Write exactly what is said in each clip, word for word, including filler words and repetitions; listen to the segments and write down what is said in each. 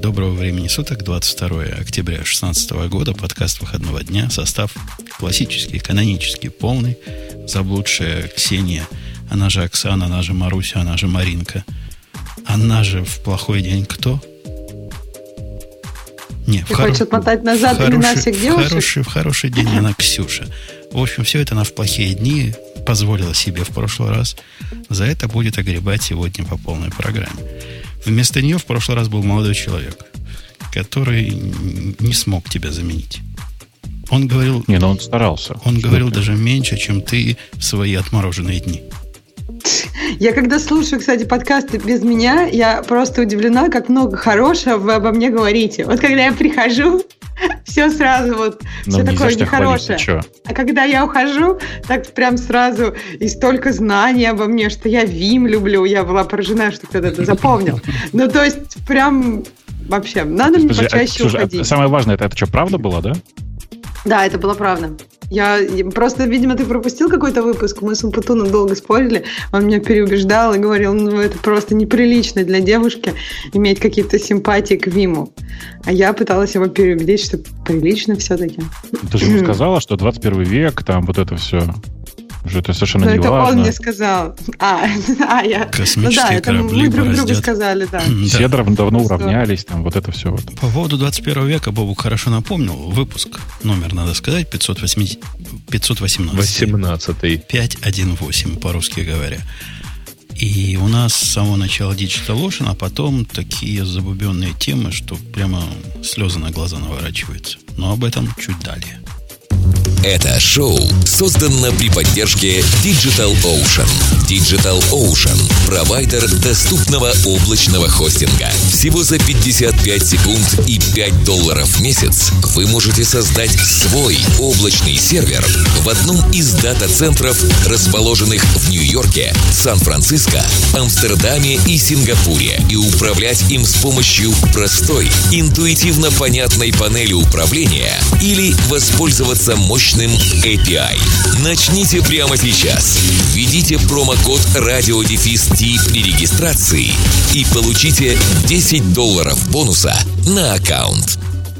Доброго времени суток, двадцать второе октября две тысячи шестнадцатого года, подкаст выходного дня, состав классический, канонический, полный, заблудшая Ксения, она же Оксана, она же Маруся, она же Маринка, она же в плохой день кто? Не, Ты в хочешь хоро... отмотать назад хороший, имена всех девушек? В хороший, в хороший день она Ксюша. В общем, все это она в плохие дни позволила себе в прошлый раз. За это будет огребать сегодня по полной программе. Вместо нее в прошлый раз был молодой человек, который не смог тебя заменить. Он говорил... Не, но он старался. Он говорил даже меньше, чем ты в свои отмороженные дни. Я когда слушаю, кстати, подкасты без меня, я просто удивлена, как много хорошего вы обо мне говорите. Вот когда я прихожу, все сразу вот, но все такое нехорошее. Хвалить, а когда я ухожу, так прям сразу и столько знаний обо мне, что я Вим люблю. Я была поражена, что кто-то это запомнил. Ну, то есть, прям вообще, надо мне почаще уходить. Самое важное, это, это что, правда было, да? Да, это было правда. Я просто, видимо, ты пропустил какой-то выпуск, мы с Умпутуном долго спорили, он меня переубеждал и говорил, ну, это просто неприлично для девушки иметь какие-то симпатии к Виму. А я пыталась его переубедить, что прилично все-таки. Ты же ему сказала, что двадцать первый век, там вот это все... Уже это совершенно не это важно. Он мне сказал. А, а я... Космические ну да, это корабли мы друг бороздят. другу сказали, да. Седров давно уравнялись, там вот это все. Вот. По поводу двадцать первого века Бобук хорошо напомнил. Выпуск, номер, надо сказать, пятьсот восемнадцать. восемнадцатый. пятьсот восемнадцать, по-русски говоря. И у нас с самого начала Digital Ocean, а потом такие забубенные темы, что прямо слезы на глаза наворачиваются. Но об этом чуть далее. Это шоу создано при поддержке Digital Ocean. Digital Ocean – провайдер доступного облачного хостинга. Всего за пятьдесят пять секунд и пять долларов в месяц вы можете создать свой облачный сервер в одном из дата-центров, расположенных в Нью-Йорке, Сан-Франциско, Амстердаме и Сингапуре, и управлять им с помощью простой, интуитивно понятной панели управления или воспользоваться мощным эй пи ай. Начните прямо сейчас. Введите промокод радиодефис-ти при регистрации и получите десять долларов бонуса на аккаунт.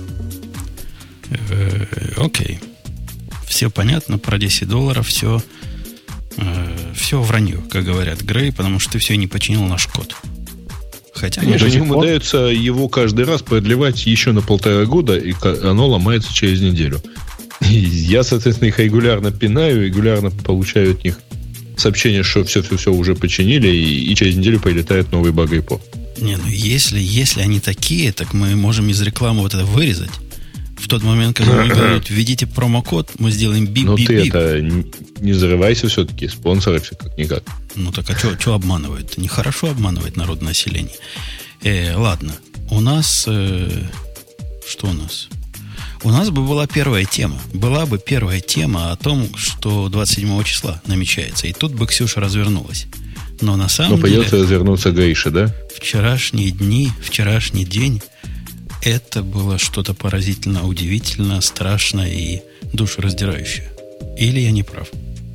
Окей. Все понятно про десять долларов, все, все вранье, как говорят Грей, потому что ты все не починил наш код. Хотя Конечно, ему удается его каждый раз продлевать еще на полтора года, и оно ломается через неделю. И я, соответственно, их регулярно пинаю, регулярно получаю от них сообщение, что все-все-все уже починили, и, и через неделю прилетает новый баг-репорт. Не, ну если, если они такие, так мы можем из рекламы вот это вырезать. В тот момент, когда они говорят, введите промокод, мы сделаем бип-бип-бип. Но ты это не зарывайся все-таки, спонсоры все как-никак. Ну так а что обманывают? Нехорошо обманывать народное население. Э, ладно, у нас... Э, что у нас? У нас бы была первая тема. Была бы первая тема о том, что двадцать седьмого числа намечается. И тут бы Ксюша развернулась. Но на самом Но деле... придется развернуться Грише, да? Вчерашние дни, вчерашний день, это было что-то поразительно удивительно, страшное и душераздирающее. Или я не прав?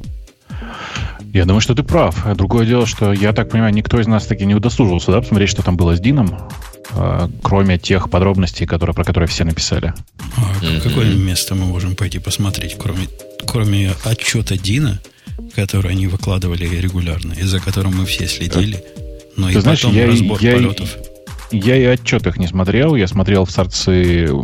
Я думаю, что ты прав. Другое дело, что, я так понимаю, никто из нас таки не удосужился, да, посмотреть, что там было с Дином, кроме тех подробностей, которые, про которые все написали. А mm-hmm. какое место мы можем пойти посмотреть, кроме, кроме отчета Дина, который они выкладывали регулярно, и за которым мы все следили, но Ты и знаешь, потом я, разбор я, полетов. Я и отчет их не смотрел. Я смотрел в сорцы э,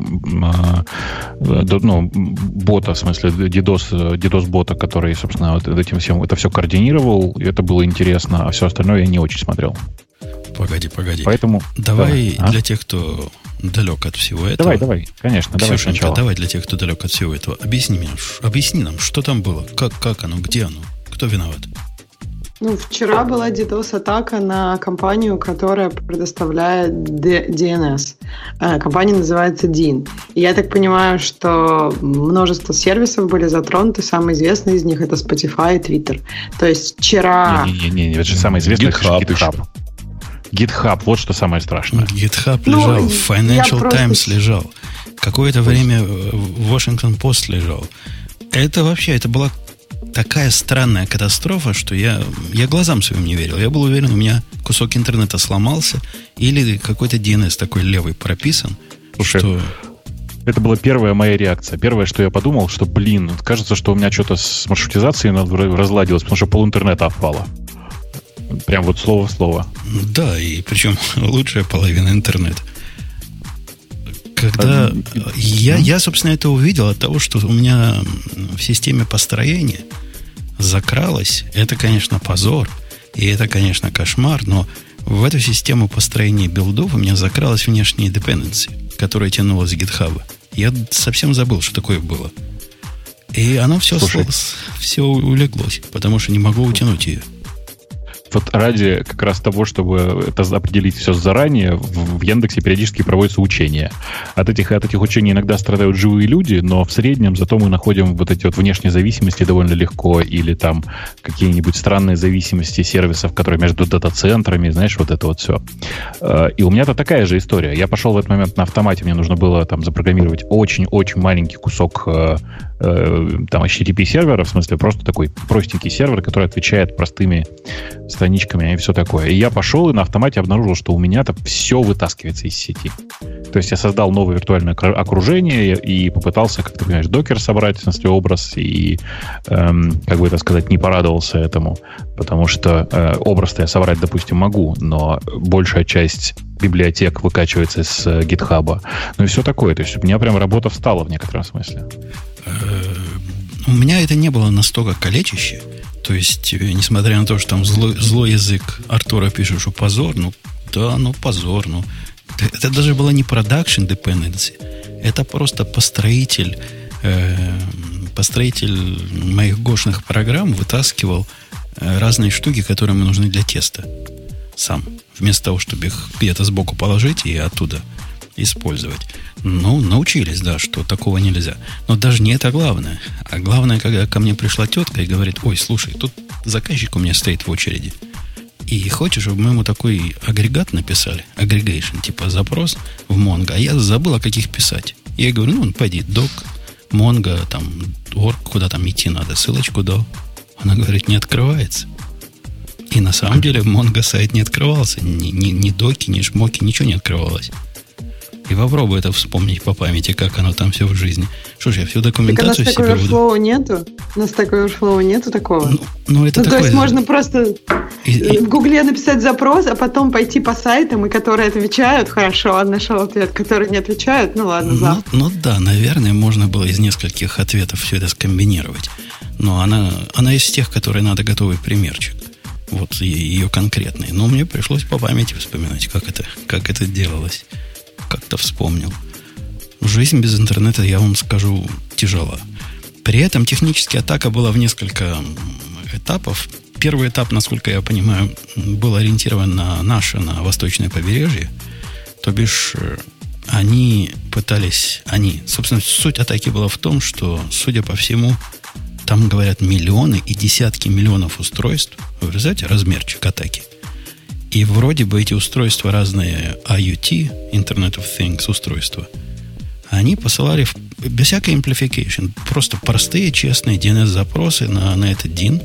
ну, бота, в смысле, DDoS, DDoS-бота, который, собственно, вот этим всем, это все координировал. И это было интересно, а все остальное я не очень смотрел. Погоди, погоди. Поэтому, давай давай для а? тех, кто далек от всего этого. Давай, давай, конечно, давай сначала. Давай для тех, кто далек от всего этого. Объясни мне, объясни нам, что там было, как, как оно, где оно, кто виноват? Ну, вчера была DDoS-атака на компанию, которая предоставляет ди эн эс. Компания называется дин. И я так понимаю, что множество сервисов были затронуты. Самый известный из них — это Spotify и Twitter. То есть вчера... Не-не-не, это же самый известный GitHub. GitHub. GitHub, вот что самое страшное. GitHub лежал, ну, Financial просто... Times лежал. Какое-то время Washington Post лежал. Это вообще, это была такая странная катастрофа, что я, я глазам своим не верил. Я был уверен, у меня кусок интернета сломался или какой-то ди эн эс такой левый прописан. Слушай, что... это была первая моя реакция. Первое, что я подумал, что, блин, кажется, что у меня что-то с маршрутизацией разладилось, потому что пол интернета опало. Прям вот слово в слово. Да, и причем лучшая половина интернета. Когда а, я, я, собственно, это увидел от того, что у меня в системе построения закралось. Это, конечно, позор. И это, конечно, кошмар. Но в эту систему построения билдов у меня закралась внешняя dependency, которая тянулась с GitHub. Я совсем забыл, что такое было. И оно все, сло, все улеглось, потому что не могу утянуть ее. Вот ради как раз того, чтобы это определить все заранее, в, в Яндексе периодически проводятся учения. От этих, от этих учений иногда страдают живые люди, но в среднем зато мы находим вот эти вот внешние зависимости довольно легко, или там какие-нибудь странные зависимости сервисов, которые между дата-центрами, знаешь, вот это вот все. И у меня-то такая же история. Я пошел в этот момент на автомате, мне нужно было там запрограммировать очень-очень маленький кусок там эйч ти ти пи сервера, в смысле просто такой простенький сервер, который отвечает простыми страничками и все такое. И я пошел и на автомате обнаружил, что у меня-то все вытаскивается из сети. То есть я создал новое виртуальное окружение и попытался, как ты понимаешь, докер собрать, в смысле образ, и, эм, как бы это сказать, не порадовался этому, потому что э, образ-то я собрать, допустим, могу, но большая часть библиотек выкачивается с GitHub. Ну и все такое. То есть у меня прям работа встала в некотором смысле. У меня это не было настолько калечище. То есть, несмотря на то, что там злой, злой язык Артура пишет, что позор, ну, да, ну, позор, ну. Это даже была не production dependency. Это просто построитель, э, построитель моих гошных программ вытаскивал э, разные штуки, которые мне нужны для теста сам. Вместо того, чтобы их где-то сбоку положить и оттуда использовать. Ну, научились, да, что такого нельзя. Но даже не это главное. А главное, когда ко мне пришла тетка и говорит: ой, слушай, тут заказчик у меня стоит в очереди. И хочешь, чтобы мы ему такой агрегат написали? Aggregation, типа запрос в Mongo. А я забыл, о каких писать. Я говорю: ну, пойди, док, Mongo, там, org, куда там идти надо, ссылочку дал. Она говорит: не открывается. И на самом деле Mongo сайт не открывался. Ни, ни, ни доки, ни шмоки, ничего не открывалось. И попробуй это вспомнить по памяти, как оно там все в жизни. Что ж, я всю документацию так себе... у нас Stack Overflow нету? У нас Stack Overflow нету такого? Ну, ну это ну такое... то есть можно просто и, и... в Гугле написать запрос, а потом пойти по сайтам, и которые отвечают, хорошо, нашел ответ, которые не отвечают, ну ладно, завтра. Ну, ну да, наверное, можно было из нескольких ответов все это скомбинировать. Но она, она из тех, которые надо готовый примерчик. Вот ее конкретный. Но мне пришлось по памяти вспоминать, как это, как это делалось. Как-то вспомнил. Жизнь без интернета, я вам скажу, тяжела. При этом технически атака была в несколько этапов. Первый этап, насколько я понимаю, был ориентирован на наше, на восточное побережье. То бишь, они пытались... Они... Собственно, суть атаки была в том, что, судя по всему, там, говорят, миллионы и десятки миллионов устройств. Вы знаете, размерчик атаки. И вроде бы эти устройства разные ай о ти, Internet of Things устройства, они посылали в, без всякой amplification, просто простые, честные ди эн эс-запросы на, на этот дин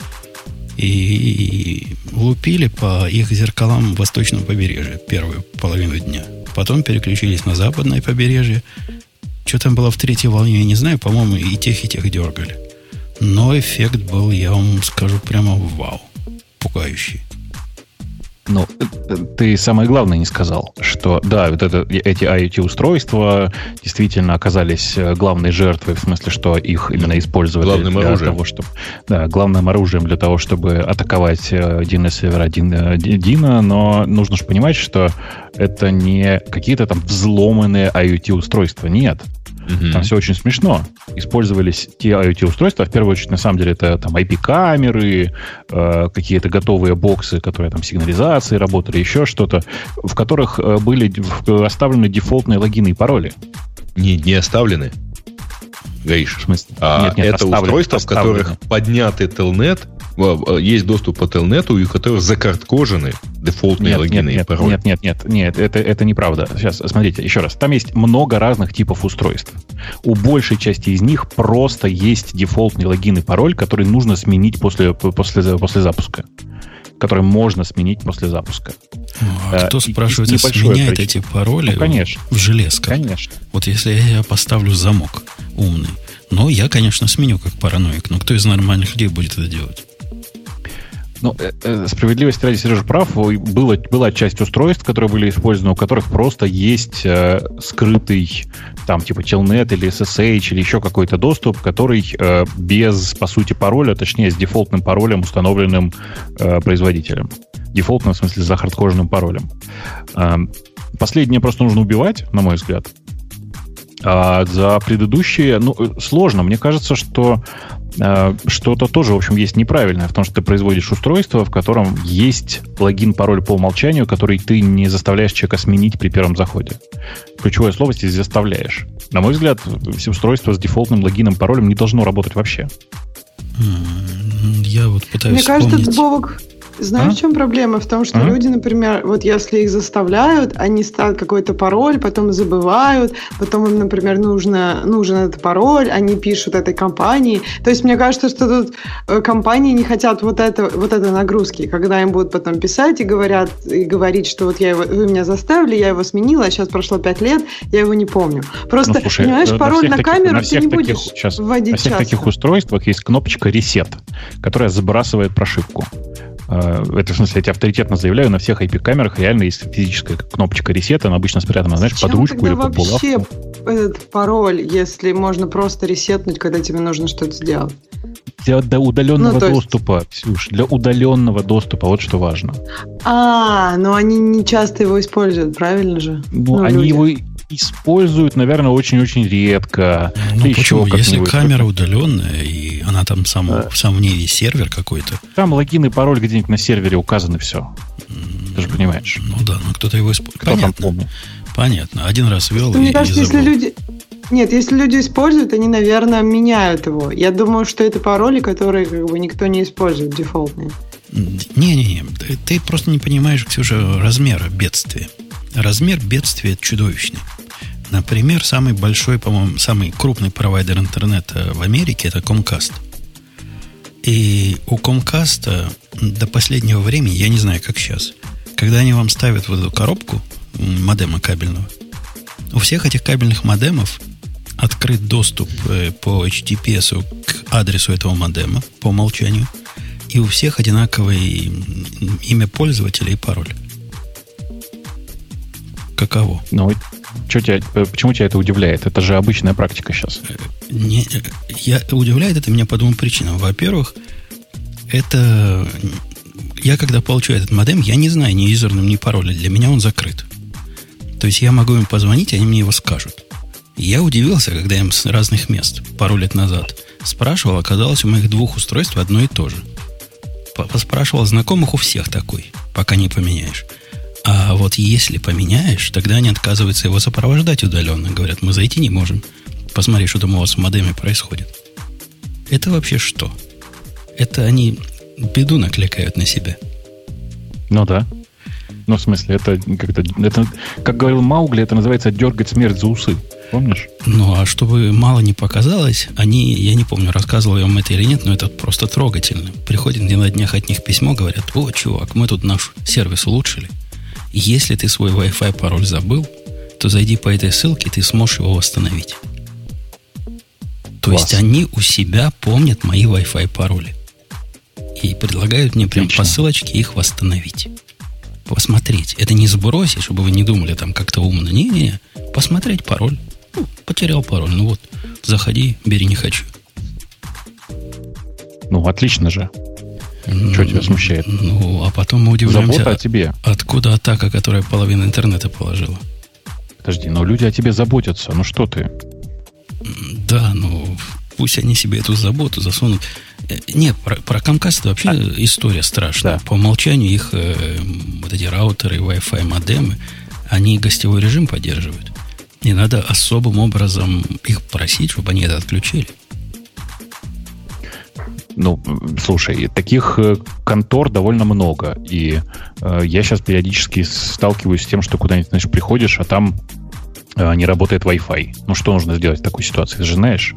и лупили по их зеркалам восточного побережья первую половину дня. Потом переключились на западное побережье. Что там было в третьей волне, я не знаю. По-моему, и тех, и тех дергали. Но эффект был, я вам скажу, прямо вау. Пугающий. Ну, ты самое главное не сказал, что да, вот это, эти ай о ти-устройства действительно оказались главной жертвой, в смысле, что их именно использовали главным для оружием. того, чтобы... Да, главным оружием для того, чтобы атаковать ди эн эс-сервера Дина, но нужно же понимать, что это не какие-то там взломанные ай о ти-устройства, нет. Mm-hmm. Там все очень смешно. Использовались те ай о ти-устройства, в первую очередь, на самом деле, это там ай пи-камеры, э, какие-то готовые боксы, которые там сигнализации работали, еще что-то, в которых э, были оставлены дефолтные логины и пароли. Не, не оставлены. Гаиш, в смысле? А нет, нет, это устройства, в которых поднятый телнет есть доступ по Телнету, и у которых закарткожены дефолтные нет, логины нет, и нет, пароли. Нет, нет, нет, нет, это, это неправда. Сейчас, смотрите, еще раз. Там есть много разных типов устройств. У большей части из них просто есть дефолтный логин и пароль, который нужно сменить после, после, после запуска. Который можно сменить после запуска. А, а кто, спрашивается, сменяет количество. Эти пароли ну, конечно. в железках? Конечно. Вот если я поставлю замок умный, ну, я, конечно, сменю как параноик, но кто из нормальных людей будет это делать? Ну, э, э, справедливости ради, Сережа прав, было, была часть устройств, которые были использованы, у которых просто есть э, скрытый, там, типа Telnet или эс эс эйч или еще какой-то доступ, который э, без, по сути, пароля, точнее, с дефолтным паролем, установленным э, производителем. Дефолтным, в смысле, с захардкоженным паролем. Э, последнее просто нужно убивать, на мой взгляд. А за предыдущие, ну, сложно. Мне кажется, что э, что-то тоже, в общем, есть неправильное в том, что ты производишь устройство, в котором есть логин-пароль по умолчанию, который ты не заставляешь человека сменить при первом заходе. Ключевое слово здесь «заставляешь». На мой взгляд, все устройства с дефолтным логином-паролем не должно работать вообще. Я вот пытаюсь Мне вспомнить. кажется, Бобок... Знаешь, а? в чем проблема? В том, что а? люди, например, вот если их заставляют, они ставят какой-то пароль, потом забывают, потом им, например, нужно, нужен этот пароль, они пишут этой компании. То есть мне кажется, что тут компании не хотят вот, это, вот этой нагрузки, когда им будут потом писать и говорят, и говорить, что вот я его, вы меня заставили, я его сменила, а сейчас прошло пять лет, я его не помню. Просто, ну, слушай, понимаешь, пароль на, на камеру на ты не будешь таких, сейчас, вводить На всех часто. таких устройствах есть кнопочка «Reset», которая забрасывает прошивку. Это, в смысле, я тебе авторитетно заявляю, на всех ай пи-камерах реально есть физическая кнопочка ресета, она обычно спрятана, знаешь, Зачем под ручку или под булавку. Вообще этот пароль, если можно просто ресетнуть, когда тебе нужно что-то сделать? Для, для удаленного ну, доступа, есть... Ксюш, для удаленного доступа, вот что важно. А, но они не часто его используют, правильно же? Ну, ну они люди. его используют, наверное, очень-очень редко. Ну, да почему? Еще если камера удаленная, и она там сам, а. сам в ней есть сервер какой-то. Там логин и пароль где-нибудь на сервере указаны, все. Mm, Ты же понимаешь. Ну да, но кто-то его использует. Кто Понятно. там помнит? Понятно. Один раз ввел и, мне кажется, и забыл. если люди... Нет, если люди используют, они, наверное, меняют его. Я думаю, что это пароли, которые как бы никто не использует, дефолтные. Не-не-не, ты просто не понимаешь, Ксюша, размера бедствия. Размер бедствия чудовищный. Например, самый большой, по-моему, самый крупный провайдер интернета в Америке – это Comcast. И у Comcast до последнего времени, я не знаю, как сейчас, когда они вам ставят в эту коробку модема кабельного, у всех этих кабельных модемов открыт доступ по эйч ти ти пи эс к адресу этого модема по умолчанию, и у всех одинаковое имя пользователя и пароль. Каково? Ну, что тебя, почему тебя это удивляет? Это же обычная практика сейчас. Не, я, удивляет это меня по двум причинам. Во-первых, это... Я, когда получаю этот модем, я не знаю ни юзерным, ни пароля. Для меня он закрыт. То есть я могу им позвонить, они мне его скажут. И я удивился, когда я им с разных мест пару лет назад спрашивал, оказалось, у моих двух устройств одно и то же. Поспрашивал знакомых, у всех такой, пока не поменяешь. А вот если поменяешь, тогда они отказываются его сопровождать удаленно. Говорят, мы зайти не можем. Посмотри, что там у вас в модеме происходит. Это вообще что? Это они беду накликают на себя. Ну да. Ну, в смысле, это как-то... Это, как говорил Маугли, это называется дергать смерть за усы. Помнишь? Ну, а чтобы мало не показалось, они, я не помню, рассказывал я вам это или нет, но это просто трогательно. Приходит мне на днях от них письмо, говорят, о, чувак, мы тут наш сервис улучшили. Если ты свой Wi-Fi пароль забыл, то зайди по этой ссылке, ты сможешь его восстановить. То Класс. есть они у себя помнят мои Wi-Fi пароли. И предлагают мне прям по ссылочке их восстановить. Посмотреть. Это не сбросить, чтобы вы не думали там как-то умно. Не-не, посмотреть пароль. Ну, потерял пароль. Ну вот, заходи, бери, не хочу. Ну, отлично же. Ну, что тебя смущает? Ну, а потом мы удивляемся, забота о тебе. Откуда атака, которая половину интернета положила. Подожди, но люди о тебе заботятся. Ну что ты? Да, ну, пусть они себе эту заботу засунут. Нет, про, про Comcast вообще а, история страшная. Да. По умолчанию их э, вот эти раутеры, Wi-Fi модемы, они гостевой режим поддерживают. И надо особым образом их просить, чтобы они это отключили. Ну, слушай, таких контор довольно много. И э, я сейчас периодически сталкиваюсь с тем, что куда-нибудь, знаешь, приходишь, а там э, не работает Wi-Fi. Ну, что нужно сделать в такой ситуации? Ты же знаешь.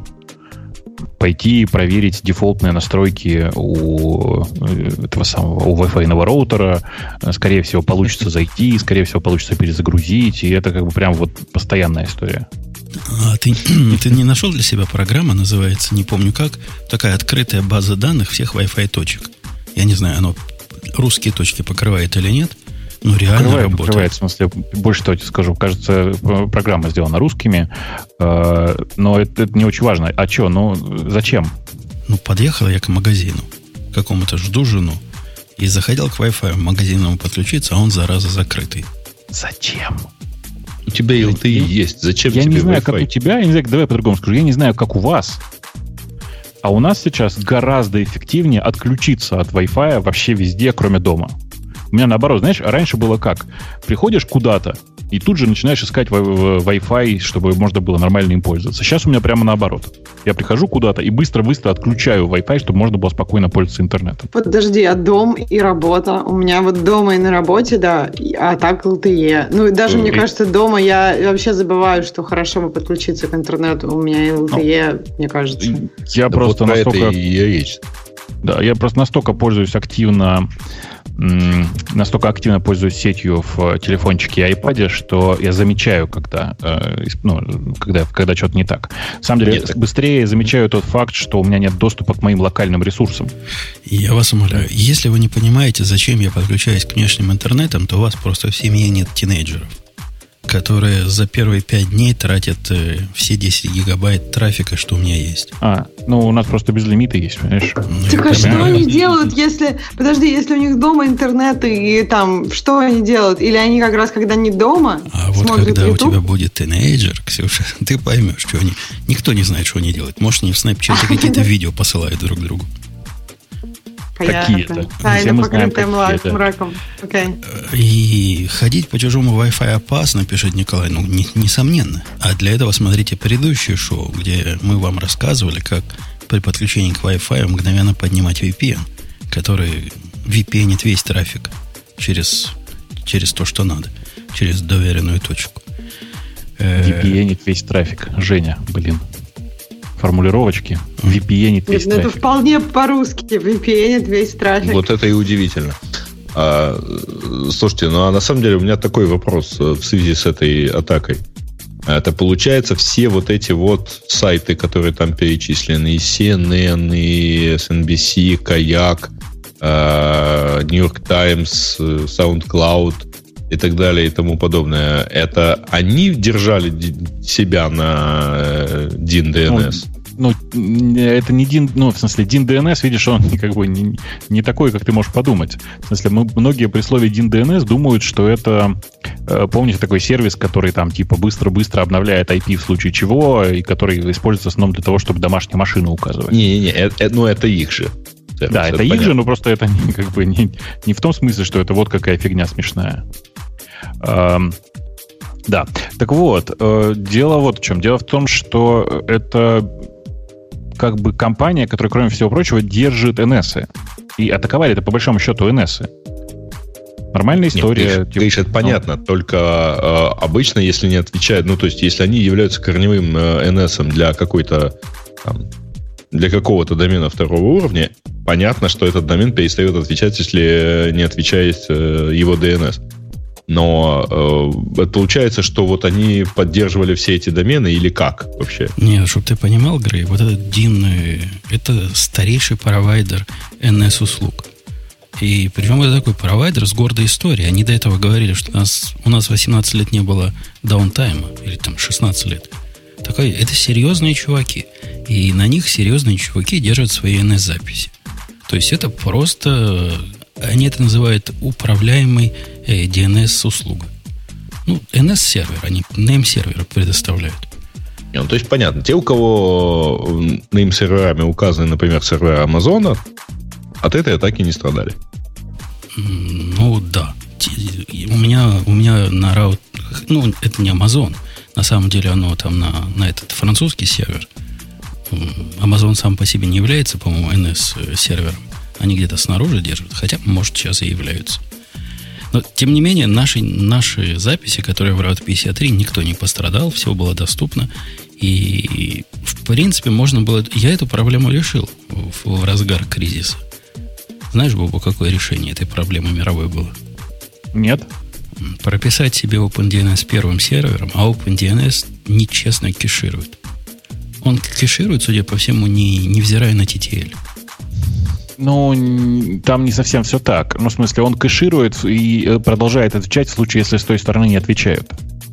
Пойти и проверить дефолтные настройки у этого самого, у Wi-Fi роутера. Скорее всего, получится зайти, скорее всего, получится перезагрузить. И это как бы прям вот постоянная история. А ты, ты не нашел для себя программа, называется, не помню как, такая открытая база данных всех Wi-Fi точек. Я не знаю, оно русские точки покрывает или нет, но реально покрывает, работает. Покрывает, в смысле, больше того тебе скажу, кажется, программа сделана русскими, э, но это, это не очень важно. А что, ну зачем? Ну, подъехал я к магазину, какому-то жду жену, и заходил к Wi-Fi магазинному подключиться, а он, зараза, закрытый. Зачем? У тебя эл ти и есть. Зачем я тебе не знаю, Wi-Fi? Как у тебя, я не знаю, давай по-другому скажу, я не знаю, как у вас. А у нас сейчас гораздо эффективнее отключиться от Wi-Fi вообще везде, кроме дома. У меня наоборот, знаешь, раньше было как? Приходишь куда-то, и тут же начинаешь искать Wi-Fi, чтобы можно было нормально им пользоваться. Сейчас у меня прямо наоборот. Я прихожу куда-то и быстро-быстро отключаю Wi-Fi, чтобы можно было спокойно пользоваться интернетом. Подожди, а дом и работа? У меня вот дома и на работе, да, а так эл ти и. Ну, и даже, mm-hmm. мне кажется, дома я вообще забываю, что хорошо бы подключиться к интернету. У меня эл ти и, oh. мне кажется. Я да просто вот настолько... это и речь. Да, я просто настолько пользуюсь активно настолько активно пользуюсь сетью в телефончике и айпаде, что я замечаю, когда, э, ну, когда, когда что-то не так. На самом деле, нет, быстрее так... замечаю тот факт, что у меня нет доступа к моим локальным ресурсам. Я вас умоляю, если вы не понимаете, зачем я подключаюсь к внешним интернетам, то у вас просто в семье нет тинейджеров, которые за первые пять дней тратят э, все десять гигабайт трафика, что у меня есть. А, ну у нас просто безлимиты есть, понимаешь? Ну, так а что они делают, если... Подожди, если у них дома интернет, и там, что они делают? Или они как раз, когда не дома, а вот когда YouTube? У тебя будет тинейджер, Ксюша, ты поймешь, что они... Никто не знает, что они делают. Может, они в Снэпчате какие-то видео посылают друг другу. Какие-то. Тайна, покрытая мраком. Okay. И ходить по чужому Wi-Fi опасно, пишет Николай. Ну, не, несомненно. А для этого смотрите предыдущее шоу, где мы вам рассказывали, как при подключении к Wi-Fi мгновенно поднимать ви пи эн, который ви пи эн-ит весь трафик через, через то, что надо, через доверенную точку. ви пи эн-ит весь трафик. Женя, блин. Формулировочки. ви пи эн-ит весь Нет, трафик. Это вполне по-русски. ви пи эн-ит весь трафик. Вот это и удивительно. А, слушайте, ну а на самом деле у меня такой вопрос в связи с этой атакой. Это получается все вот эти вот сайты, которые там перечислены, и си эн эн, и эс эн би си, Kayak, New York Times, SoundCloud и так далее и тому подобное. Это они держали себя на ди эн ди эн эс? Ну, ну, это не дин, ну, в смысле, дин ди эн эс, видишь, он как бы не, не такой, как ты можешь подумать. В смысле, мы, многие при слове дин ди эн эс думают, что это, э, помните, такой сервис, который там типа быстро-быстро обновляет ай пи в случае чего, и который используется в основном для того, чтобы домашнюю машину указывать. Не-не-не, это, ну это их же. Сервис, да, это, это их понятно. Же, но просто это не, как бы не, не в том смысле, что это вот какая фигня смешная. Эм, да, так вот, э, дело вот в чем. Дело в том, что это как бы компания, которая, кроме всего прочего, держит эн эсы. И атаковали это, по большому счету, эн эсы. Нормальная история. Нет, Гриш, это ну, понятно. Только э, обычно, если не отвечают, ну, то есть, если они являются корневым э, эн эсом для какой-то там, для какого-то домена второго уровня, понятно, что этот домен перестает отвечать, если не отвечает э, его ди эн эс. Но э, получается, что вот они поддерживали все эти домены или как вообще? Нет, чтобы ты понимал, Грей, вот этот дин, это старейший провайдер эн эс-услуг. И причем это такой провайдер с гордой историей. Они до этого говорили, что у нас, у нас восемнадцать лет не было даунтайма, или там шестнадцать лет. Такой, это серьезные чуваки. И на них серьезные чуваки держат свои эн эс-записи. То есть это просто... Они это называют управляемый э, ди эн эс-услуга. Ну, эн эс-сервер, они name-сервер предоставляют. Ну, то есть, понятно, те, у кого name-серверами указаны, например, сервера Амазона, от этой атаки не страдали. Ну, да. У меня, у меня на раут... Ну, это не Амазон. На самом деле, оно там на, на этот французский сервер. Amazon сам по себе не является, по-моему, эн эс-сервером. Они где-то снаружи держат, хотя, может, сейчас и являются. Но, тем не менее, наши, наши записи, которые в Route пятьдесят три, никто не пострадал, все было доступно. И, в принципе, можно было... Я эту проблему решил в, в разгар кризиса. Знаешь, Бобу, какое решение этой проблемы мировой было? Нет. Прописать себе OpenDNS первым сервером, а OpenDNS нечестно кеширует. Он кеширует, судя по всему, не, невзирая на ти ти эл. Ну, там не совсем все так. Ну, в смысле, он кэширует и продолжает отвечать в случае, если с той стороны не отвечают.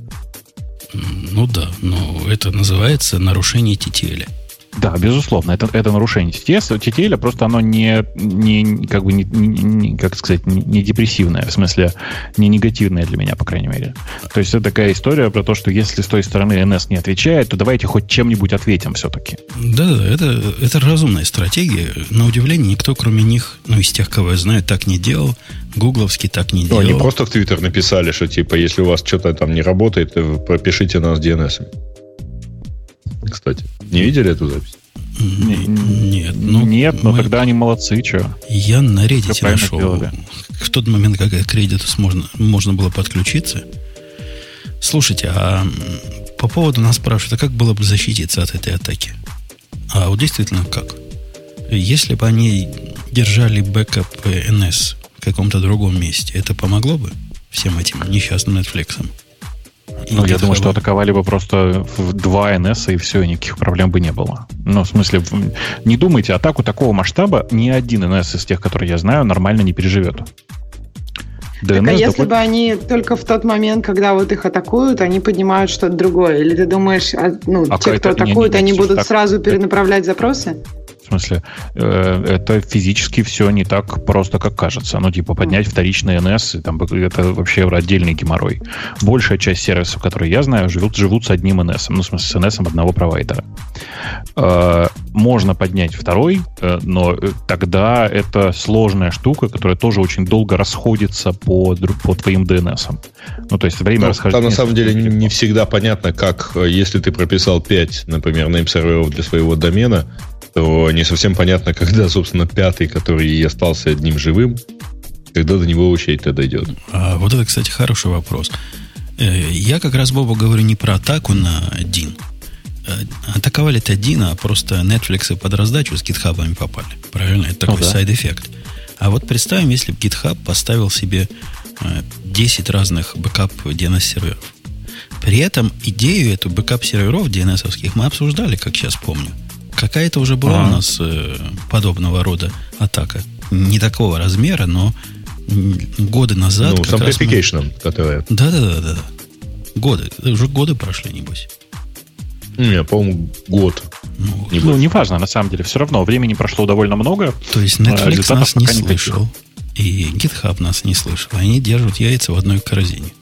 Ну да, но это называется нарушение ти ти эл. Да, безусловно, это, это нарушение ти ти эл. ти ти эл просто оно не, не как бы не, не, как сказать, не, не депрессивное, в смысле, не негативное для меня, по крайней мере. То есть это такая история про то, что если с той стороны эн эс не отвечает, то давайте хоть чем-нибудь ответим все-таки. Да, это, это разумная стратегия. На удивление, никто, кроме них, ну, из тех, кого я знаю, так не делал. Гугловский так не ну, делал. Они просто в Твиттер написали, что типа, если у вас что-то там не работает, пропишите нас ди эн эс. Кстати, не видели эту запись? Нет, ну, Нет, но мы... тогда они молодцы, что? Я на Reddit нашел. Сделали. В тот момент, когда к Reddit можно, можно было подключиться. Слушайте, а по поводу нас спрашивают, а как было бы защититься от этой атаки? А вот действительно как? Если бы они держали бэкап эн эс в каком-то другом месте, это помогло бы всем этим несчастным Netflix? Ну, я думаю, что атаковали бы просто в два эн эс, и все, и никаких проблем бы не было. Ну, в смысле, не думайте, атаку такого масштаба ни один эн эс из тех, которые я знаю, нормально не переживет. ди эн эс так, а если такой... бы они только в тот момент, когда вот их атакуют, они поднимают что-то другое? Или ты думаешь, ну, а те, кто это... атакуют, не, не, не, они будут так... сразу перенаправлять запросы? В смысле, э, это физически все не так просто, как кажется. Ну, типа, поднять вторичный эн эс, там, это вообще отдельный геморрой. Большая часть сервисов, которые я знаю, живут, живут с одним эн эс. Ну, в смысле, с эн эс одного провайдера. Э, можно поднять второй, э, но тогда это сложная штука, которая тоже очень долго расходится по, по твоим ди эн эс. Ну, то есть время расхождения... Там, на самом деле, не, не всегда понятно, как, если ты прописал пять, например, нейм-серверов для своего домена, то не совсем понятно, когда, собственно, пятый, который и остался одним живым, когда до него очередь-то дойдет. А вот это, кстати, хороший вопрос. Я как раз, Бобу, говорю не про атаку на Дин. Атаковали-то Дин, а просто Netflix под раздачу с гитхабами попали. Правильно? Это такой сайд-эффект. Ну, да. А вот представим, если бы GitHub поставил себе десять разных бэкап ди эн эс-серверов. При этом идею эту бэкап-серверов ди эн эс-овских мы обсуждали, как сейчас помню. Какая-то уже была А-а-а. у нас э, подобного рода атака. Не такого размера, но годы назад... Ну, с amplification, мы... которая... Да-да-да. Годы. Уже годы прошли, небось. Не, по-моему, год. Ну, не ну неважно, на самом деле. Все равно времени прошло довольно много. То есть Netflix нас не слышал. И GitHub нас не слышал. Они держат яйца в одной корзине.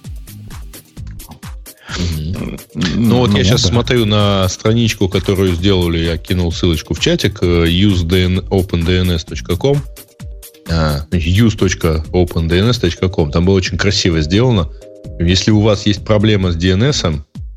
Mm-hmm. Ну, вот ну, я сейчас да. смотрю на страничку, которую сделали, я кинул ссылочку в чатик, use open d n s dot com, use dot open d n s dot com. Там было очень красиво сделано. Если у вас есть проблема с ди эн эс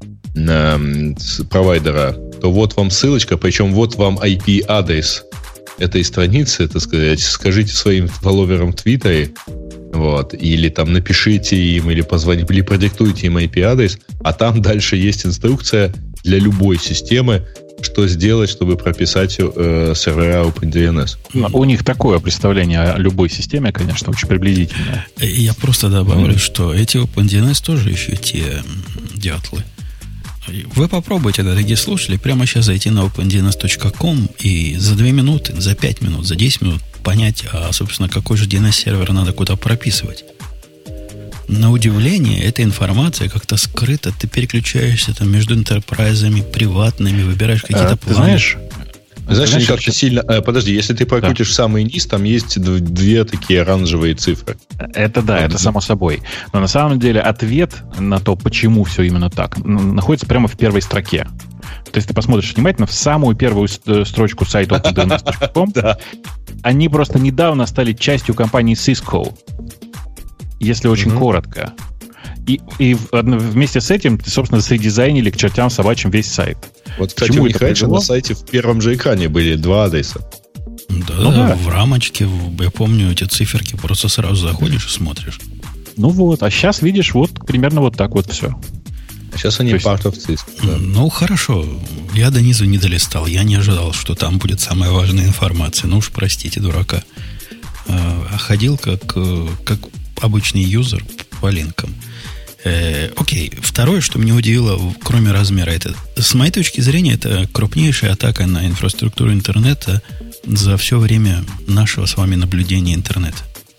с провайдера, то вот вам ссылочка, причем вот вам ай пи-адрес этой страницы, так сказать, скажите своим фолловерам в Твиттере, вот, или там напишите им, или позвоните, или продиктуйте им ай пи-адрес, а там дальше есть инструкция для любой системы, что сделать, чтобы прописать э, сервера OpenDNS. У них такое представление о любой системе, конечно, очень приблизительное. Я просто добавлю, mm-hmm. что эти OpenDNS тоже еще те дятлы. Вы попробуйте, дорогие слушатели, прямо сейчас зайти на open d n s dot com и за две минуты, за пять минут, за десять минут понять, а, собственно, какой же ди эн эс-сервер надо куда прописывать. На удивление, эта информация как-то скрыта. Ты переключаешься там между интерпрайзами, приватными, выбираешь какие-то а, планы. Ты знаешь, знаешь, они как-то сильно... Э, подожди, если ты прокрутишь да. самый низ, там есть две такие оранжевые цифры. Это да, это само собой. Но на самом деле ответ на то, почему все именно так, находится прямо в первой строке. То есть ты посмотришь внимательно в самую первую строчку сайта open d n s dot com. Они просто недавно стали частью компании Cisco. Если очень mm-hmm. коротко. И, и вместе с этим ты, собственно, задизайнили к чертям собачьим весь сайт. Вот, кстати, у них раньше на сайте в первом же экране были два адреса. Да, ну, да, в рамочке, я помню, эти циферки, просто сразу заходишь и смотришь. Ну вот, а сейчас видишь, вот примерно вот так вот все. А сейчас они part of this. Да. Ну, хорошо. Я до низу не долистал. Я не ожидал, что там будет самая важная информация. Ну уж простите, дурака. А ходил как, как обычный юзер по линкам. Э, окей. Второе, что меня удивило, кроме размера, это, с моей точки зрения, это крупнейшая атака на инфраструктуру интернета за все время нашего с вами наблюдения интернета.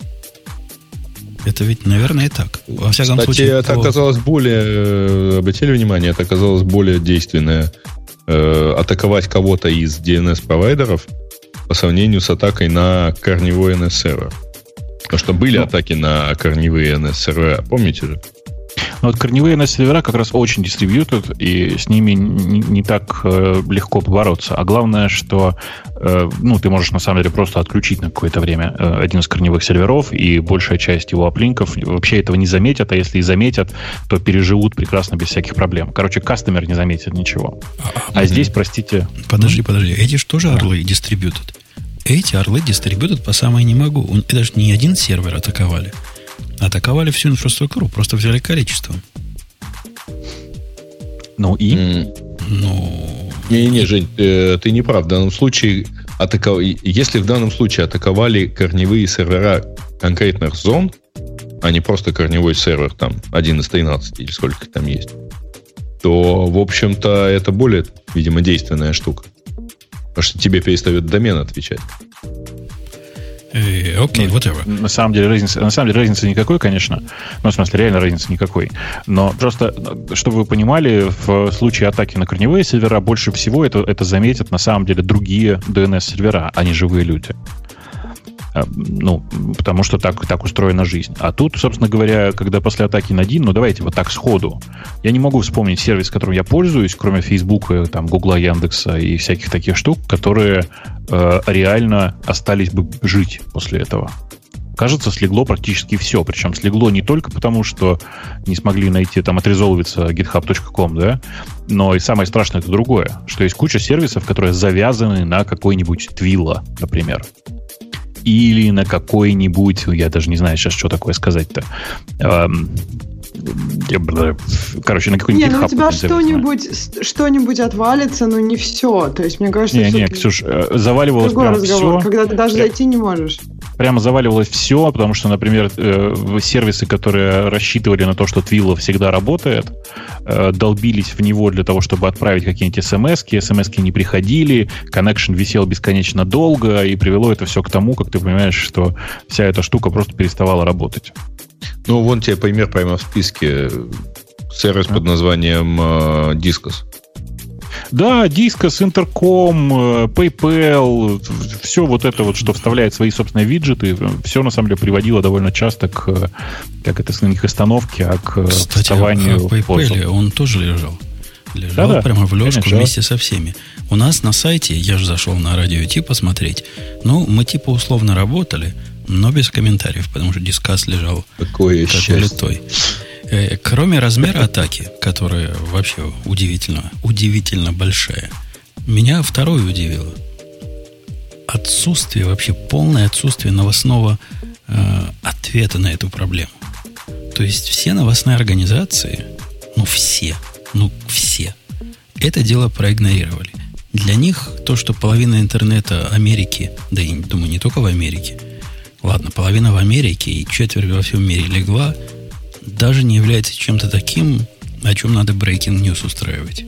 Это ведь, наверное, и так. Во всяком Кстати, случае, это по... оказалось более... Обратили внимание, это оказалось более действенное э, атаковать кого-то из ди эн эс-провайдеров по сравнению с атакой на корневой эн эс-сервер. Потому что были ну, атаки на корневые эн эс-сервера, помните же? Ну, вот корневые эн эс-сервера как раз очень дистрибьютед, и с ними не, не так э, легко побороться. А главное, что э, ну, ты можешь на самом деле просто отключить на какое-то время э, один из корневых серверов, и большая часть его аплинков вообще этого не заметят, а если и заметят, то переживут прекрасно без всяких проблем. Короче, кастомер не заметит ничего. А, а здесь, простите... Подожди, подожди. Эти же тоже орлы дистрибьютед? Эти орлы дистрибьютед по самой не могу. Это же не один сервер атаковали. Атаковали всю инфраструктуру, просто взяли количеством. Ну и? Mm. Ну... Не-не, Жень, ты, ты не прав. В данном случае, атаков... если в данном случае атаковали корневые сервера конкретных зон, а не просто корневой сервер, там, один из тринадцати или сколько там есть, то, в общем-то, это более, видимо, действенная штука. Потому что тебе перестает домен отвечать. Окей, okay, whatever. На самом деле разницы, на самом деле разницы никакой, конечно. Ну, в смысле, реально разницы никакой. Но просто, чтобы вы понимали, в случае атаки на корневые сервера больше всего это, это заметят на самом деле другие ди эн эс-сервера, а не живые люди. Ну, потому что так, так устроена жизнь. А тут, собственно говоря, когда после атаки на Дин, ну, давайте вот так сходу. Я не могу вспомнить сервис, которым я пользуюсь, кроме Фейсбука, там, Гугла, Яндекса и всяких таких штук, которые э, реально остались бы жить после этого. Кажется, слегло практически все. Причем слегло не только потому, что не смогли найти, там, отрезолвиться гитхаб точка ком, да, но и самое страшное это другое, что есть куча сервисов, которые завязаны на какой-нибудь Twilio, например. Или на какой-нибудь, я даже не знаю сейчас, что такое сказать-то. Эм, короче, на какой-нибудь... Не, ну у тебя что-нибудь, что-нибудь отвалится, но не все. То есть, мне кажется, не, не, Ксюш, заваливалось прям разговор, все. Когда ты даже прям, зайти не можешь. Прямо заваливалось все, потому что, например, э, сервисы, которые рассчитывали на то, что Twilio всегда работает, э, долбились в него для того, чтобы отправить какие-нибудь смс-ки. смс-ки не приходили, коннекшн висел бесконечно долго, и привело это все к тому, как ты понимаешь, что вся эта штука просто переставала работать. Ну, вон тебе пример прямо в списке. Сервис а? под названием э, Disqus. Да, Disqus, Intercom, PayPal, все вот это вот, что вставляет свои собственные виджеты, все на самом деле приводило довольно часто к, как это, на них остановке, а к Кстати, вставанию в PayPal он тоже лежал. Лежал да, прямо в лёжку конечно, вместе со всеми. У нас на сайте, я же зашел на радио ти посмотреть, ну, мы типа условно работали, но без комментариев, потому что Disqus лежал Какое как улитой. Кроме размера атаки, которая вообще удивительно, удивительно большая, меня второе удивило. Отсутствие, вообще полное отсутствие новостного э, ответа на эту проблему. То есть все новостные организации, ну все, ну все, это дело проигнорировали. Для них то, что половина интернета Америки, да и, думаю, не только в Америке, ладно, половина в Америке и четверть во всем мире легла, даже не является чем-то таким, о чем надо breaking news устраивать.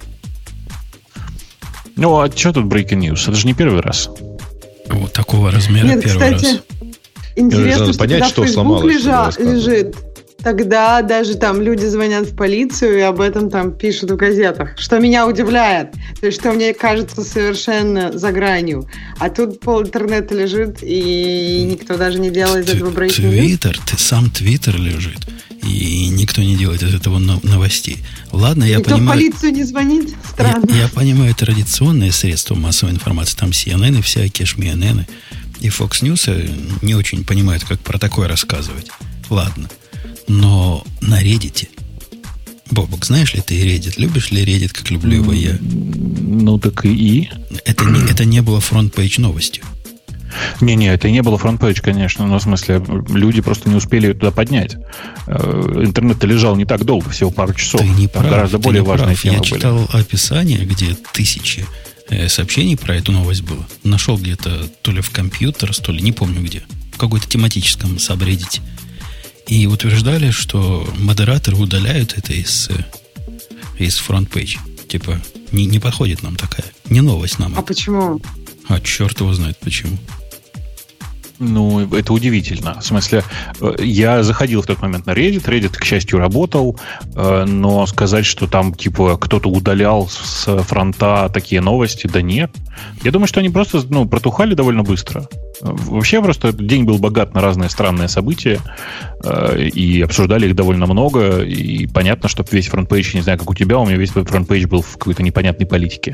Ну, а что тут breaking news? Это же не первый раз. Вот такого размера Нет, первый кстати, раз. Интересно, надо что понять, когда что Facebook сломалось, лежа, лежит, тогда даже там люди звонят в полицию и об этом там пишут в газетах. Что меня удивляет. То есть, что мне кажется совершенно за гранью. А тут пол интернета лежит, и никто даже не делает из этого breaking news. Твиттер, ты сам Твиттер лежит. И никто не делает из этого новостей. Ладно, я никто понимаю... Никто в полицию не звонит? Странно. Я, я понимаю традиционные средства массовой информации. Там си эн эн и всякие шми-эн-эн. И Fox News не очень понимают, как про такое рассказывать. Ладно. Но на Reddit... Бобок, знаешь ли ты Reddit? Любишь ли Reddit, как люблю его я? Ну, так и... и? Это не, это не было фронт-пейдж новостью. Не-не, это не было фронт-пейдж, конечно, но в смысле люди просто не успели ее туда поднять. Интернет-то лежал не так долго, всего пару часов. Ты не Там прав, гораздо ты более не важные прав. темы Я были. читал описание, где тысячи э, сообщений про эту новость было. Нашел где-то то ли в компьютер, то ли не помню где. В какой-то тематическом сабреддите. И утверждали, что модераторы удаляют это из, из фронт-пейджа. Типа, не, не подходит нам такая. Не новость нам. А почему? А черт его знает почему. Ну, это удивительно. В смысле, я заходил в тот момент на Reddit. Reddit, к счастью, работал. Но сказать, что там, типа, кто-то удалял с фронта такие новости, да нет. Я думаю, что они просто, ну, протухали довольно быстро. Вообще просто день был богат на разные странные события. И обсуждали их довольно много. И понятно, что весь фронт-пейдж, не знаю, как у тебя, у меня весь фронт-пейдж был в какой-то непонятной политике.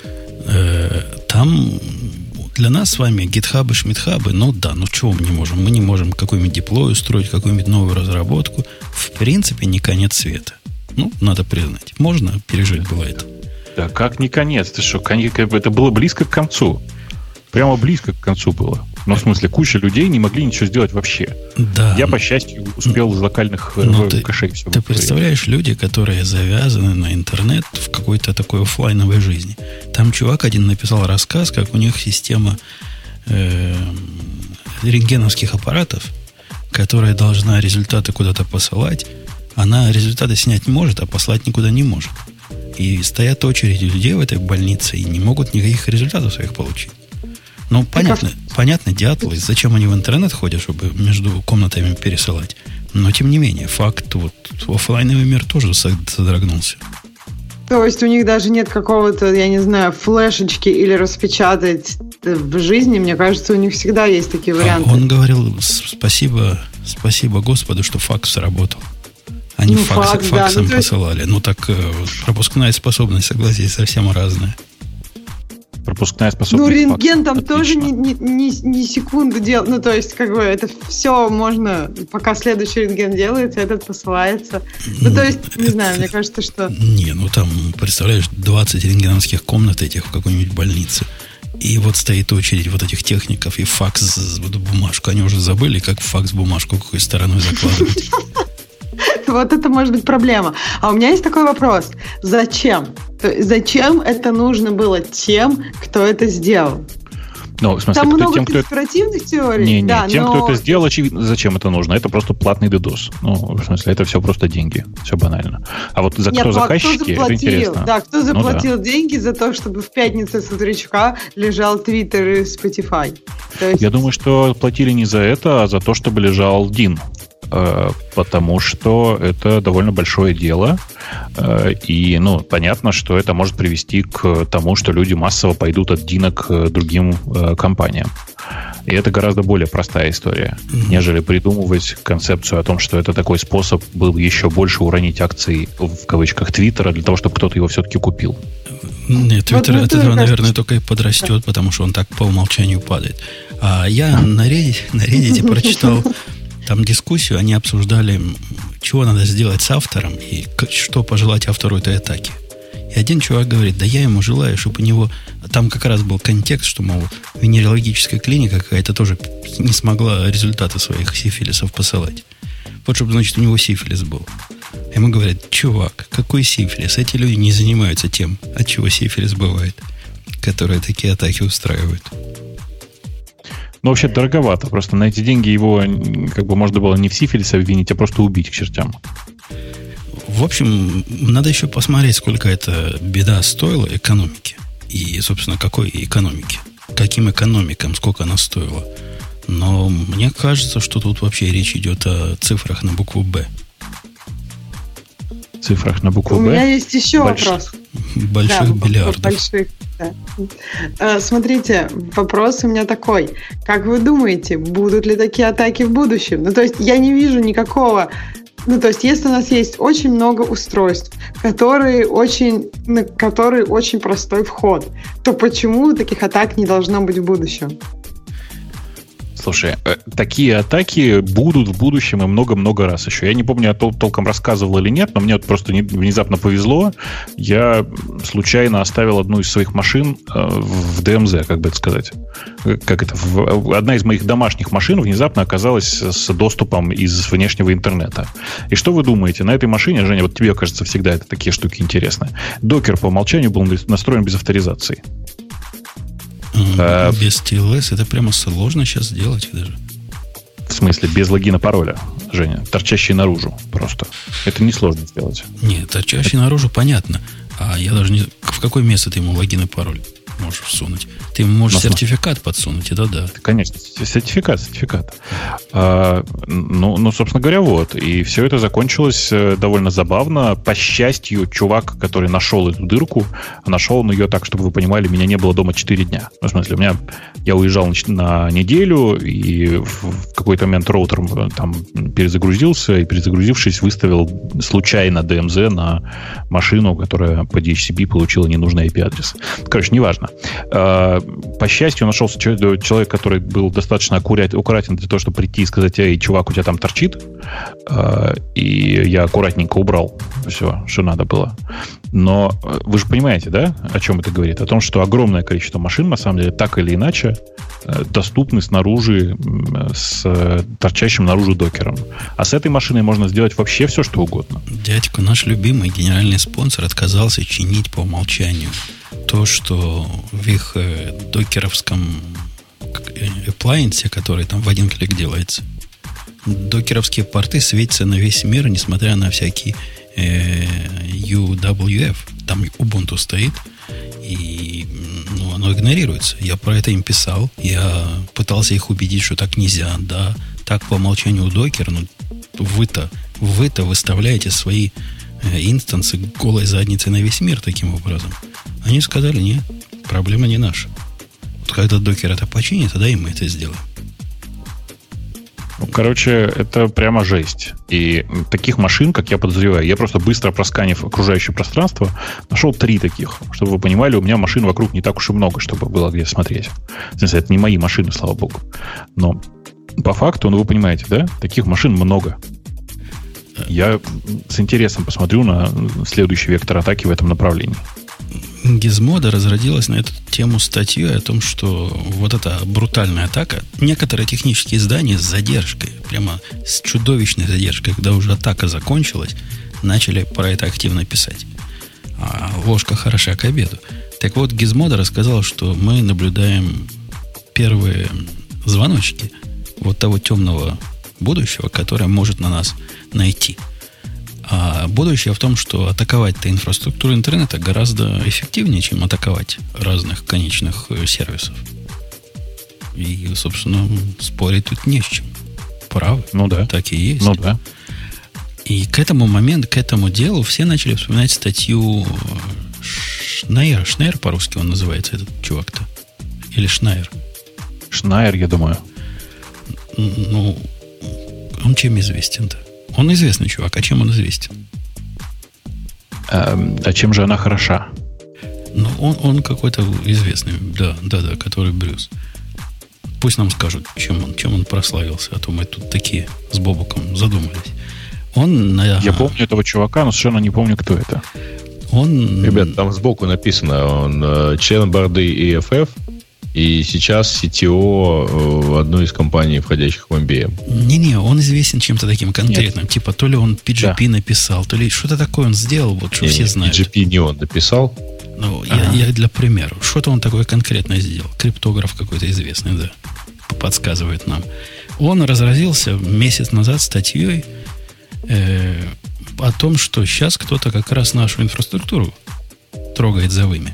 Там... Для нас с вами гитхабы, шмитхабы, ну да, ну чего мы не можем? Мы не можем какой-нибудь деплой устроить, какую-нибудь новую разработку. В принципе, не конец света. Ну, надо признать. Можно пережить было это. Да как не конец? Ты что, это было близко к концу. Прямо близко к концу было. Ну, в смысле, куча людей не могли ничего сделать вообще. Да. Я, по счастью, успел из локальных ты, кэшей все. Ты представляешь, люди, которые завязаны на интернет в какой-то такой офлайновой жизни. Там чувак один написал рассказ, как у них система э, рентгеновских аппаратов, которая должна результаты куда-то посылать. Она результаты снять может, а послать никуда не может. И стоят очереди людей в этой больнице и не могут никаких результатов своих получить. Ну, понятно, понятно, дятлы, зачем они в интернет ходят, чтобы между комнатами пересылать. Но, тем не менее, факт, вот офлайновый мир тоже содрогнулся. То есть у них даже нет какого-то, я не знаю, флешечки или распечатать в жизни. Мне кажется, у них всегда есть такие варианты. А он говорил, спасибо, спасибо Господу, что факс сработал. Они ну, факс, факс, факсом да, ну, посылали. Есть... Ну, так пропускная способность, согласись, совсем разная. Пропускная способность. Ну, рентген там отлично. тоже не, не, не, не секунду делать. Ну, то есть, как бы, это все можно, пока следующий рентген делается, этот посылается. Ну, то есть, не это... знаю, мне кажется, что... Не, ну, там, представляешь, двадцать рентгеновских комнат этих в какой-нибудь больнице. И вот стоит очередь вот этих техников, и факс, бумажку. Они уже забыли, как факс бумажку какой стороной закладывать. Вот это может быть проблема. А у меня есть такой вопрос. Зачем? Зачем это нужно было тем, кто это сделал? Ну, в смысле, там кто, много тем, конспиративных кто... теорий. Не, не, да, тем, но... кто это сделал, очевидно, зачем это нужно. Это просто платный дедос. Ну, в смысле, это все просто деньги. Все банально. А вот за Нет, кто ну, заказчики, кто это интересно. Да, кто заплатил ну, да. деньги за то, чтобы в пятницу с утречка лежал Твиттер и Spotify? То есть... Я думаю, что платили не за это, а за то, чтобы лежал Дин. Потому что это довольно большое дело. И, ну, понятно, что это может привести к тому, что люди массово пойдут от Дина к другим компаниям. И это гораздо более простая история, mm-hmm. нежели придумывать концепцию о том, что это такой способ был еще больше уронить акции, в кавычках, Твиттера, для того, чтобы кто-то его все-таки купил. Нет, Твиттер вот, от этого, кажется, наверное, только и подрастет, потому что он так по умолчанию падает. А я на Reddit, на Reddit прочитал там дискуссию, они обсуждали, чего надо сделать с автором и что пожелать автору этой атаки. И один чувак говорит, да я ему желаю, чтобы у него... Там как раз был контекст, что, мол, венерологическая клиника какая-то тоже не смогла результаты своих сифилисов посылать. Вот чтобы, значит, у него сифилис был. Ему говорят, чувак, какой сифилис? Эти люди не занимаются тем, от чего сифилис бывает, которые такие атаки устраивают. Ну, вообще дороговато. Просто на эти деньги его как бы можно было не в сифилисе обвинить, а просто убить к чертям. В общем, надо еще посмотреть, сколько эта беда стоила экономике. И, собственно, какой экономике. Каким экономикам, сколько она стоила. Но мне кажется, что тут вообще речь идет о цифрах на букву «Б». Цифрах на букву «Б»? У меня есть еще Больш... вопрос. Больших да, миллиардов. Больших, да. Смотрите, вопрос у меня такой. Как вы думаете, будут ли такие атаки в будущем? Ну, то есть, я не вижу никакого... Ну, то есть, если у нас есть очень много устройств, которые очень, на которые очень простой вход, то почему таких атак не должно быть в будущем? Слушай, такие атаки будут в будущем и много-много раз еще. Я не помню, я тол- толком рассказывал или нет, но мне вот просто не, внезапно повезло. Я случайно оставил одну из своих машин э, в ди эм зет, как бы это сказать. Как это? В, одна из моих домашних машин внезапно оказалась с доступом из внешнего интернета. И что вы думаете? На этой машине, Женя, вот тебе, кажется, всегда это такие штуки интересные. Докер по умолчанию был настроен без авторизации. А, без ти эл эс это прямо сложно сейчас сделать даже. В смысле, без логина пароля, Женя, торчащий наружу просто. Это несложно сделать. Нет, торчащий это... наружу понятно. А я даже не... В какое место ты ему логин и пароль можешь всунуть? Ты ему можешь Но сертификат см... подсунуть, это да. Конечно, сертификат, сертификат. А, ну, ну, собственно говоря, вот. И все это закончилось довольно забавно. По счастью, чувак, который нашел эту дырку, нашел он ее так, чтобы вы понимали, меня не было дома четыре дня. В смысле, у меня... Я уезжал на неделю, и в какой-то момент роутер там перезагрузился, и перезагрузившись, выставил случайно ди эм зет на машину, которая по ди эйч си пи получила ненужный ай пи-адрес. Короче, неважно. По счастью, нашелся человек, который был достаточно аккуратен для того, чтобы прийти и сказать: эй, чувак, у тебя там торчит. И я аккуратненько убрал все, что надо было. Но вы же понимаете, да, о чем это говорит? О том, что огромное количество машин, на самом деле, так или иначе, доступны снаружи с торчащим наружу докером. А с этой машиной можно сделать вообще все, что угодно. Дядька, наш любимый генеральный спонсор, отказался чинить по умолчанию то, что в их докеровском appliance, который там в один клик делается, докеровские порты светятся на весь мир, несмотря на всякие э, ю дабл ю эф. Там Ubuntu стоит, и ну, оно игнорируется. Я про это им писал. Я пытался их убедить, что так нельзя. Да, так по умолчанию докер, но вы-то, вы-то выставляете свои э, инстансы голой задницей на весь мир таким образом. Они сказали: нет, проблема не наша. Вот когда докер это починит, тогда и мы это сделаем. Короче, это прямо жесть. И таких машин, как я подозреваю, я просто быстро просканив окружающее пространство, нашел три таких. Чтобы вы понимали, у меня машин вокруг не так уж и много, чтобы было где смотреть. В смысле, это не мои машины, слава богу. Но по факту, ну вы понимаете, да? Таких машин много. Я с интересом посмотрю на следующий вектор атаки в этом направлении. Gizmodo разродилась на эту тему статьей о том, что вот эта брутальная атака, некоторые технические издания с задержкой, прямо с чудовищной задержкой, когда уже атака закончилась, начали про это активно писать. А ложка хороша к обеду. Так вот, Gizmodo рассказал, что мы наблюдаем первые звоночки вот того темного будущего, которое может на нас найти. А будущее в том, что атаковать-то инфраструктуру интернета гораздо эффективнее, чем атаковать разных конечных сервисов. И, собственно, спорить тут не с чем. Правы? Ну да. Так и есть. Ну да. И к этому моменту, к этому делу все начали вспоминать статью Шнайер. Шнайер по-русски он называется, этот чувак-то. Или Шнайер? Шнайер, я думаю. Ну, он чем известен-то? Он известный чувак. А чем он известен? А, а чем же она хороша? Ну, он, он какой-то известный. Да, да, да, который Брюс. Пусть нам скажут, чем он, чем он прославился. А то мы тут такие с Бобуком задумались. Он на... Я помню этого чувака, но совершенно не помню, кто это. Он... Ребят, там сбоку написано, он э, член борды и эф эф. И сейчас си ти о одной из компаний, входящих в эм би эм. Не-не, он известен чем-то таким конкретным. Нет. Типа, то ли он пи джи пи да. написал, то ли что-то такое он сделал, вот что не, все не, знают. пи джи пи не он написал. Ну, ага. я, я для примера. Что-то он такое конкретно сделал. Криптограф какой-то известный, да. Подсказывает нам. Он разразился месяц назад статьей э, о том, что сейчас кто-то как раз нашу инфраструктуру трогает за вымя.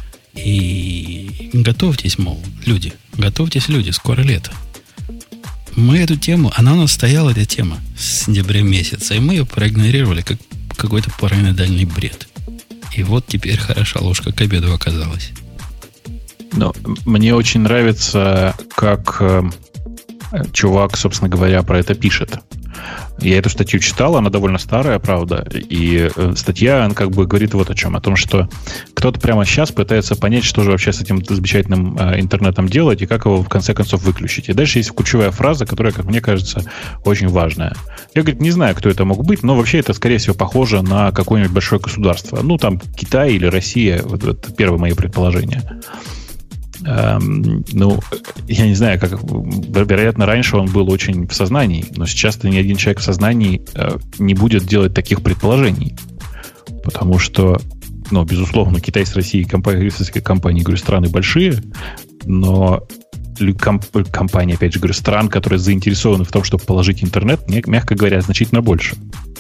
И готовьтесь, мол, люди, готовьтесь, люди, скоро лето. Мы эту тему, она у нас стояла, эта тема, с сентября месяца, и мы ее проигнорировали как какой-то параноидальный бред. И вот теперь хороша ложка к обеду оказалась. Но мне очень нравится, как э, чувак, собственно говоря, про это пишет. Я эту статью читал, она довольно старая, правда. И статья, она как бы говорит вот о чем. О том, что кто-то прямо сейчас пытается понять, что же вообще с этим замечательным интернетом делать и как его в конце концов выключить. И дальше есть ключевая фраза, которая, как мне кажется, очень важная. Я, говорит, не знаю, кто это мог быть, но вообще это, скорее всего, похоже на какое-нибудь большое государство. Ну, там Китай или Россия. Вот это первое мое предположение. Эм, ну, я не знаю, как, вероятно, раньше он был очень в сознании, но сейчас-то ни один человек в сознании э, не будет делать таких предположений. Потому что, ну, безусловно, Китай с Россией, компании, компании, говорю, страны большие, но комп, компании, опять же, говорю, стран, которые заинтересованы в том, чтобы положить интернет, мягко говоря, значительно больше.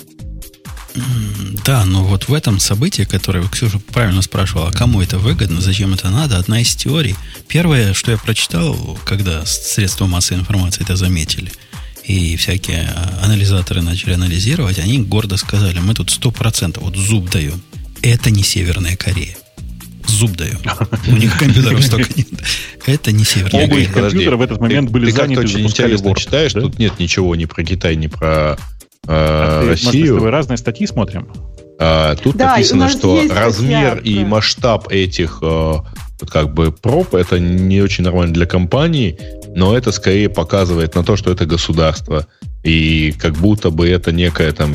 Да, но вот в этом событии, которое Ксюша правильно спрашивала, кому это выгодно, зачем это надо, одна из теорий. Первое, что я прочитал, когда средства массовой информации это заметили, и всякие анализаторы начали анализировать, они гордо сказали, мы тут сто процентов вот зуб даем. Это не Северная Корея. Зуб даем. У них компьютеров столько нет. Это не Северная Корея. Оба компьютера в этот момент были заняты. Ты как-то очень интересно читаешь, тут нет ничего ни про Китай, ни про А ты, Россию. Мы с тобой разные статьи смотрим. А, тут да, написано, что размер статья, и да. масштаб этих как бы проб это не очень нормально для компаний, но это скорее показывает на то, что это государство. И как будто бы это некая там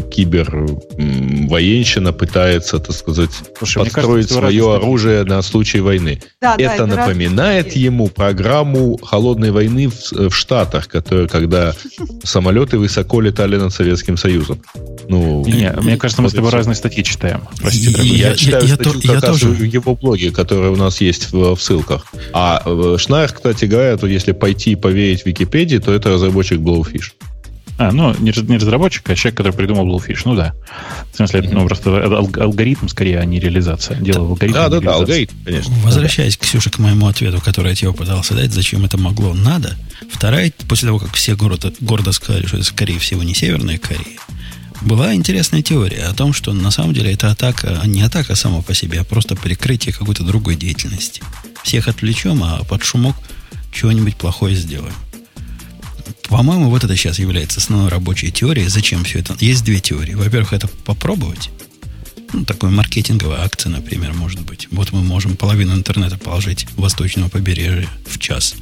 кибервоенщина пытается, так сказать, Слушай, подстроить кажется, свое оружие на случай войны. Да, это да, напоминает это ему программу холодной войны в, в Штатах, которые, когда самолеты высоко летали над Советским Союзом. Ну, не, мне кажется, мы с тобой разные статьи читаем. Прости, я, я, я читаю я, статью я, как я раз тоже. в его блоге, который у нас есть в, в ссылках. А Шнайер, кстати говоря, то если пойти и поверить в Википедии, то это разработчик Blowfish. А, ну, не разработчик, а человек, который придумал Blowfish. Ну да. В смысле, mm-hmm. ну, просто алгоритм скорее, а не реализация. Дело в алгоритме. Да, да, да, алгоритм, конечно. Возвращаясь, Ксюша, к моему ответу, который я тебе пытался дать, зачем это могло, надо. Вторая, после того, как все гордо, гордо сказали, что это, скорее всего, не Северная Корея, была интересная теория о том, что на самом деле это атака, не атака сама по себе, а просто прикрытие какой-то другой деятельности. Всех отвлечем, а под шумок чего-нибудь плохое сделаем. По-моему, вот это сейчас является основной рабочей теорией. Зачем все это? Есть две теории. Во-первых, это попробовать. Ну, такой маркетинговая акция, например, может быть. Вот мы можем половину интернета положить восточного побережья в час.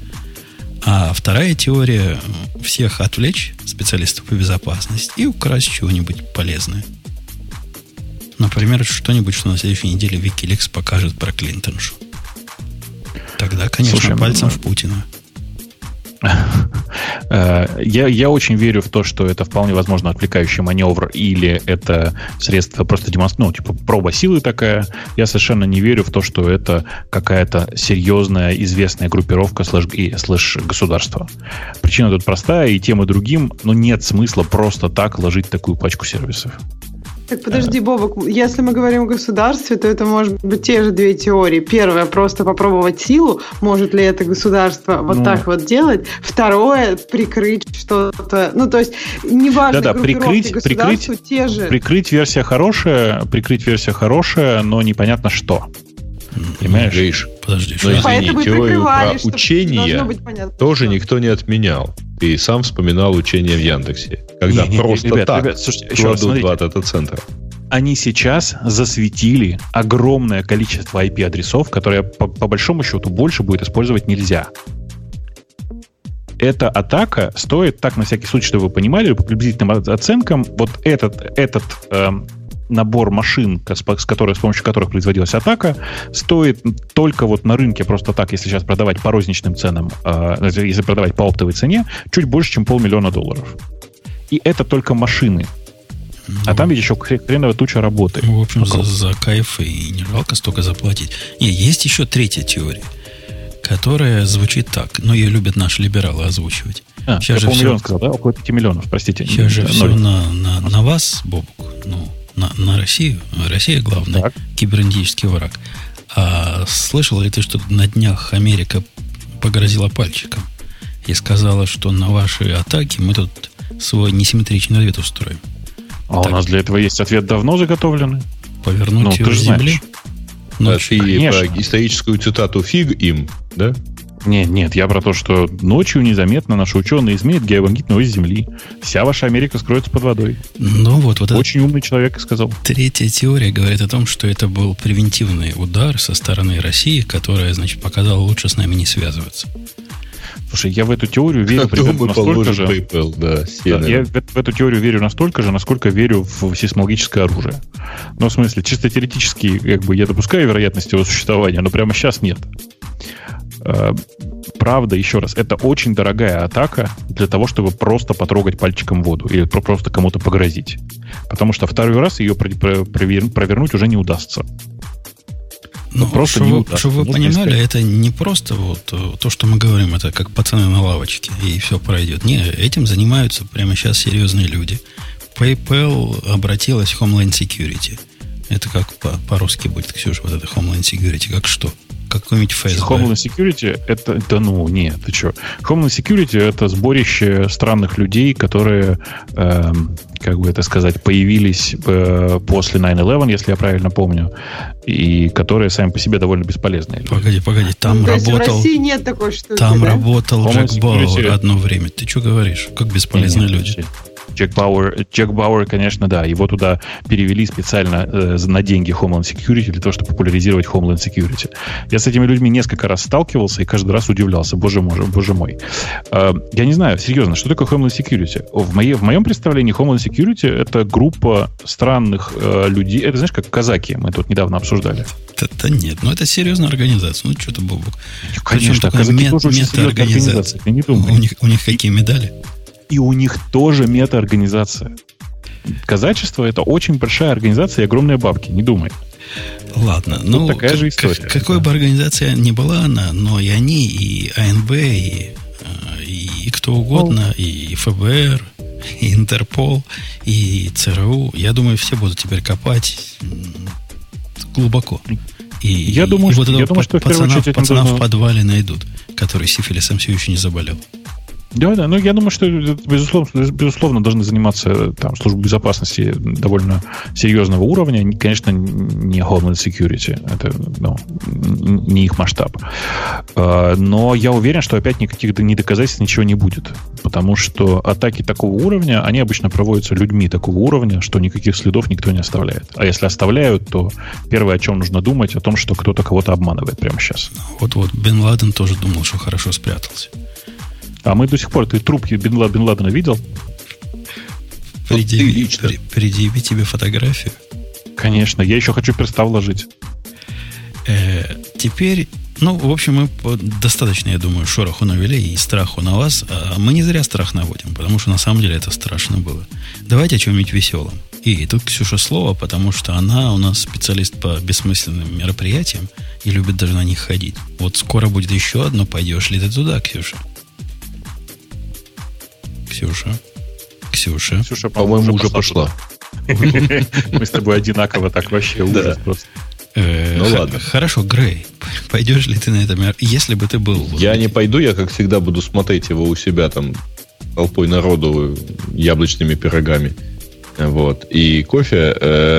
А вторая теория – всех отвлечь, специалистов по безопасности, и украсть чего-нибудь полезное. Например, что-нибудь, что на следующей неделе Wikileaks покажет про Клинтоншу. Тогда, конечно, Слушай, пальцем ну, в Путина. Я, я очень верю в то, что это вполне возможно отвлекающий маневр или это средство просто демонстрации, ну, типа проба силы такая. Я совершенно не верю в то, что это какая-то серьезная, известная группировка слэш-государства. Причина тут простая, и тем и другим, но нет смысла просто так ложить такую пачку сервисов. Так подожди, Бобок, если мы говорим о государстве, то это может быть те же две теории. Первое, просто попробовать силу, может ли это государство вот ну, так вот делать. Второе, прикрыть что-то. Ну, то есть, неважно, да-да, прикрыть, прикрыть, те же. Прикрыть версия хорошая, прикрыть версия хорошая, но непонятно что. Понимаешь? Видишь, подожди, но извини, теорию про учение тоже что. Никто не отменял. Ты сам вспоминал учение в Яндексе. Когда не, просто не, ребят, так ребят, слушайте, кладут два дата-центра. Они сейчас засветили огромное количество ай пи-адресов, которые по, по большому счету больше будет использовать нельзя. Эта атака стоит, так на всякий случай, чтобы вы понимали, по приблизительным оценкам, вот этот, этот эм, набор машин, с, которой, с помощью которых производилась атака, стоит только вот на рынке просто так, если сейчас продавать по розничным ценам, э, если продавать по оптовой цене, чуть больше, чем полмиллиона долларов. И это только машины. Ну, а там ведь еще хреновая туча работы. Ну, в общем, за, за кайф и не жалко столько заплатить. Не, есть еще третья теория, которая звучит так, но ее любят наши либералы озвучивать. А, сейчас я полмиллиона все... сказал, да? Около пяти миллионов, простите. Сейчас же все на, на, на вас, Бобук, ну, на, на Россию. Россия главный так. кибернетический враг. А слышал ли ты, что на днях Америка погрозила пальчиком и сказала, что на ваши атаки мы тут свой несимметричный ответ устроим? А так, у нас для этого есть ответ давно заготовленный. Повернуть ну, его с земли. Ну, а ты по историческую цитату фиг им, да? Нет, нет, я про то, что ночью незаметно наши ученые изменят геомагнитную ось Земли. Вся ваша Америка скроется под водой. Ну вот, вот очень умный человек сказал. Третья теория говорит о том, что это был превентивный удар со стороны России, которая, значит, показала лучше с нами не связываться. Слушай, я в эту теорию верю примерно настолько же. PayPal, да, да, я в, в эту теорию верю настолько же, насколько верю в сейсмологическое оружие. Ну, в смысле, чисто теоретически, как бы я допускаю вероятность его существования, но прямо сейчас нет. Правда, еще раз, это очень дорогая атака для того, чтобы просто потрогать пальчиком воду или просто кому-то погрозить. Потому что второй раз ее провернуть уже не удастся. Ну, просто чтобы, не удастся. Чтобы вы понимали, это не просто вот то, что мы говорим, это как пацаны на лавочке, и все пройдет. Не, этим занимаются прямо сейчас серьезные люди. PayPal обратилась в Homeland Security. Это как по- по-русски будет, Ксюша, вот это Homeland Security, как что? Какой-нибудь эф эс бэ. Homeland Security это, да ну, нет, ты что? Homeland Security это сборище странных людей, которые, э, как бы это сказать, появились э, после найн элевен, если я правильно помню, и которые сами по себе довольно бесполезные. Погоди, погоди, там ну, работал... То есть в России нет такой штуки, Там да? работал Homeland Джек Бауэр Security... одно время. Ты что говоришь? Как бесполезные нет, люди? Нет. Джек Бауэр, Джек Бауэр, конечно, да. Его туда перевели специально э, на деньги Homeland Security для того, чтобы популяризировать Homeland Security. Я с этими людьми несколько раз сталкивался и каждый раз удивлялся. Боже мой, боже мой. Э, я не знаю, серьезно, что такое Homeland Security? В, моей, в моем представлении Homeland Security это группа странных э, людей. Это, знаешь, как казаки. Мы тут недавно обсуждали. Да нет, ну это серьезная организация. Ну что ты, Бобук? Конечно, казаки тоже очень серьезная организация. Не думай. У них, у них какие медали? И у них тоже мета-организация. Казачество — это очень большая организация и огромные бабки, не думай. Ладно, Тут ну, такая как, же история. Как, какой бы организация ни была она, но и они, и а эн бэ, и, и, и кто угодно, и эф бэ эр, и Интерпол, и цэ эр у, я думаю, все будут теперь копать глубоко. И, я думаю, и что, вот этого я думаю, что пацана, очередь, пацана нужно... в подвале найдут, который сифилисом все еще не заболел. Да, да, ну я думаю, что безусловно, безусловно должны заниматься там службы безопасности довольно серьезного уровня. Конечно, не Homeland Security, это ну, не их масштаб. Но я уверен, что опять никаких ни доказательств, ничего не будет. Потому что атаки такого уровня, они обычно проводятся людьми такого уровня, что никаких следов никто не оставляет. А если оставляют, то первое, о чем нужно думать, о том, что кто-то кого-то обманывает прямо сейчас. Вот-вот, Бен Ладен тоже думал, что хорошо спрятался. А мы до сих пор... Ты трубки Бен Ладена видел? Предъяви, при, предъяви тебе фотографию. Конечно. Я еще хочу перста вложить. Э, теперь... Ну, в общем, мы достаточно, я думаю, шороху навели и страху на вас. А мы не зря страх наводим, потому что на самом деле это страшно было. Давайте о чем-нибудь веселом. И тут Ксюша слово, потому что она у нас специалист по бессмысленным мероприятиям и любит даже на них ходить. Вот скоро будет еще одно. Пойдешь ли ты туда, Ксюша? Ксюша. Ксюша. Ксюша, по-моему, уже пошла. Мы с тобой одинаково так вообще ужас просто. Ну ладно. Хорошо, Грей, пойдешь ли ты на это мероприятие? Если бы ты был... Я не пойду, я, как всегда, буду смотреть его у себя там толпой народу яблочными пирогами. Вот. И кофе.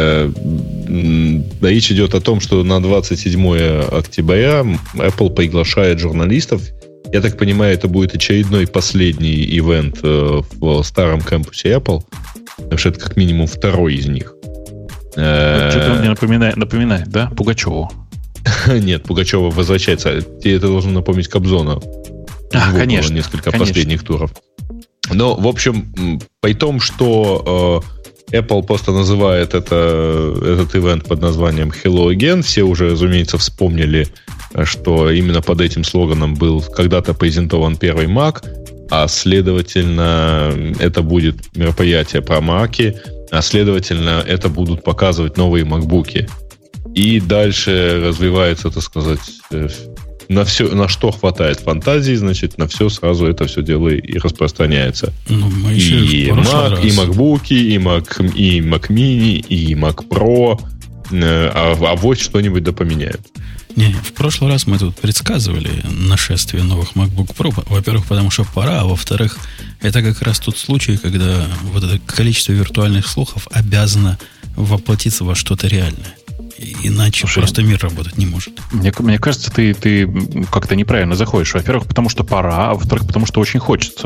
Речь идет о том, что на двадцать седьмое октября Apple приглашает журналистов. Я так понимаю, это будет очередной последний ивент э, в старом кампусе Apple. Потому что это как минимум второй из них. Что-то он мне напоминает, напоминает, да? Пугачеву. Нет, Пугачева возвращается. Тебе это должно напомнить Кобзона. А, конечно. Несколько конечно. последних туров. Но, в общем, при том, что э, Apple просто называет это, этот ивент под названием Hello Again, все уже, разумеется, вспомнили, что именно под этим слоганом был когда-то презентован первый Mac, а следовательно, это будет мероприятие про Mac'и, а следовательно, это будут показывать новые MacBook'и. И дальше развивается, так сказать, на все, на что хватает фантазии, значит, на все сразу это все дело и распространяется. Ну, мы еще и Mac, раз. и MacBook'и, и Mac, и Mac Mini, и Mac Pro, а, а вот что-нибудь да поменяют. Не, в прошлый раз мы тут предсказывали нашествие новых MacBook Pro. Во-первых, потому что пора, а во-вторых, это как раз тот случай, когда вот это количество виртуальных слухов обязано воплотиться во что-то реальное. Иначе Слушай, просто мир работать не может. Мне, мне кажется, ты, ты как-то неправильно заходишь. Во-первых, потому что пора, а во-вторых, потому что очень хочется.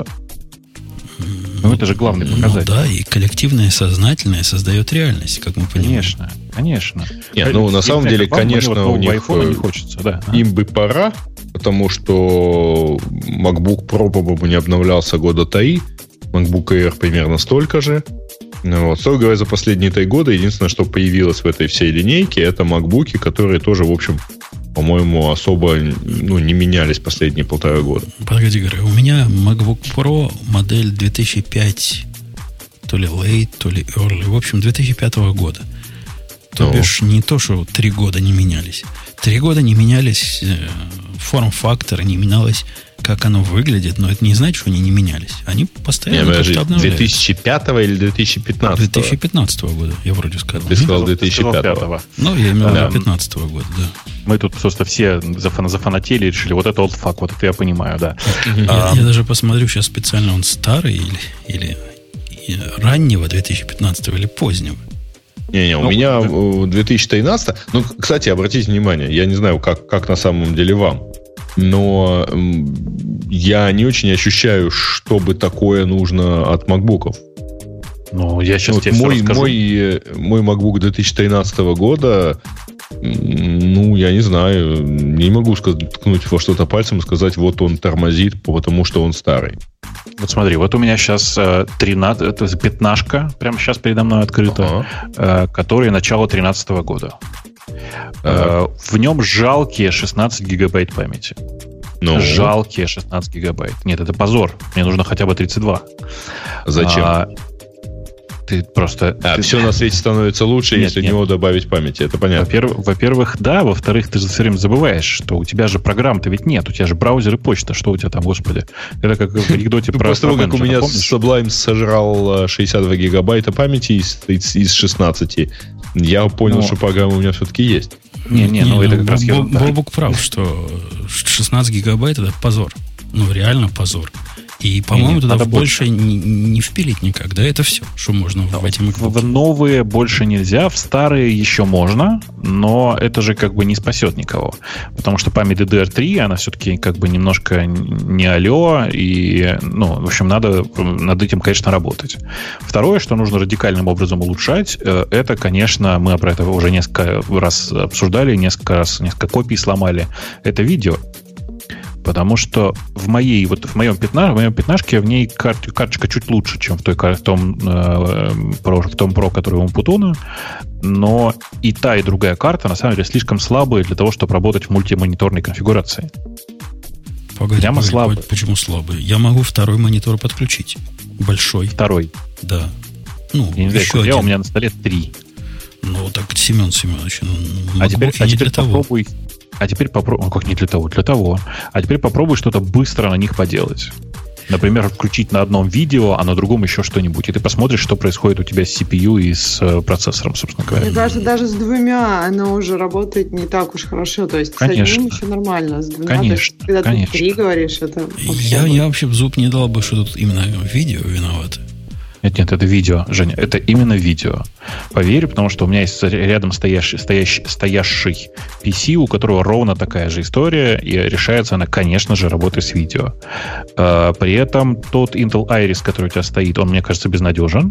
Ну, это же главный показатель. Ну да, и коллективное сознательное создает реальность, как мы понимаем. Конечно, конечно. Нет, ну, на самом деле, конечно, у них не хочется, да. Им бы пора, потому что MacBook Pro, по-моему, не обновлялся года три, MacBook Air примерно столько же. Ну, вот, строго говоря, за последние три года единственное, что появилось в этой всей линейке, это MacBook'и, которые тоже, в общем, по-моему, особо ну, не менялись последние полтора года. Погоди, говорю, у меня MacBook Pro модель две тысячи пятого, то ли late, то ли early, в общем, две тысячи пятого года. То ну. бишь не то, что три года не менялись. Три года не менялись э, форм-фактор, не менялось, как оно выглядит, но это не значит, что они не менялись. Они постоянно не, как-то обновляются. две тысячи пятого или две тысячи пятнадцатого? две тысячи пятнадцатого года, я вроде сказал. Ты сказал две тысячи пятого. Ну, я имел в виду две тысячи пятнадцатого года, да. Мы тут просто все зафан- зафанатели и решили, вот это old fuck, вот это я понимаю, да. Я, а, я даже посмотрю сейчас специально, он старый или, или раннего две тысячи пятнадцатого или позднего. Не-не, ну, у меня да. две тысячи тринадцатого. Ну, кстати, обратите внимание, я не знаю, как, как на самом деле вам, но я не очень ощущаю, чтобы такое нужно от макбуков. Ну, я сейчас вот тебе мой, все расскажу. Мой, мой MacBook две тысячи тринадцатого года, ну, я не знаю, не могу сказать, ткнуть во что-то пальцем и сказать, вот он тормозит, потому что он старый. Вот смотри, вот у меня сейчас тринадцать, это пятнашка, прямо сейчас передо мной открыта, ага. который начало тринадцатого года. Ага. В нем жалкие шестнадцать гигабайт памяти. Ну. Жалкие шестнадцать гигабайт. Нет, это позор. Мне нужно хотя бы тридцать два. Зачем? А, ты просто... А, ты... все на свете становится лучше, нет, если нет. в него добавить памяти. Это понятно. Во-первых, во-первых, да. Во-вторых, ты же все время забываешь, что у тебя же программ-то ведь нет. У тебя же браузер и почта. Что у тебя там, господи? Это как в анекдоте про... После того, как у меня Sublime сожрал шестьдесят два гигабайта памяти из шестнадцати, я понял, что программа у меня все-таки есть. Не-не, ну это как раз... Бобук прав, что шестнадцать гигабайт это позор. Ну, реально позор. И, по-моему, туда больше, больше не, не впилить никак. Да, это все, что можно но в этим. В новые больше нельзя, в старые еще можно, но это же как бы не спасет никого. Потому что память ди ди ар три, она все-таки как бы немножко не алё, и, ну, в общем, надо над этим, конечно, работать. Второе, что нужно радикальным образом улучшать, это, конечно, мы про это уже несколько раз обсуждали, несколько раз, несколько копий сломали, это видео. Потому что в моей, вот в моем пятна, в моем пятнашке в ней кар, карточка чуть лучше, чем в, той, в, том, э, про, в том Pro, который у Умпутуна. Но и та, и другая карта, на самом деле, слишком слабые для того, чтобы работать в мультимониторной конфигурации. Погоди, Прямо погоди, слабые. Почему слабые? Я могу второй монитор подключить. Большой. Второй? Да. Ну, я не знаю, еще один. У меня на столе три. Ну, так, Семен Семенович, ну, а теперь, а не теперь для попробуй... того. А теперь попробуй... Как не для того? Для того. А теперь попробуй что-то быстро на них поделать. Например, включить на одном видео, а на другом еще что-нибудь. И ты посмотришь, что происходит у тебя с си пи ю и с процессором, собственно говоря. Мне кажется, даже с двумя оно уже работает не так уж хорошо. То есть конечно. С одним еще нормально. С двумя, конечно, есть, когда конечно. ты три говоришь, это я, я вообще в зуб не дал бы, что тут именно видео виноваты. Нет, нет, это видео, Женя. Это именно видео. Поверь, потому что у меня есть рядом стоящий, стоящий, стоящий пи си, у которого ровно такая же история, и решается она, конечно же, работой с видео. При этом тот Intel Iris, который у тебя стоит, он, мне кажется, безнадежен.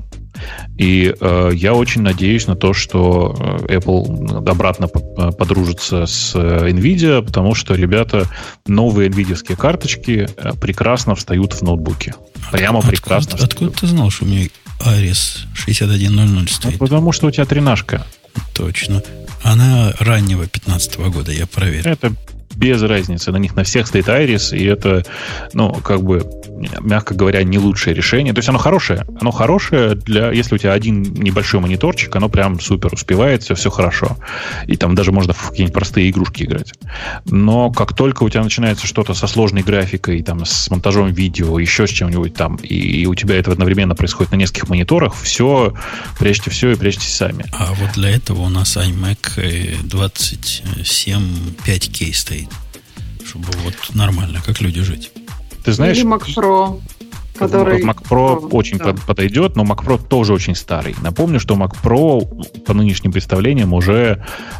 И я очень надеюсь на то, что Apple обратно подружится с NVIDIA, потому что, ребята, новые NVIDIA-ские карточки прекрасно встают в ноутбуки. Прямо откуда, прекрасно. Откуда, откуда ты знал, что у меня Iris шестьдесят один ноль ноль стоит? Ну, потому что у тебя тринашка. Точно. Она раннего пятнадцатого года, я проверил. Это без разницы. На них на всех стоит Iris, и это, ну, как бы, мягко говоря, не лучшее решение. То есть оно хорошее. Оно хорошее для... Если у тебя один небольшой мониторчик, оно прям супер успевает, все, все хорошо. И там даже можно в какие-нибудь простые игрушки играть. Но как только у тебя начинается что-то со сложной графикой, там, с монтажом видео, еще с чем-нибудь там, и, и у тебя это одновременно происходит на нескольких мониторах, все, прячьте все и прячьте сами. А вот для этого у нас iMac двадцать семь пять кей стоит. Чтобы вот нормально, как люди жить. Ты знаешь... Или Mac Pro. Который... Mac Pro Pro, очень да. подойдет, но Mac Pro тоже очень старый. Напомню, что Mac Pro по нынешним представлениям уже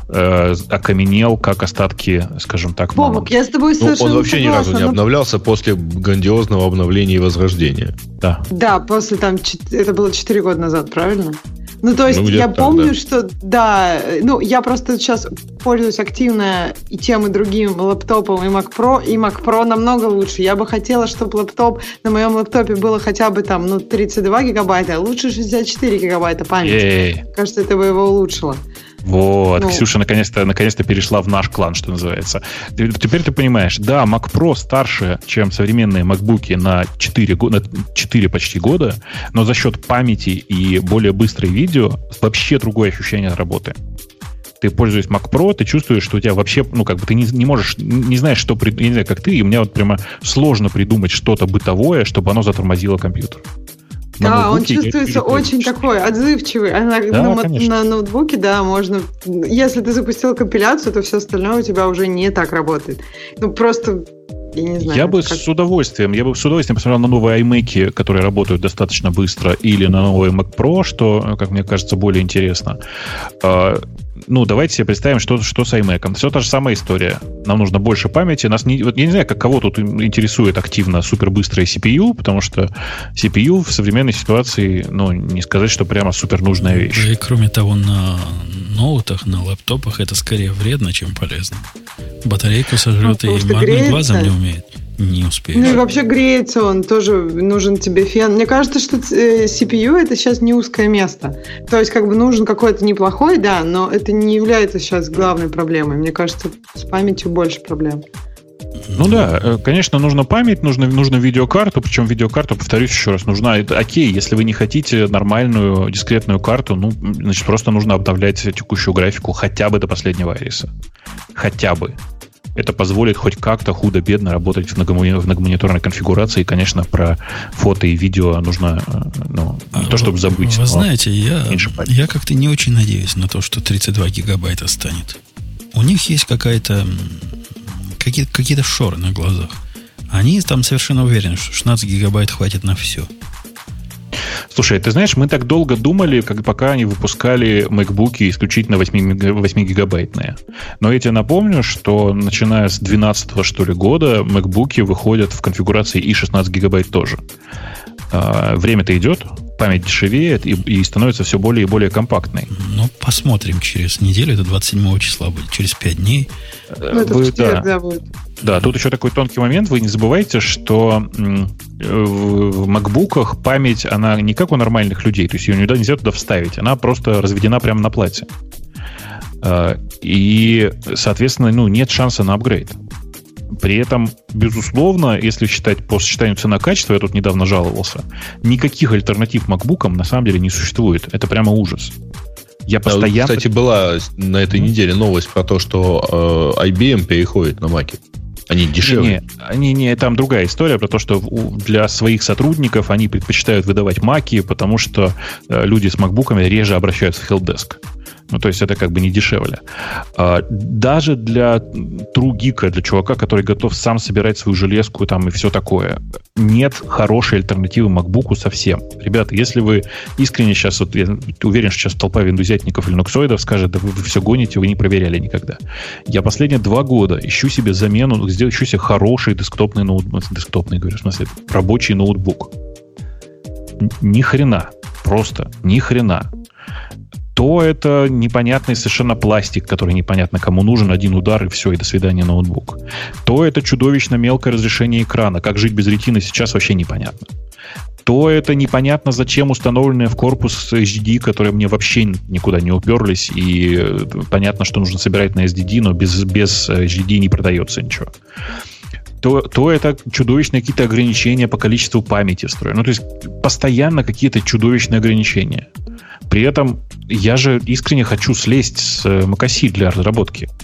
э, окаменел, как остатки, скажем так, Бобок, мамонта. я с тобой Ну, совершенно он вообще ни согласна, разу не но- обновлялся после грандиозного обновления и возрождения. Да. Да, после там, чет- это было четыре года назад, правильно? Ну, то есть Ну, где-то я так, помню, да. что, да, ну, я просто сейчас пользуюсь активно и тем, и другим лэптопом, и Mac Pro, и Mac Pro намного лучше. Я бы хотела, чтобы лэптоп, на моем лэптопе было хотя бы там, ну, тридцать два гигабайта, а лучше шестьдесят четыре гигабайта памяти. Ей. Кажется, это бы его улучшило. Вот, Ну. Ксюша наконец-то, наконец-то перешла в наш клан, что называется. Ты- Теперь ты понимаешь, да, Mac Pro старше, чем современные MacBook'и на четыре, го- на четыре почти года, но за счет памяти и более быстрой видео вообще другое ощущение от работы. Ты пользуясь Mac Pro, ты чувствуешь, что у тебя вообще, ну, как бы ты не, не можешь, не знаешь, что, прид- я не знаю, как ты, и мне вот прямо сложно придумать что-то бытовое, чтобы оно затормозило компьютер. На Да, он ноутбуке я чувствуется вижу, очень что- такой отзывчивый. А на, Да, на мо- конечно. на ноутбуке, да, можно... Если ты запустил компиляцию, то все остальное у тебя уже не так работает. Ну, просто... Я не знаю. Я бы как- с удовольствием, я бы с удовольствием посмотрел на новые iMac, которые работают достаточно быстро, или на новый Mac Pro, что, как мне кажется, более интересно. А, Ну, давайте себе представим, что, что с iMac. Все та же самая история. Нам нужно больше памяти. Нас не, вот я не знаю, как кого тут интересует активно супербыстрая си пи ю, потому что си пи ю в современной ситуации, ну, не сказать, что прямо супер нужная вещь. Да и кроме того, на ноутах, на лэптопах это скорее вредно, чем полезно. Батарейку сожрет, Ну, потому и что моргнуть греется. глазом не умеет. Не успеешь. Ну и вообще греется он, тоже нужен тебе фен. Мне кажется, что э, си пи ю это сейчас не узкое место. То есть как бы нужен какой-то неплохой, да, но это не является сейчас главной проблемой. Мне кажется, с памятью больше проблем. Ну да, э, конечно, нужна память, нужно, нужно видеокарту, причем видеокарту, повторюсь еще раз, нужна, это окей, если вы не хотите нормальную дискретную карту, ну, значит, просто нужно обновлять текущую графику хотя бы до последнего айриса. Хотя бы. Это позволит хоть как-то худо-бедно работать в, многомони- в многомониторной конфигурации. И, конечно, про фото и видео нужно, э, ну, не А то чтобы забыть. Вы но знаете, я, меньше памяти. я как-то не очень надеюсь на то, что тридцать два гигабайта станет. У них есть какая-то м, какие- какие-то шоры на глазах. Они там совершенно уверены, что шестнадцать гигабайт хватит на все. Слушай, ты знаешь, мы так долго думали, как, пока они выпускали MacBook'и исключительно восьмигигабайтные. Но я тебе напомню, что начиная с двенадцатого, что ли, года MacBook'и выходят в конфигурации и шестнадцать гигабайт тоже. А, время-то идет, память дешевеет и, и становится все более и более компактной. Ну, посмотрим через неделю, это двадцать седьмого числа будет, через пять дней. Ну, это Вы- в четверг, да. да, будет. Да, тут еще такой тонкий момент. Вы не забывайте, что м, в в макбуках память, она не как у нормальных людей, то есть ее нельзя нельзя туда вставить, она просто разведена прямо на плате. А, И, соответственно, ну, нет шанса на апгрейд. При этом, безусловно, если считать по сочетанию цена-качество, я тут недавно жаловался, никаких альтернатив макбукам на самом деле не существует. Это прямо ужас. Я Да, постоянно... Кстати, была на этой неделе новость про то, что э, ай би эм переходит на Маки. Они дешевле. Не, они не, там другая история про то, что у- для своих сотрудников они предпочитают выдавать маки, потому что э, люди с макбуками реже обращаются в хелпдеск. Ну, то есть это как бы не дешевле. А, даже для тру-гика, для чувака, который готов сам собирать свою железку там и все такое, нет хорошей альтернативы макбуку совсем. Ребята, если вы искренне сейчас, вот, я уверен, что сейчас толпа виндузятников или нуксоидов скажет, да вы, вы все гоните, вы не проверяли никогда. Я последние два года ищу себе замену, сделаю, ищу себе хороший десктопный ноутбук, десктопный, говорю, в смысле, рабочий ноутбук. Н- Ни хрена. Просто ни хрена. То это непонятный совершенно пластик, который непонятно кому нужен, один удар и все, и до свидания ноутбук. То это чудовищно мелкое разрешение экрана. Как жить без ретины сейчас вообще непонятно. То это непонятно, зачем установленные в корпус эйч ди ди, которые мне вообще никуда не уперлись, и э, понятно, что нужно собирать на эс ди ди, но без, без эйч ди ди не продается ничего. То, то это чудовищные какие-то ограничения по количеству памяти встроены. Ну, то есть постоянно какие-то чудовищные ограничения. При этом я же искренне хочу слезть с macOS для разработки.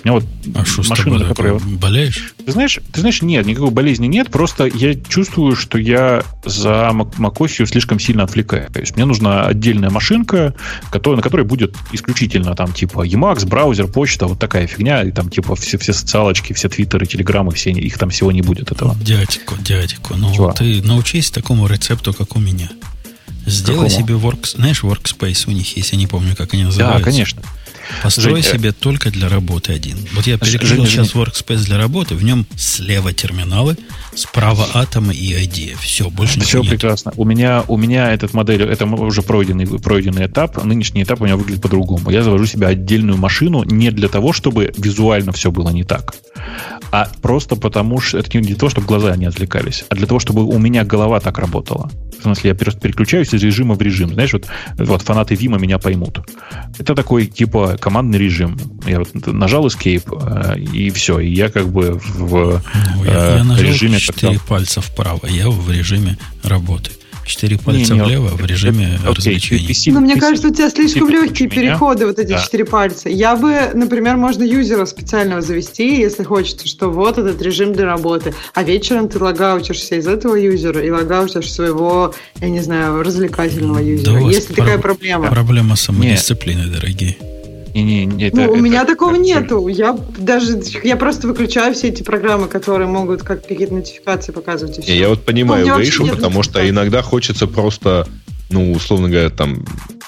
У меня вот а что с машина, тобой которая... болеешь? Ты знаешь, ты знаешь, нет, никакой болезни нет, просто я чувствую, что я за macOS слишком сильно отвлекаюсь. То есть мне нужна отдельная машинка, которая, на которой будет исключительно там типа Emacs, браузер, почта, вот такая фигня, и там типа все, все социалочки, все твиттеры, телеграммы, все, их там всего не будет этого. Дядько, дядько, ну Чего? Ты научись такому рецепту, как у меня. Сделай Какому? себе work, знаешь, workspace у них есть, я не помню, как они называются. Да, конечно. Построй Жень, себе только для работы один. Вот я переключил Жень, сейчас Жень. workspace для работы, в нем слева терминалы, справа атомы и ай ди. Все, больше Все ничего нет. прекрасно. У меня, у меня этот модель, это уже пройденный, пройденный этап. Нынешний этап у меня выглядит по-другому. Я завожу себе отдельную машину не для того, чтобы визуально все было не так, а просто потому, что это не для того, чтобы глаза не отвлекались, а для того, чтобы у меня голова так работала. В смысле, я просто переключаюсь из режима в режим. Знаешь, вот, вот фанаты Вима меня поймут. Это такой, типа, командный режим. Я вот нажал Escape, э, и все. И я как бы в Ну, я, э, я нажал режиме... четыре пальца вправо, я в режиме работы. Четыре пальца Не, не, влево в режиме окей, развлечений. ты- ты сильно- Ну, мне ты кажется, у тебя слишком сильно легкие круче меня. переходы, вот эти Да. четыре пальца. Я бы, например, можно юзера специального завести, если хочется, что вот этот режим для работы, а вечером ты логаутишься из этого юзера и логаутишь своего, я не знаю, развлекательного юзера. Да у вас Если такая про- проблема. Проблема самодисциплины, дорогие. Не, не, не, это- Ну, у это- меня такого это- нету. Я даже я просто выключаю все эти программы, которые могут как какие-то нотификации показывать. И все. Не, я вот Ну, у понимаю меня вообще Гришу, нет потому что нотификаций. иногда хочется просто, ну, условно говоря, там,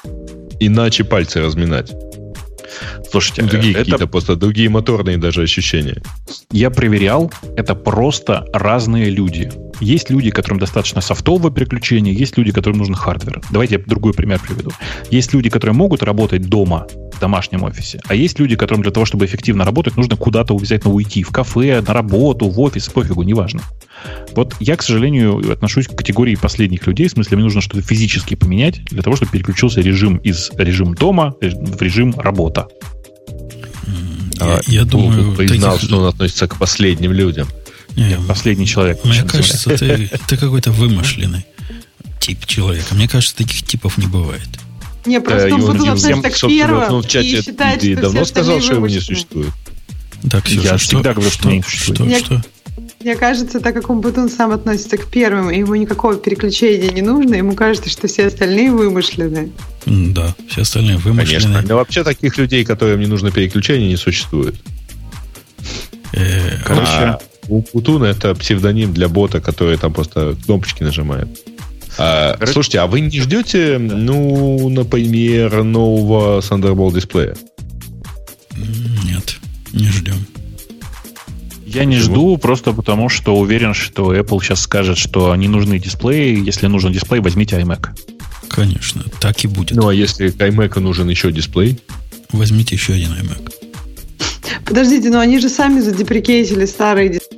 иначе пальцы разминать. Слушайте, Другие это какие-то просто, другие моторные даже ощущения. я проверял, это просто разные люди. Есть люди, которым достаточно софтового переключения, есть люди, которым нужен хардвер. Давайте я другой пример приведу. Есть люди, которые могут работать дома, в домашнем офисе, а есть люди, которым для того, чтобы эффективно работать, нужно куда-то обязательно уйти, в кафе, на работу, в офис, пофигу, неважно. Вот я, к сожалению, отношусь к категории последних людей, в смысле, мне нужно что-то физически поменять для того, чтобы переключился режим из режима дома в режим работа. Я, я думаю, признал, таких- что он относится к последним людям. Не, Последний человек. Мне что называется. кажется, ты, ты какой-то вымышленный тип человека. Мне кажется, таких типов не бывает. Не, просто Э, он и он буду всем, относиться к собственно, первым ну, в чате и считает, ты что давно все сказал, остальные что его не вымышленные. существует. Так, Ксюша, Я что, всегда говорю, что что, не что, существует. что? Мне кажется, так как он Умпутун сам относится к первым, и ему никакого переключения не нужно, ему кажется, что все остальные вымышленные. М, Да, все остальные вымышленные. Конечно. Но вообще таких людей, которым не нужно переключение, не существует. Э, Короче, А у Путуна это псевдоним для бота, который там просто кнопочки нажимает. А, Короче- слушайте, а вы не ждете, ну, например, нового Thunderbolt дисплея? Нет, не ждем. Я не Почему? жду, просто потому что уверен, что Apple сейчас скажет, что не нужны дисплеи. Если нужен дисплей, возьмите iMac. Конечно, так и будет. Ну, а если к iMac нужен еще дисплей? Возьмите еще один iMac. Подождите, но они же сами задеприкейтили старые дис-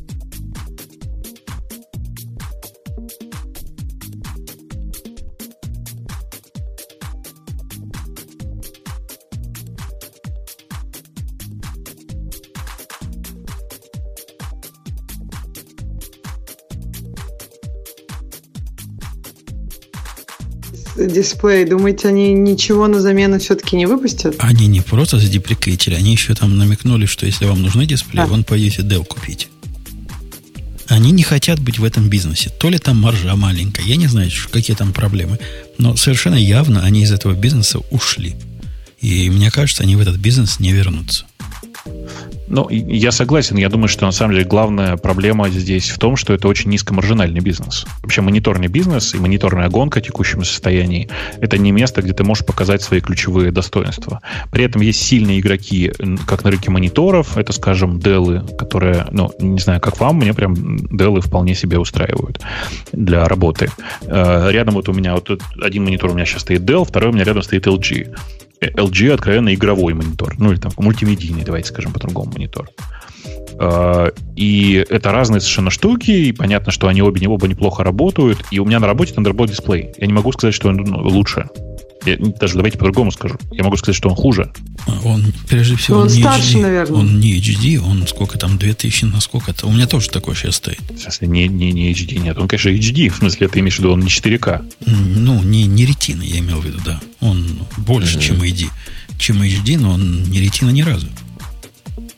дисплей. Думаете, они ничего на замену все-таки не выпустят? Они не просто задеприкейтили, они еще там намекнули, что если вам нужны дисплеи, А. вон пойдете Dell купить. Они не хотят быть в этом бизнесе. То ли там маржа маленькая, я не знаю, ш- какие там проблемы. Но совершенно явно они из этого бизнеса ушли. И мне кажется, они в этот бизнес не вернутся. Ну, и- я согласен. Я думаю, что на самом деле главная проблема здесь в том, что это очень низкомаржинальный бизнес. Вообще мониторный бизнес и мониторная гонка в текущем состоянии – это не место, где ты можешь показать свои ключевые достоинства. При этом есть сильные игроки, м, как на рынке мониторов, это, скажем, Dell, которые, ну, не знаю, как вам, мне прям Dell вполне себе устраивают для работы. Э, Рядом вот у меня вот тут один монитор у меня сейчас стоит Dell, второй у меня рядом стоит эл джи. эл джи откровенно игровой монитор, ну или там мультимедийный, давайте скажем по-другому, монитор. Э, И это разные совершенно штуки, и понятно, что они обе, оба неплохо работают, и у меня на работе Thunderbolt дисплей. Я не могу сказать, что он ну, лучше. Я, даже давайте по-другому скажу. Я могу сказать, что он хуже. Он, прежде всего, Он не старше, эйч ди. наверное. Он не эйч ди, он сколько там, две тысячи на сколько-то. У меня тоже такой сейчас стоит. В смысле, не, не, не эйч ди, нет. Он, конечно, эйч ди, в смысле, ты имеешь в виду, он не четыре ка. М, Ну, не, не ретина, я имел в виду, да. Он больше, чем эйч ди. Чем эйч ди, но он не ретина ни разу.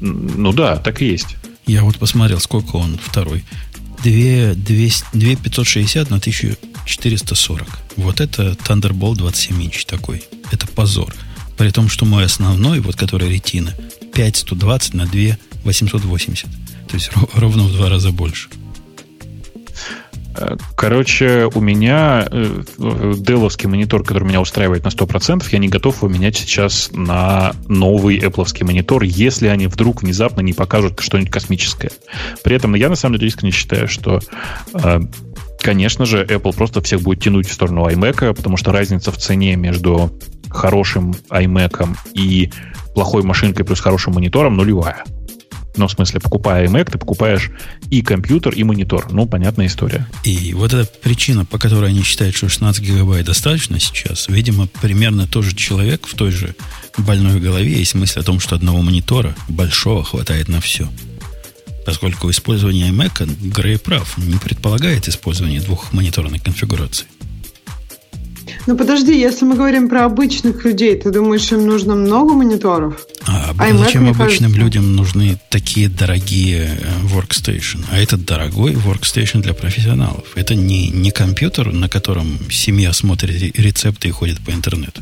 Ну да, так и есть. Я вот посмотрел, сколько он второй. две тысячи пятьсот шестьдесят на тысяча четыреста сорок. Вот это Thunderbolt двадцать семь инч такой. Это позор. При том, что мой основной, вот который ретина, пять тысяч сто двадцать на две тысячи восемьсот восемьдесят. То есть ровно в два раза больше. Короче, у меня деловский монитор, который меня устраивает на сто процентов, я не готов его менять сейчас на новый Apple'овский монитор, если они вдруг внезапно не покажут что-нибудь космическое. При этом я на самом деле искренне считаю, что, конечно же, Apple просто всех будет тянуть в сторону iMac, потому что разница в цене между хорошим iMac и плохой машинкой плюс хорошим монитором нулевая. Ну, в смысле, покупая iMac, ты покупаешь и компьютер, и монитор. Ну, понятная история. И вот эта причина, по которой они считают, что шестнадцать гигабайт достаточно сейчас, видимо, примерно тот же человек в той же больной голове есть мысль о том, что одного монитора большого хватает на все. Поскольку использование iMac, Грей прав, не предполагает использование двух мониторной конфигураций. Ну, подожди, если мы говорим про обычных людей, ты думаешь, им нужно много мониторов? А, а зачем обычным кажется... людям нужны такие дорогие workstation? А это дорогой workstation для профессионалов. Это не, не компьютер, на котором семья смотрит рецепты и ходит по интернету.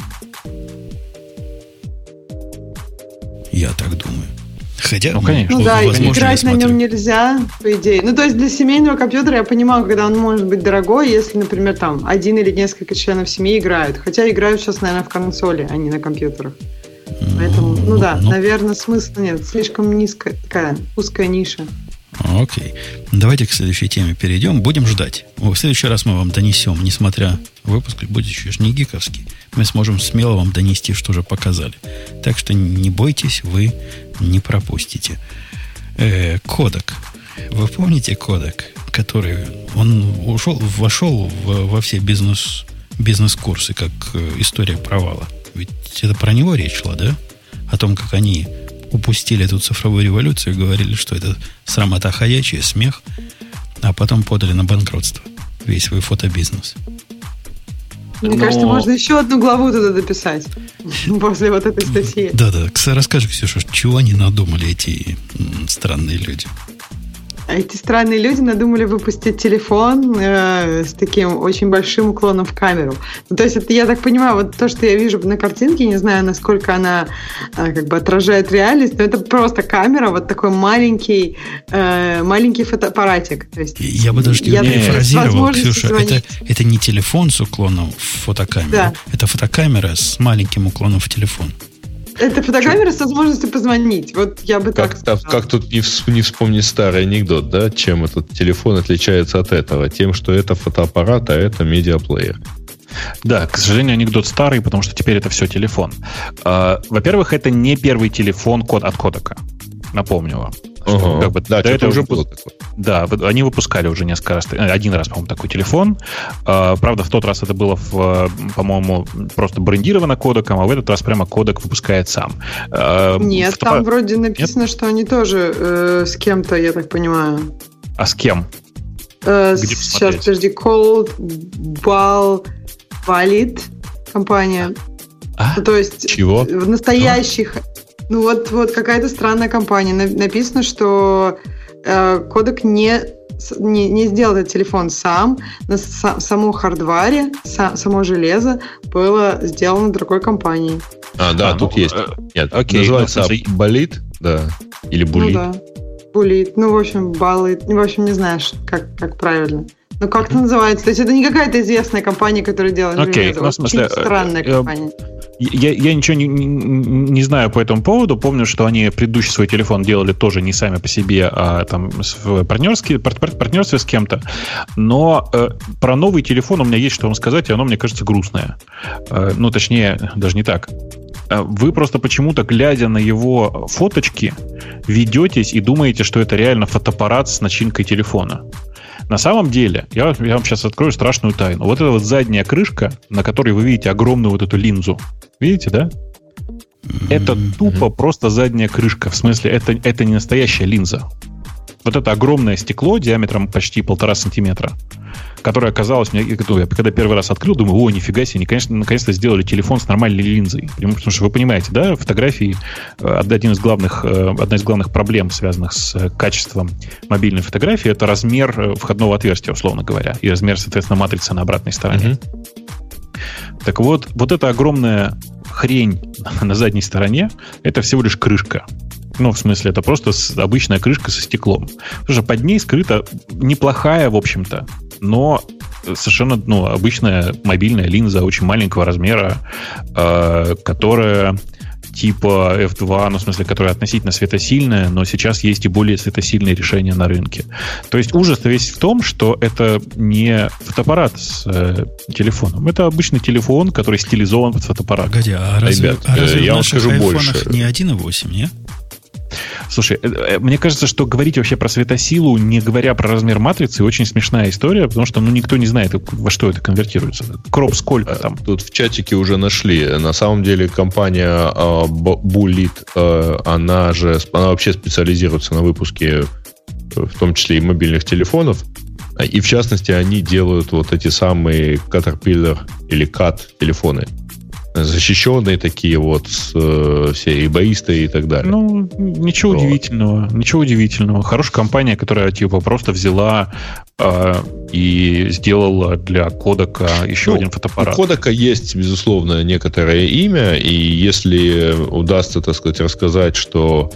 Я так думаю. Хотя, ну, конечно. Ну да, играть на нем нельзя, по идее. Ну, то есть для семейного компьютера я понимаю, когда он может быть дорогой, если, например, там один или несколько членов семьи играют. Хотя играют сейчас, наверное, в консоли, а не на компьютерах. Поэтому, ну, ну да, ну, наверное, смысла нет. Слишком низкая, такая узкая ниша. Окей. Давайте к следующей теме перейдем. Будем ждать. В следующий раз мы вам донесем, несмотря выпуск будет еще не гиковский, мы сможем смело вам донести, что уже показали. Так что не бойтесь, вы не пропустите. Э, кодек. Вы помните кодек, который он ушел, вошел в, во все бизнес, бизнес-курсы, как э, история провала. Ведь это про него речь шла, да? О том, как они упустили эту цифровую революцию и говорили, что это срамота ходячая, смех, а потом подали на банкротство весь свой фотобизнес. Мне Но... кажется, можно еще одну главу туда дописать после вот этой статьи. Да-да. Расскажи, Ксюша, чего они надумали, эти странные люди? А эти странные люди надумали выпустить телефон э, с таким очень большим уклоном в камеру. Ну, то есть, это, я так понимаю, вот то, что я вижу на картинке, не знаю, насколько она э, как бы отражает реальность, но это просто камера, вот такой маленький, э, маленький фотоаппаратик. То есть, я бы даже не перефразировал, Ксюша, это, это не телефон с уклоном в фотокамеру, да. Это фотокамера с маленьким уклоном в телефон. Это фотокамера с возможностью позвонить. Вот я бы как, так сказала. Как тут не, вс- не вспомнить старый анекдот, да? Чем этот телефон отличается от этого? Тем, что это фотоаппарат, а это медиаплеер. Да, к сожалению, анекдот старый, потому что теперь это все телефон. А, во-первых, это не первый телефон код от Кодека. Напомню вам. Ага. Как бы, да, это уже было такое. Да, они выпускали уже несколько раз, один раз, по-моему, такой телефон. Правда, в тот раз это было, в, по-моему, просто брендировано кодеком, а в этот раз прямо кодек выпускает сам. Нет, в... там вроде написано, Нет? что они тоже э, с кем-то, я так понимаю. А с кем? Э, Где сейчас, подожди, Cold Ball Valid компания. А? Ну, то есть Чего? в настоящих... Ну вот, вот какая-то странная компания. Написано, что э, кодек не, не, не сделал этот телефон сам. На са, самом хардваре, са, само железо было сделано другой компанией. А, да, а, тут ну, есть. Нет, окей, называется ну, Болит, да. Или Булит. Ну, да. Булит. Ну, в общем, Балит. В общем, не знаешь, как, как правильно. Ну, как это называется? То есть это не какая-то известная компания, которая делает okay, железо. Ну, в смысле, очень странная я, компания. Я, я ничего не, не, не знаю по этому поводу. Помню, что они предыдущий свой телефон делали тоже не сами по себе, а там в партнерстве, партнерстве с кем-то. Но э, про новый телефон у меня есть что вам сказать, и оно, мне кажется, грустное. Э, ну, точнее, даже не так. Вы просто почему-то, глядя на его фоточки, ведетесь и думаете, что это реально фотоаппарат с начинкой телефона. На самом деле, я, я вам сейчас открою страшную тайну. Вот эта вот задняя крышка, на которой вы видите огромную вот эту линзу. Видите, да? Это тупо просто задняя крышка. В смысле, это, это не настоящая линза. Вот это огромное стекло диаметром почти полтора сантиметра. которая оказалась, мне, я когда первый раз открыл, думаю, о, нифига себе, они, конечно, наконец-то сделали телефон с нормальной линзой. Потому что вы понимаете, да, фотографии, один из главных, одна из главных проблем, связанных с качеством мобильной фотографии, это размер входного отверстия, условно говоря, и размер, соответственно, матрицы на обратной стороне. Mm-hmm. Так вот, вот эта огромная хрень на задней стороне, это всего лишь крышка. Ну, в смысле, это просто обычная крышка со стеклом. Потому что под ней скрыта неплохая, в общем-то, но совершенно, ну, обычная мобильная линза очень маленького размера, э, которая типа эф два, ну, в смысле, которая относительно светосильная, но сейчас есть и более светосильные решения на рынке. То есть ужас-то весь в том, что это не фотоаппарат с э, телефоном. Это обычный телефон, который стилизован под фотоаппарат. Погоди, а разве, Ребят, а разве я в вам наших скажу айфонах больше. не один и восемь, не? Слушай, мне кажется, что говорить вообще про светосилу, не говоря про размер матрицы, очень смешная история, потому что ну, никто не знает, во что это конвертируется. Кроп сколько там? Тут в чатике уже нашли. На самом деле компания э, Bullet, э, она же она вообще специализируется на выпуске, в том числе и мобильных телефонов. И в частности, они делают вот эти самые Caterpillar или кат телефоны. Защищенные такие вот, с, э, все эбоисты и так далее. Ну, ничего вот. удивительного. Ничего удивительного. Хорошая компания, которая типа просто взяла э, и сделала для кодека еще ну, один фотоаппарат. У кодека есть, безусловно, некоторое имя, и если удастся, так сказать, рассказать, что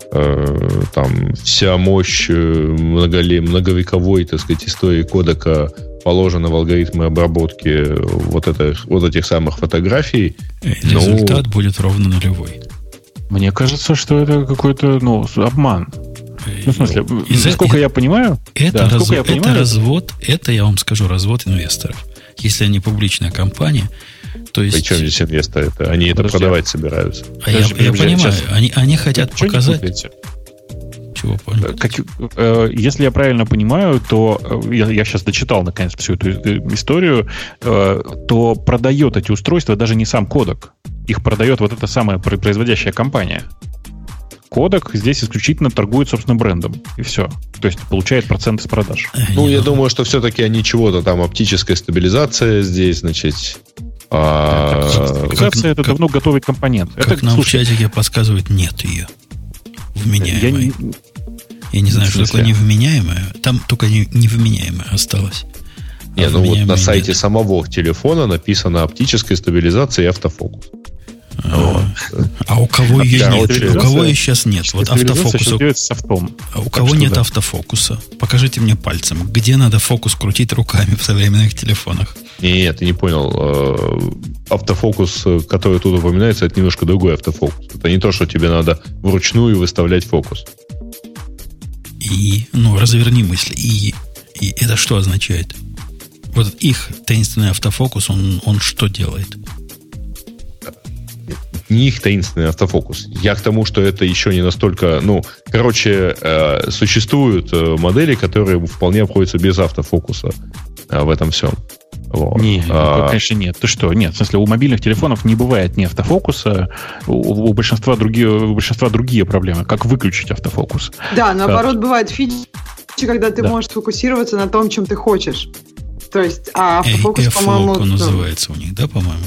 э, там вся мощь многоле, многовековой, так сказать, истории кодека положено в алгоритмы обработки вот, это, вот этих самых фотографий. Результат ну, будет ровно нулевой. Мне кажется, что это какой-то ну, обман. Ну, в смысле, Из- насколько из- я понимаю... Это, да, раз, я это понимаю, развод, это, я вам скажу, развод инвесторов. Если они публичная компания, то есть... Причем здесь инвесторы? Это? Они это Подожди. продавать собираются. А я, я понимаю, они, они хотят Что показать... Чего понял? Как, э, если я правильно понимаю, то э, я, я сейчас дочитал наконец всю эту историю, э, то продает эти устройства даже не сам кодек. Их продает вот эта самая производящая компания. Кодек здесь исключительно торгует собственным брендом. И все. То есть получает процент из продаж. Ну, я думаю, что все-таки они чего-то там, оптическая стабилизация здесь, значит... А... Стабилизация это давно готовый компонент. Как это, нам слушай, в чатике подсказывают, нет ее. Вменяемой. Я не, Я не знаю, в что такое невменяемое. Там только не, невменяемое осталось. Не, А ну вот на сайте нет. самого телефона написано оптическая стабилизация и автофокус. А, Вот. а у кого ее Короче, нет? У кого ее сейчас нет? Вот автофокуса. что делается с автом. А у Так кого что нет да. автофокуса? Покажите мне пальцем, где надо фокус крутить руками в современных телефонах. Нет, ты не понял. Э, Автофокус, который тут упоминается, это немножко другой автофокус. Это не то, что тебе надо вручную выставлять фокус. И, ну, разверни мысли. И, и это что означает? Вот их таинственный автофокус, он, он что делает? Не их таинственный автофокус. Я к тому, что это еще не настолько... Ну, короче, э, существуют э, модели, которые вполне обходятся без автофокуса э, в этом всем. Вот. Не, а, конечно, нет. Ты что? Нет. В смысле, у мобильных телефонов не бывает ни автофокуса, у, у, большинства, другие, у большинства другие проблемы. Как выключить автофокус? Да, наоборот, бывают фичи, когда ты Да. можешь фокусироваться на том, чем ты хочешь. То есть, а автофокус, F-Lock по-моему... он ну, называется у них, да, по-моему?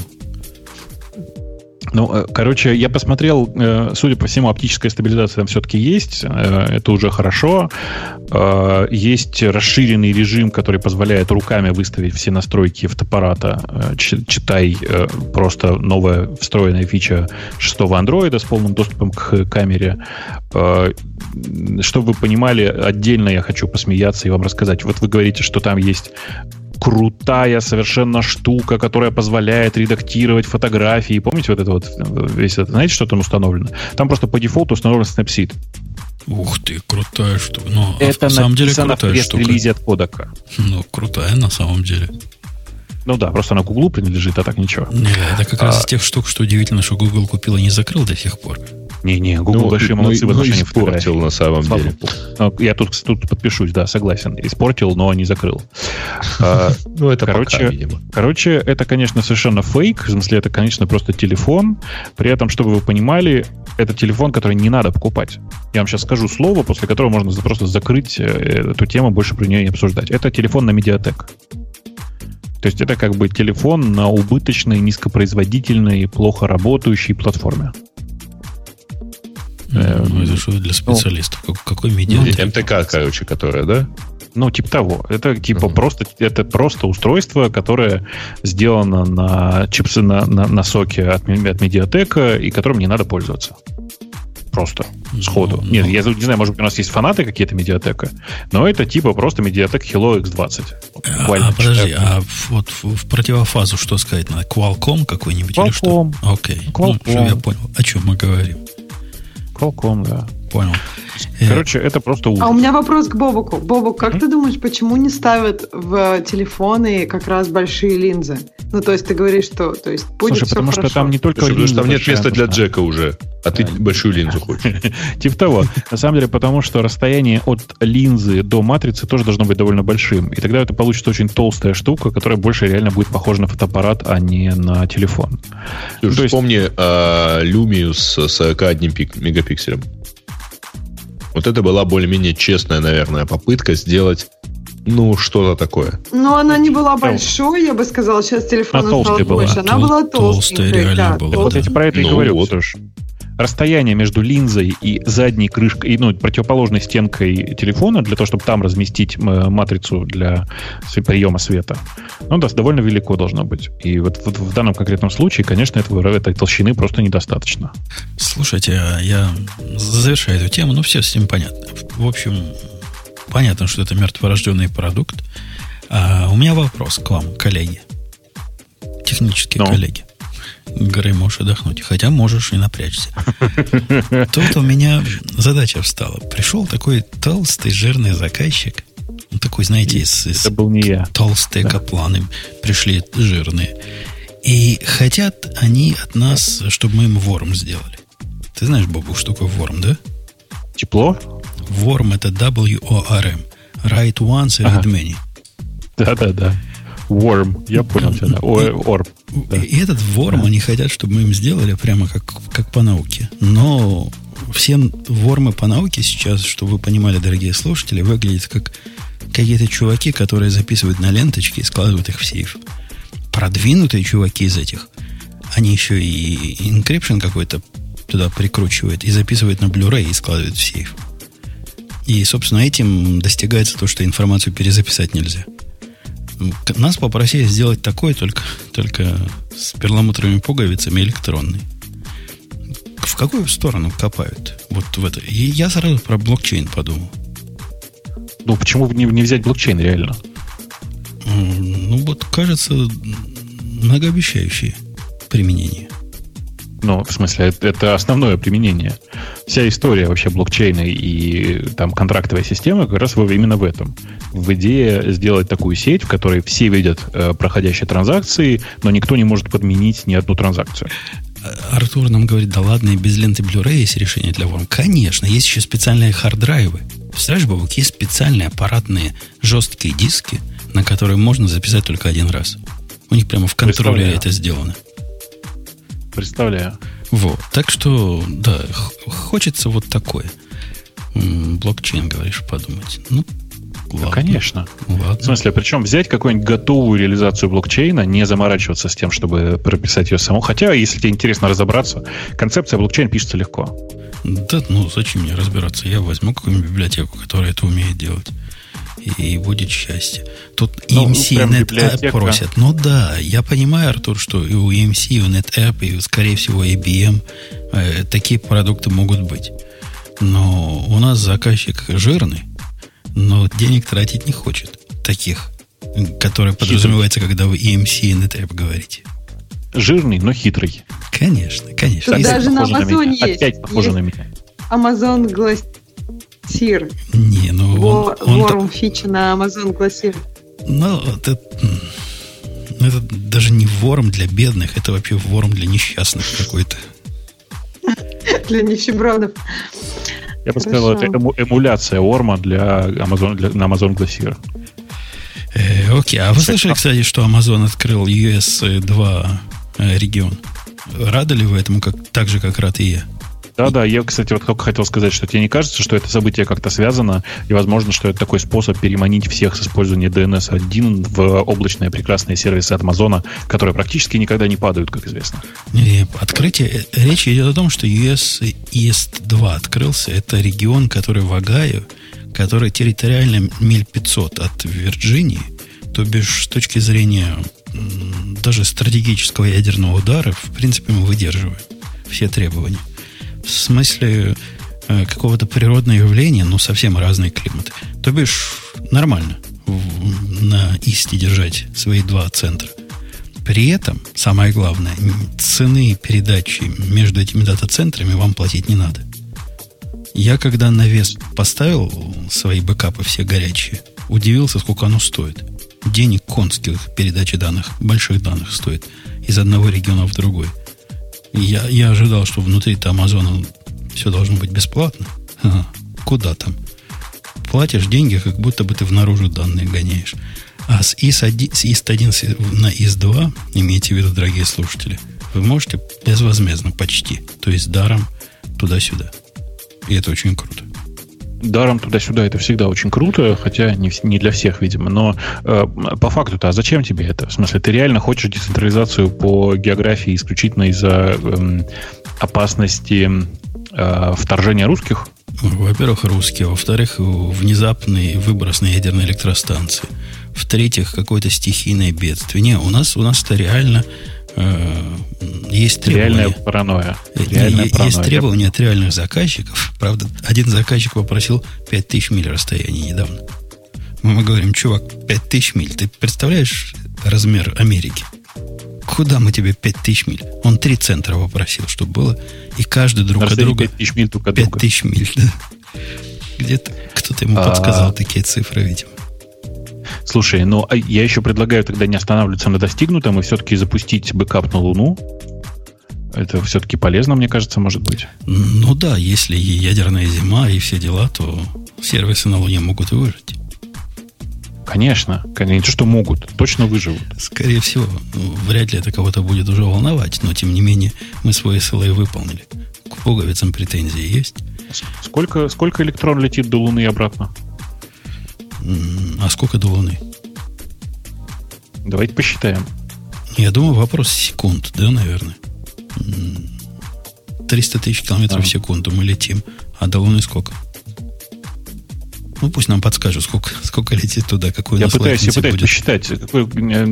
Ну, э, короче, я посмотрел, э, судя по всему, оптическая стабилизация там все-таки есть. Э, это уже хорошо. Э, есть расширенный режим, который позволяет руками выставить все настройки фотоаппарата. Э, ч- читай, э, просто новая встроенная фича шестого андроида с полным доступом к камере. Э, чтобы вы понимали, отдельно я хочу посмеяться и вам рассказать. Вот вы говорите, что там есть крутая совершенно штука, которая позволяет редактировать фотографии. Помните вот это вот весь это? Знаете, что там установлено? Там просто по дефолту установлен Snapseed. Ух ты, крутая штука. Ну, Это на самом деле написано в крутая штука. пресс-релизе от кодека. Ну, крутая на самом деле. Ну да, просто она Гуглу принадлежит, а так ничего. Не, это как раз А. из тех штук, что удивительно, что Google купил и не закрыл до сих пор. Не-не, Google ну, большие ну, молодцы в ну, отношении испортил фотографий. на самом Слава деле. богу. Ну, я тут, тут подпишусь, да, согласен. Испортил, но не закрыл. А, Ну, это Короче, пока, видимо. Короче, это, конечно, совершенно фейк. В смысле, это, конечно, просто телефон. При этом, чтобы вы понимали, это телефон, который не надо покупать. Я вам сейчас скажу слово, после которого можно просто закрыть э, эту тему, больше про нее не обсуждать. Это телефон на Mediatek. То есть это как бы телефон на убыточной, низкопроизводительной, плохо работающей платформе. Ну, это что для специалистов? Ну, какой медиатек? эм тэ ка, короче, которая, да? Ну, типа того. Это типа uh-huh. просто, это просто устройство, которое сделано на чипсы на, на, на соке от, от Mediatek, и которым не надо пользоваться. Просто. Сходу. No, Нет, no. я не знаю, может быть, у нас есть фанаты какие-то Mediatek, но это типа просто Mediatek Helio икс двадцать. А, а подожди, а вот в, в противофазу что сказать надо? Qualcomm какой-нибудь Qualcomm. Или что? Окей. Qualcomm. Ну, я понял, о чем мы говорим. Qualcomm, да. Понял. Короче, это просто ужас. А у меня вопрос к Бобуку. Бобук, как mm-hmm. ты думаешь, почему не ставят в телефоны как раз большие линзы? Ну, то есть ты говоришь, что то есть будет Слушай, все потому хорошо. что там не только Слушай, линзы. Потому что там нет места для нужна. джека уже, а ты большую линзу хочешь. Типа того. На самом деле, потому что расстояние от линзы до матрицы тоже должно быть довольно большим. И тогда это получится очень толстая штука, которая больше реально будет похожа на фотоаппарат, а не на телефон. Слушай, То есть- вспомни Lumia с сорок одним пик- мегапикселем. Вот это была более-менее честная, наверное, попытка сделать, ну, что-то такое. Но она не была большой, я бы сказала. Сейчас телефон Она стал толстая была. больше. Она Тол- была толстая толстенькая. реально да, была, Вот да. я тебе про это и Ну говорю, вот. Ксюш. Расстояние между линзой и задней крышкой, и, ну, противоположной стенкой телефона для того, чтобы там разместить м, матрицу для с- приема света, ну, да, довольно велико должно быть. И вот, вот в данном конкретном случае, конечно, этого, этой толщины просто недостаточно. Слушайте, а я завершаю эту тему, ну, все с этим понятно. В общем, понятно, что это мертворожденный продукт. А у меня вопрос к вам, коллеги. Технические Ну? коллеги. Грей, можешь отдохнуть. Хотя можешь и напрячься. Тут у меня задача встала. Пришел такой толстый, жирный заказчик. Он такой, знаете, из, из Это был не я. толстые капланы пришли жирные. И хотят они от нас, чтобы мы им ворм сделали. Ты знаешь, Бобу, что такое ворм, да? Тепло? Ворм это дабл ю о ар эм. Write once and Ага. read many. Да-да-да. Worm. Я понял тебя. да. О, Орб. Да. И этот ворм они хотят, чтобы мы им сделали прямо как, как по науке. Но все вормы по науке сейчас, чтобы вы понимали, дорогие слушатели, выглядят как какие-то чуваки, которые записывают на ленточки и складывают их в сейф. Продвинутые чуваки из этих, они еще и encryption какой-то туда прикручивают и записывают на Blu-ray и складывают в сейф. И, собственно, этим достигается то, что информацию перезаписать нельзя. К- Нас попросили сделать такое, только, только с перламутровыми пуговицами электронный. В какую сторону копают? Вот в это. И я сразу про блокчейн подумал. Ну, почему бы не, не взять блокчейн реально? М, Ну, вот, кажется, многообещающее применение. Ну, в смысле, это, это основное применение. Вся история вообще блокчейна и там контрактовой системы как раз в- именно в этом. В идее сделать такую сеть, в которой все видят э, проходящие транзакции, но никто не может подменить ни одну транзакцию. А- Артур нам говорит, да ладно, и без ленты Blu-ray есть решение для ворм. Конечно, есть еще специальные хард-драйвы. Представляешь, Бабук, есть специальные аппаратные жесткие диски, на которые можно записать только один раз. У них прямо в контроллере Представляю. это сделано. Представляю. Вот. Так что, да, х- хочется вот такое. М, Блокчейн, говоришь, подумать. Ну, ладно. Конечно. Ладно. В смысле, причем взять какую-нибудь готовую реализацию блокчейна, не заморачиваться с тем, чтобы прописать ее саму. Хотя, если тебе интересно разобраться, концепция блокчейна пишется легко. Да, ну, зачем мне разбираться? Я возьму какую-нибудь библиотеку, которая это умеет делать. И будет счастье. Тут и Ну, эм си, и прям NetApp библиотека. просят. Ну да, я понимаю, Артур, что и у и эм си, и у NetApp, и, скорее всего, ай би эм э, такие продукты могут быть. Но у нас заказчик жирный, но денег тратить не хочет. Таких, которые подразумеваются, когда вы и эм си, и NetApp говорите. Жирный, но хитрый. Конечно, конечно. Тут Если- даже на похоже на Амазоне меня. есть. Опять похоже Есть. на меня. Amazon Glacier. Не, ну он, он Ворм фича на Amazon Glacier. Ну, это, м, это даже не ворм для бедных, это вообще ворм для несчастных какой-то. Для нищебродов. Я бы сказал, это Хорошо. эmu- эмуляция Орма для Amazon, для, на Amazon Glacier. Э, окей, а вы слышали, кстати, что Amazon открыл ю эс два э, регион? Рады ли вы этому как, так же, как рад и я? Да-да, я, кстати, вот только хотел сказать, что тебе не кажется, что это событие как-то связано, и, возможно, что это такой способ переманить всех с использованием ди эн эс один в облачные прекрасные сервисы от Амазона, которые практически никогда не падают, как известно. Не, открытие, речь идет о том, что ю эс East два открылся. Это регион, который в Огайо, который территориально миль пятьсот от Вирджинии, то бишь с точки зрения даже стратегического ядерного удара, в принципе, мы выдерживаем все требования. В смысле э, какого-то природного явления, ну, совсем разный климат. То бишь, нормально в, на Исте держать свои два центра. При этом, самое главное, цены передачи между этими дата-центрами вам платить не надо. Я, когда на вес поставил свои бэкапы все горячие, удивился, сколько оно стоит. Денег конских передачи данных, больших данных стоит из одного региона в другой. Я, я ожидал, что внутри-то Амазона все должно быть бесплатно. Ага, куда там? Платишь деньги, как будто бы ты внаружи данные гоняешь. А с ай эс один, с ай эс один на ай эс два, имейте в виду, дорогие слушатели, вы можете безвозмездно почти, то есть даром туда-сюда. И это очень круто. Даром туда-сюда это всегда очень круто, хотя не, не для всех, видимо. Но э, по факту-то, а зачем тебе это? В смысле, ты реально хочешь децентрализацию по географии исключительно из-за э, опасности э, вторжения русских? Во-первых, русские. Во-вторых, внезапный выброс на ядерной электростанции. В-третьих, какое-то стихийное бедствие. Не, у нас, у нас-то реально э, есть требования. Реальная паранойя. Реальная есть паранойя. требования от реальных заказчиков. Правда, один заказчик попросил пять тысяч миль расстояния недавно. Мы говорим, чувак, пять тысяч миль. Ты представляешь размер Америки? Куда мы тебе пять тысяч миль? Он три центра попросил, чтобы было. И каждый друг от друга... пять тысяч миль друг от пять друга. тысяч миль, да. Где-то кто-то ему подсказал такие цифры, видимо. Слушай, ну я еще предлагаю тогда не останавливаться на достигнутом и все-таки запустить бэкап на Луну. Это все-таки полезно, мне кажется, может быть. Ну да, если ядерная зима и все дела, то сервисы на Луне могут и выжить. Конечно. Не то, что могут, точно выживут. Скорее всего. Ну, вряд ли это кого-то будет уже волновать, но тем не менее мы свой эс эл эй выполнили. К пуговицам претензии есть. Сколько, сколько электрон летит до Луны и обратно? А сколько до Луны? Давайте посчитаем. Я думаю, вопрос секунд, да, наверное. триста тысяч километров а. в секунду мы летим. А до Луны сколько? Ну, пусть нам подскажут, сколько, сколько летит туда, какой я у нас пытаюсь, я пытаюсь будет. посчитать. Какой,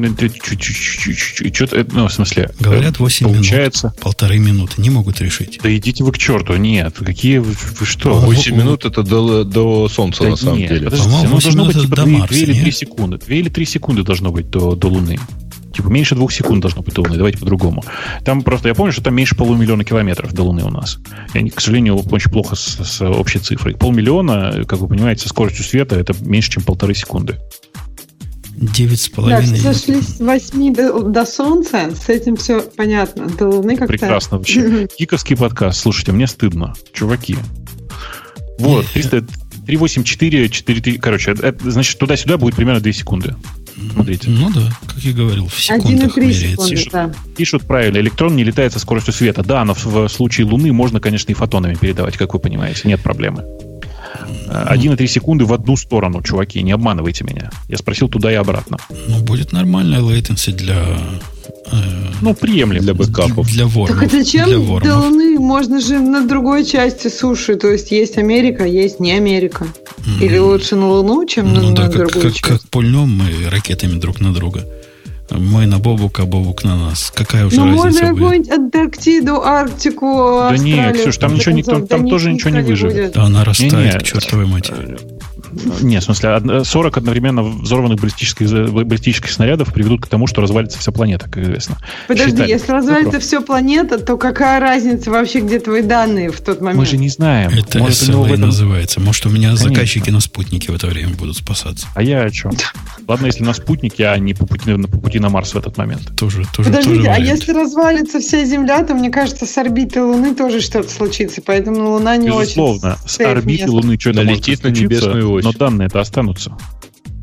что-то, ну, в смысле, говорят, восемь получается... минут, полторы минуты. Не могут решить. Да идите вы к черту. Нет, какие вы, вы что? восемь минут это до, до Солнца, да на самом нет, деле. Подождите, оно должно быть типа две или три секунды. две или три секунды должно быть до, до Луны. Типа меньше двух секунд должно быть до Луны. Давайте по-другому. Там просто, я помню, что там меньше полумиллиона километров до Луны у нас. Я, к сожалению, очень плохо с, с общей цифрой. Полмиллиона, как вы понимаете, со скоростью света это меньше, чем полторы секунды. Девять с половиной. Да, сошли с восьми до, до Солнца, с этим все понятно. До Луны как-то... Прекрасно вообще. Киковский подкаст. Слушайте, мне стыдно. Чуваки. Вот, триста, триста восемьдесят четыре, четыре, три, короче, это, значит, туда-сюда будет примерно две секунды. Смотрите. Ну да, как я говорил, в секундах меряется. Пишут, да. пишут правильно, электрон не летает со скоростью света. Да, но в, в случае Луны можно, конечно, и фотонами передавать, как вы понимаете. Нет проблемы. один целых три секунды в одну сторону, чуваки, не обманывайте меня. Я спросил туда и обратно. Ну, будет нормальная latency для... Э, ну, приемлемо. Для бэкапов. Для вормов. Так а зачем до Луны? Можно же на другой части суши. То есть есть Америка, есть не Америка. Mm-hmm. Или лучше на Луну, чем ну, на, да, на как, другую как, часть? как пульнем мы ракетами друг на друга. Мы на Бобука, Бобук на нас. Какая уже ну, разница можно будет? какую-нибудь Антарктиду, Арктику, Да Австралию. нет, Ксюш, там, ничего, никто, там тоже ничего не выживет. Да она растает, к чертовой матери. Нет, в смысле, сорок одновременно взорванных баллистических, баллистических снарядов приведут к тому, что развалится вся планета, как известно. Подожди, Считали. если развалится все планета, то какая разница вообще, где твои данные в тот момент? Мы же не знаем. Это Может, эс эл эй этом... называется. Может, у меня Конечно. заказчики на спутнике в это время будут спасаться. А я о чем? Ладно, если на спутнике, а не по пути, по пути на Марс в этот момент. Тоже, тоже, Подождите, тоже а вариант. если развалится вся Земля, то, мне кажется, с орбиты Луны тоже что-то случится, поэтому Луна не Безусловно, очень... с орбиты Луны что-то налетит на небесную ось. но данные-то останутся.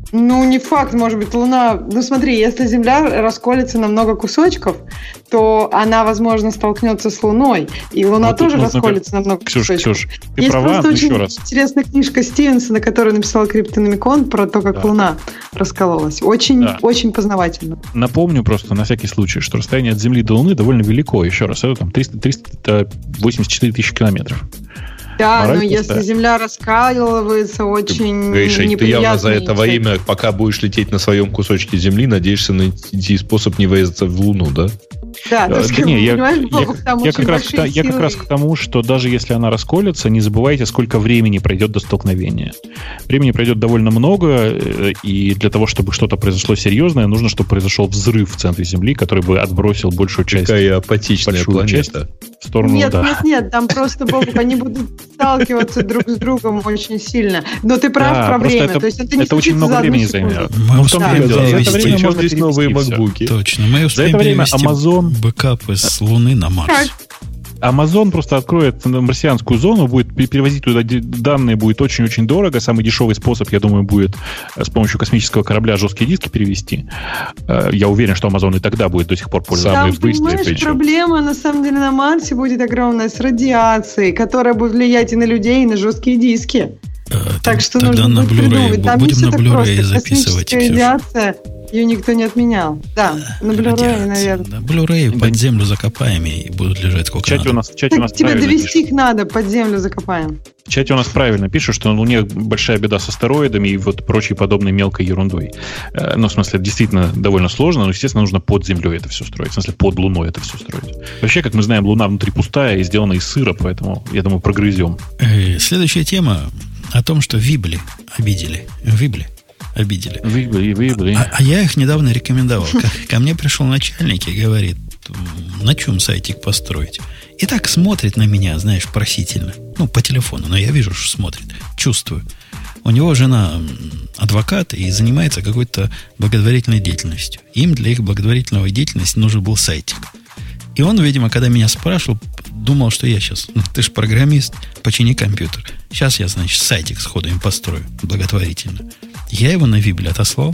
Ну, не факт, может быть, Луна... Ну, смотри, если Земля расколется на много кусочков, то она, возможно, столкнется с Луной. И Луна вот тоже расколется на много Ксюш, кусочков. Ксюш, ты Есть права, просто но очень еще раз. интересная книжка Стивенсона, которую написал Криптономикон, про то, как да. Луна раскололась. Очень, да. очень познавательно. Напомню просто на всякий случай, что расстояние от Земли до Луны довольно велико. Еще раз, это там триста, триста восемьдесят четыре тысячи километров. Да, Мораль но пустая. если Земля раскалывается, очень Гриша, неприятно. ты явно за это во имя, пока будешь лететь на своем кусочке Земли, надеешься найти способ не врезаться в Луну, да? Да, Да, то есть, не, я, понимаешь, я, Бобок, там я, очень как раз, к- большие я как силы. раз к тому, что даже если она расколется, не забывайте, сколько времени пройдет до столкновения. Времени пройдет довольно много, э, и для того, чтобы что-то произошло серьезное, нужно, чтобы произошел взрыв в центре Земли, который бы отбросил большую часть, Какая апатичная большую часть планета. в сторону, Нет, да. нет, нет, там просто, Бобок, они будут сталкиваться друг с другом очень сильно. Но ты прав Да, про просто время. это- То есть это не это очень случится много за одну времени секунду. займет. Мы Ну, в том-то успеем и дело. За это перевести. время Сейчас можно здесь новые перевести всё. макбуки. Точно. Мы успеем это время перевести Amazon- бэкапы с Луны на Марс. Как? Amazon просто откроет марсианскую зону, будет перевозить туда данные, будет очень-очень дорого. Самый дешевый способ, я думаю, будет с помощью космического корабля жесткие диски перевести. Я уверен, что Amazon и тогда будет до сих пор пользоваться. Самый Там, быстрый понимаешь, причем. проблема на самом деле на Марсе будет огромная с радиацией, которая будет влиять и на людей, и на жесткие диски. Э, Так там- что Тогда нужно на будет Blu-ray, придумать. Там не будем все на так Blu-ray просто. записывать, Космическая Ксюша. радиация, ее никто не отменял. Да, на Blu-ray, Радиация, наверное. Да, Blu-ray Да. под землю закопаем и будут лежать В сколько чате надо. у нас, в чате у нас Так тебе правильно довести пишут. их надо, под землю закопаем. В чате у нас правильно пишут, что на Луне большая беда с астероидами и вот прочей подобной мелкой ерундой. Э, Ну, в смысле, это действительно довольно сложно, но, естественно, нужно под землей это все строить. В смысле, под Луной это все строить. Вообще, как мы знаем, Луна внутри пустая и сделана из сыра, поэтому, я думаю, прогрызем. Э, Следующая тема о том, что Вибли обидели. Вибли обидели. Вы, вы, вы, вы. А, а я их недавно рекомендовал. Ко, ко мне пришел начальник и говорит, на чем сайтик построить. И так смотрит на меня, знаешь, просительно. Ну, по телефону, но я вижу, что смотрит. Чувствую. У него жена адвокат и занимается какой-то благотворительной деятельностью. Им для их благотворительной деятельности нужен был сайтик. И он, видимо, когда меня спрашивал, думал, что я сейчас, ну, ты же программист, почини компьютер. Сейчас я, значит, сайтик сходу им построю благотворительно. Я его на Вибли отослал,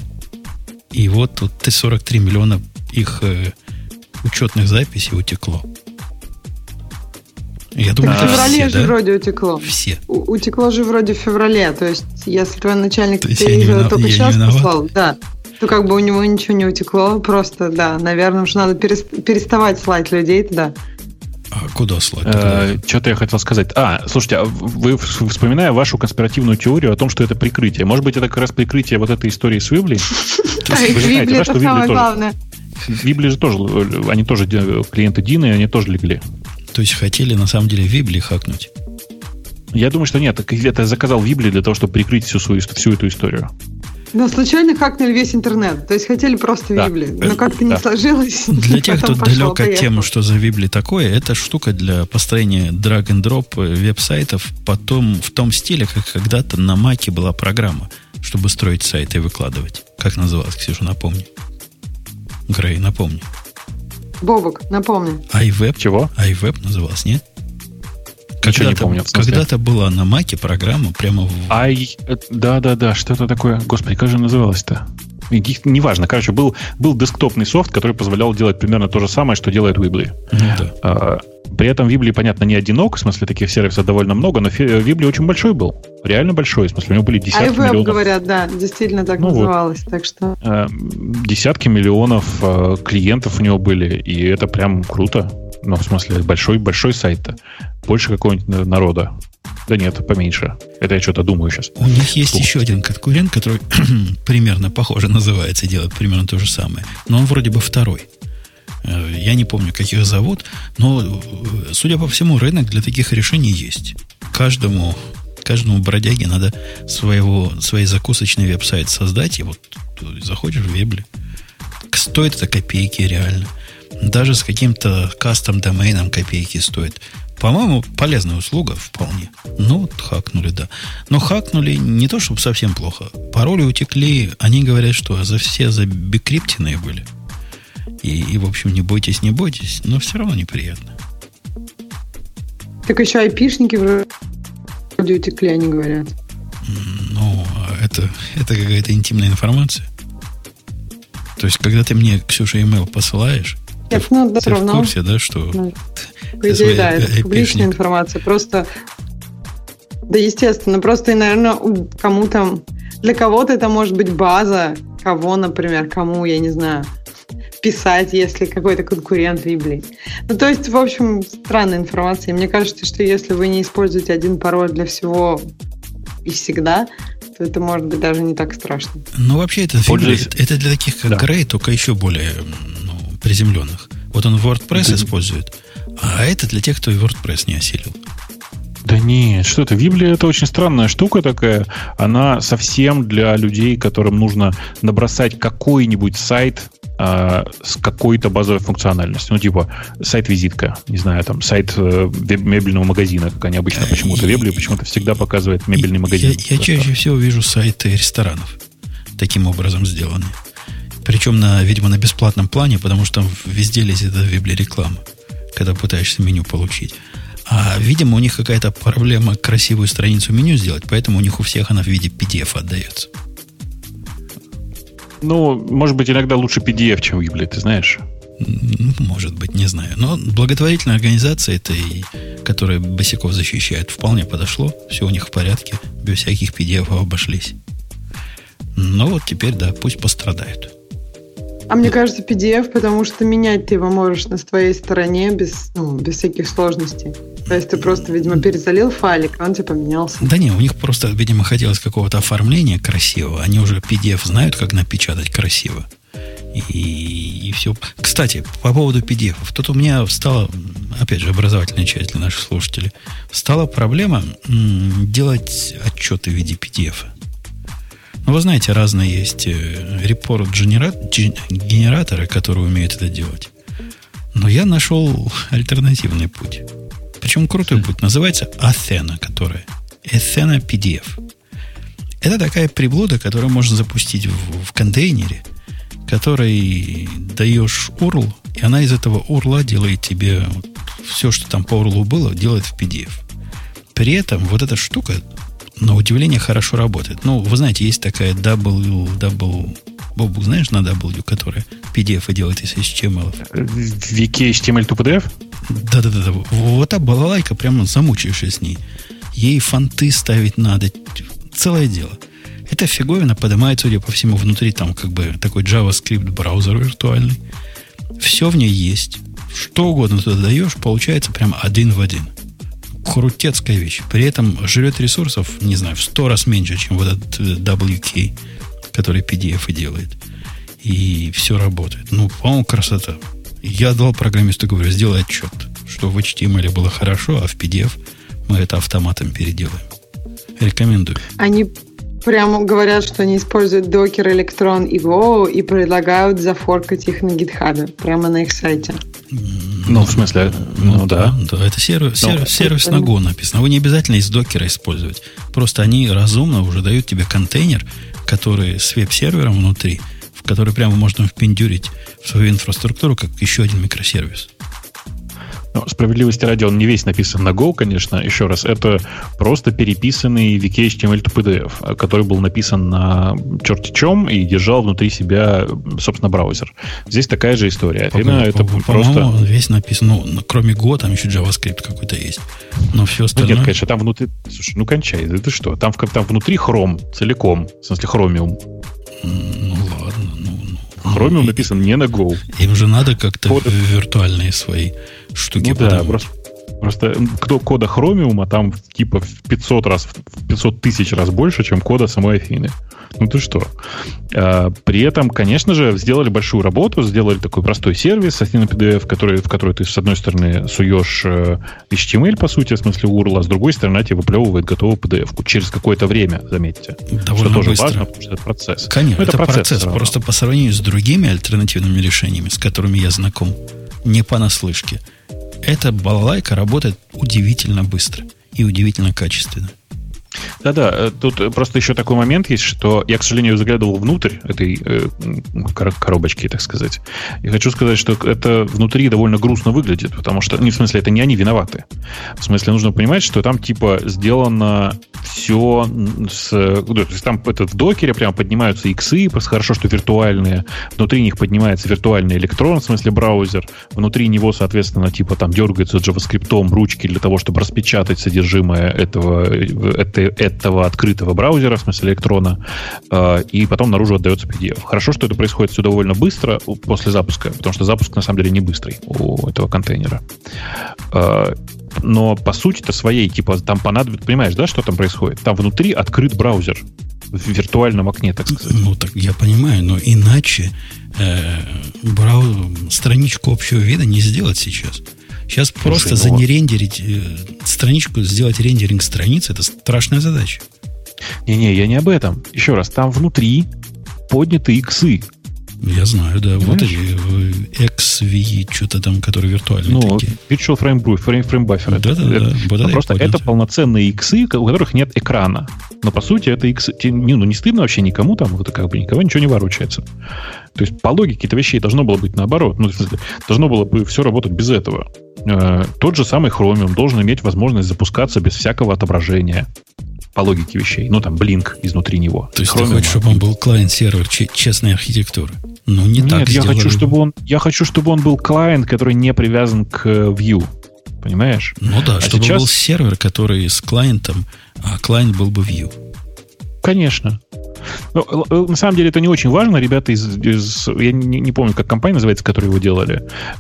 и вот тут сорок три миллиона их э, учетных записей утекло. Я думаю, В это феврале все, же да? вроде утекло. Все. У- Утекло же вроде в феврале. То есть, если твой начальник То есть тебе я не его винов- только я не сейчас виноват? послал, да, то как бы у него ничего не утекло. Просто, да, наверное, уже надо перес- переставать слать людей туда. А куда слать? Куда? Что-то я хотел сказать. А, слушайте, а вы, вспоминая вашу конспиративную теорию о том, что это прикрытие, может быть, это как раз прикрытие вот этой истории с Вибли? А Вы их же знаете, Вибли да, это что Вибли самое тоже- главное. Вибли же тоже, они тоже де- клиенты Дины, они тоже легли. То есть хотели на самом деле Вибли хакнуть? Я думаю, что нет, это заказал Вибли для того, чтобы прикрыть всю, свою, всю эту историю. Но случайно хакнули весь интернет. То есть хотели просто Да. Вибли. Но как-то не Да. сложилось. Для тех, кто Потом пошло, далек от поехало. темы, что за Вибли такое, это штука для построения drag-and-drop веб-сайтов потом в том стиле, как когда-то на Маке была программа, чтобы строить сайты и выкладывать. Как называлась, Ксюша, напомни. Грей, напомни. Бобок, напомни. iWeb. Чего? iWeb называлась, нет? Ничего не Когда-то- помню, в смысле. Когда-то была на Маке программа прямо в... Ай, э, да-да-да, что-то такое. Господи, как же называлось-то? И их- Неважно. Короче, был, был десктопный софт, который позволял делать примерно то же самое, что делает Вибли. Ну да. А, При этом Вибли, понятно, не одинок, в смысле таких сервисов довольно много, но фи- Вибли очень большой был. Реально большой. В смысле, у него были десятки iWeb, миллионов, говорят, да, действительно так Ну вот. называлось. Так что э, десятки миллионов э, клиентов у него были, и это прям круто. Ну, в смысле, большой, большой сайт-то. Больше какого-нибудь народа. Да нет, поменьше. Это я что-то думаю сейчас. У них есть Слушай. еще один конкурент, который примерно похоже называется, делает примерно то же самое. Но он вроде бы второй. Э, Я не помню, как их зовут, но, э, судя по всему, рынок для таких решений есть. Каждому, каждому бродяге надо своего, своей закусочный веб-сайт создать, и вот ты заходишь в Вебли. Стоит это копейки реально. Даже с каким-то кастом-домейном копейки стоит. По-моему, полезная услуга вполне. Ну, вот хакнули, да. Но хакнули не то, чтобы совсем плохо. Пароли утекли. Они говорят, что за все забикриптенные были. И, и, в общем, не бойтесь, не бойтесь. Но все равно неприятно. так еще айпишники вроде утекли, они говорят. Ну, это, это какая-то интимная информация? То есть, когда ты мне, Ксюша, имейл посылаешь, Нет, ты, ну, да, ты в курсе, да, что... Ну, по идее, да, это публичная информация. Просто, да, естественно, просто, и, наверное, кому-то, для кого-то это может быть база, кого, например, кому, я не знаю, писать, если какой-то конкурент Вибли. Ну, то есть, в общем, странная информация. Мне кажется, что если вы не используете один пароль для всего и всегда, то это может быть даже не так страшно. Ну, вообще, это, Вибли, это для таких, как да. Грей, только еще более ну, приземленных. Вот он WordPress да. использует, а это для тех, кто и WordPress не осилил. Да нет, что это? Вибли это очень странная штука такая. Она совсем для людей, которым нужно набросать какой-нибудь сайт э, с какой-то базовой функциональностью. Ну, типа сайт-визитка, не знаю, там сайт э, мебельного магазина, как они обычно почему-то Вибли почему-то всегда показывает мебельный магазин. Я, я чаще всего вижу сайты ресторанов таким образом сделаны. Причем, на, видимо, на бесплатном плане, потому что там везде лезет эта Вибли реклама, когда пытаешься меню получить. А, видимо, у них какая-то проблема красивую страницу меню сделать, поэтому у них у всех она в виде пи ди эф отдается. Ну, может быть, иногда лучше пи ди эф, чем Вибли, ты знаешь? Может быть, не знаю. Но благотворительная организация, этой, которая босиков защищает, вполне подошло. Все у них в порядке. Без всяких пи ди эф обошлись. Но вот теперь, да, пусть пострадают. А мне кажется, пи ди эф, потому что менять ты его можешь на своей стороне без, ну, без всяких сложностей. То есть ты просто, видимо, перезалил файлик, и он тебе поменялся. Да не, у них просто, видимо, хотелось какого-то оформления красивого. Они уже пи ди эф знают, как напечатать красиво. И, и все. Кстати, по поводу пи ди эф. Тут у меня стала, опять же, образовательная часть для наших слушателей. Стала проблема м, делать отчеты в виде пи ди эф. Ну, вы знаете, разные есть репорт-генераторы, которые умеют это делать. Но я нашел альтернативный путь. Причем крутой путь. Называется Athena, которая. Athena пи ди эф. Это такая приблуда, которую можно запустить в, в контейнере, который даешь ю ар эл, и она из этого ю ар эл делает тебе все, что там по ю ар эл было, делает в пи ди эф. При этом вот эта штука, на удивление, хорошо работает. Ну, вы знаете, есть такая W, W, Бобук, знаешь, на W, которая пи ди эф делает из эйч ти эм эл. ви кей эйч ти эм эл to пи ди эф? Да-да-да. Вот та балалайка, прямо замучаешься с ней. Ей фонты ставить надо. Целое дело. Эта фиговина поднимает, судя по всему, внутри там как бы такой JavaScript браузер виртуальный. Все в ней есть. Что угодно туда даешь, получается прямо один в один. Крутецкая вещь. При этом жрет ресурсов, не знаю, в сто раз меньше, чем вот этот дабл ю кей, который пи ди эф и делает. И все работает. Ну, по-моему, красота. Я дал программисту, говорю, сделай отчет, что в эйч ти эм эл было хорошо, а в пи ди эф мы это автоматом переделаем. Рекомендую. Они прямо говорят, что они используют Docker, Electron и Go и предлагают зафоркать их на GitHub, прямо на их сайте. Ну, в смысле, ну, ну да. Да, да, это сервис, сервис, сервис на Go написано. Вы не обязательно из докера использовать. Просто они разумно уже дают тебе контейнер, который с веб-сервером внутри, в который прямо можно впендюрить в свою инфраструктуру, как еще один микросервис. Ну, справедливости ради, он не весь написан на Go, конечно. Еще раз, это просто переписанный ви кей эйч ти эм эл to пи ди эф, который был написан на черти чем и держал внутри себя, собственно, браузер. Здесь такая же история. Athena это по, просто... По-моему, весь написан, ну, кроме Go, там еще JavaScript какой-то есть. Но все остальное... Ну, нет, конечно, там внутри... Слушай, ну кончай, да ты что? Там, там внутри Chrome целиком, в смысле Chromium. Ну, ладно, ну... Chromium и, написан не на Go. Им же надо как-то кода... виртуальные свои штуки. Ну да, просто, просто кто кода Chromium, а там типа в пятьсот раз, в пятьсот тысяч раз больше, чем кода самой Афины. Ну ты что? А, при этом, конечно же, сделали большую работу, сделали такой простой сервис Athena пи ди эф, который, в который ты с одной стороны суешь эйч ти эм эл, по сути, в смысле ю ар эл, а с другой стороны тебе выплевывает готовую пи ди эф-ку через какое-то время, заметьте. Довольно что тоже быстро. важно, потому что это процесс. Конечно, ну, это, это процесс. процесс просто по сравнению с другими альтернативными решениями, с которыми я знаком, не понаслышке. Эта балалайка работает удивительно быстро и удивительно качественно. Да-да, тут просто еще такой момент есть, что я, к сожалению, заглядывал внутрь этой э, коробочки, так сказать. И хочу сказать, что это внутри довольно грустно выглядит, потому что, ну, в смысле, это не они виноваты. В смысле, нужно понимать, что там типа сделано все с... То есть там это в докере прямо поднимаются иксы, просто хорошо, что виртуальные. Внутри них поднимается виртуальный электрон, в смысле браузер. Внутри него, соответственно, типа там дергаются JavaScript ручки для того, чтобы распечатать содержимое этого, это, этого открытого браузера, в смысле электрона, и потом наружу отдается пи ди эф. Хорошо, что это происходит все довольно быстро после запуска, потому что запуск, на самом деле, не быстрый у этого контейнера. Но по сути-то своей, типа, там понадобится, понимаешь, да, что там происходит? Там внутри открыт браузер в виртуальном окне, так сказать. Ну, так я понимаю, но иначе э, брау... страничку общего вида не сделать сейчас. Сейчас Слушай, просто ну... занерендерить э, страничку, сделать рендеринг страницы, это страшная задача. Не-не, я не об этом. Еще раз, там внутри подняты иксы. Я знаю, да. Понимаешь? Вот эти икс ви, что-то там, которые виртуальные ну, такие. Virtual Frame, frame, frame Buffer. Да, это, да, это, да. Это, просто это полноценные иксы, у которых нет экрана. Но по сути это иксы. Не, ну, не стыдно вообще никому там, вот, как бы никого ничего не ворочается. То есть по логике это вещей должно было быть наоборот. Ну, в смысле, должно было бы все работать без этого. Э, тот же самый Chromium должен иметь возможность запускаться без всякого отображения. По логике вещей. Ну, там, Blink изнутри него. То есть Chromium, ты хочешь, чтобы он был клиент-сервер ч- честной архитектуры? Ну, не Нет, так я сделали. хочу, чтобы он, я хочу, чтобы он был клиент, который не привязан к Vue. Понимаешь? Ну да, а чтобы сейчас... был сервер, который с клиентом, а клиент был бы Vue. Конечно. Но, на самом деле это не очень важно. Ребята из... из я не, не помню, как компания называется, которые его делали.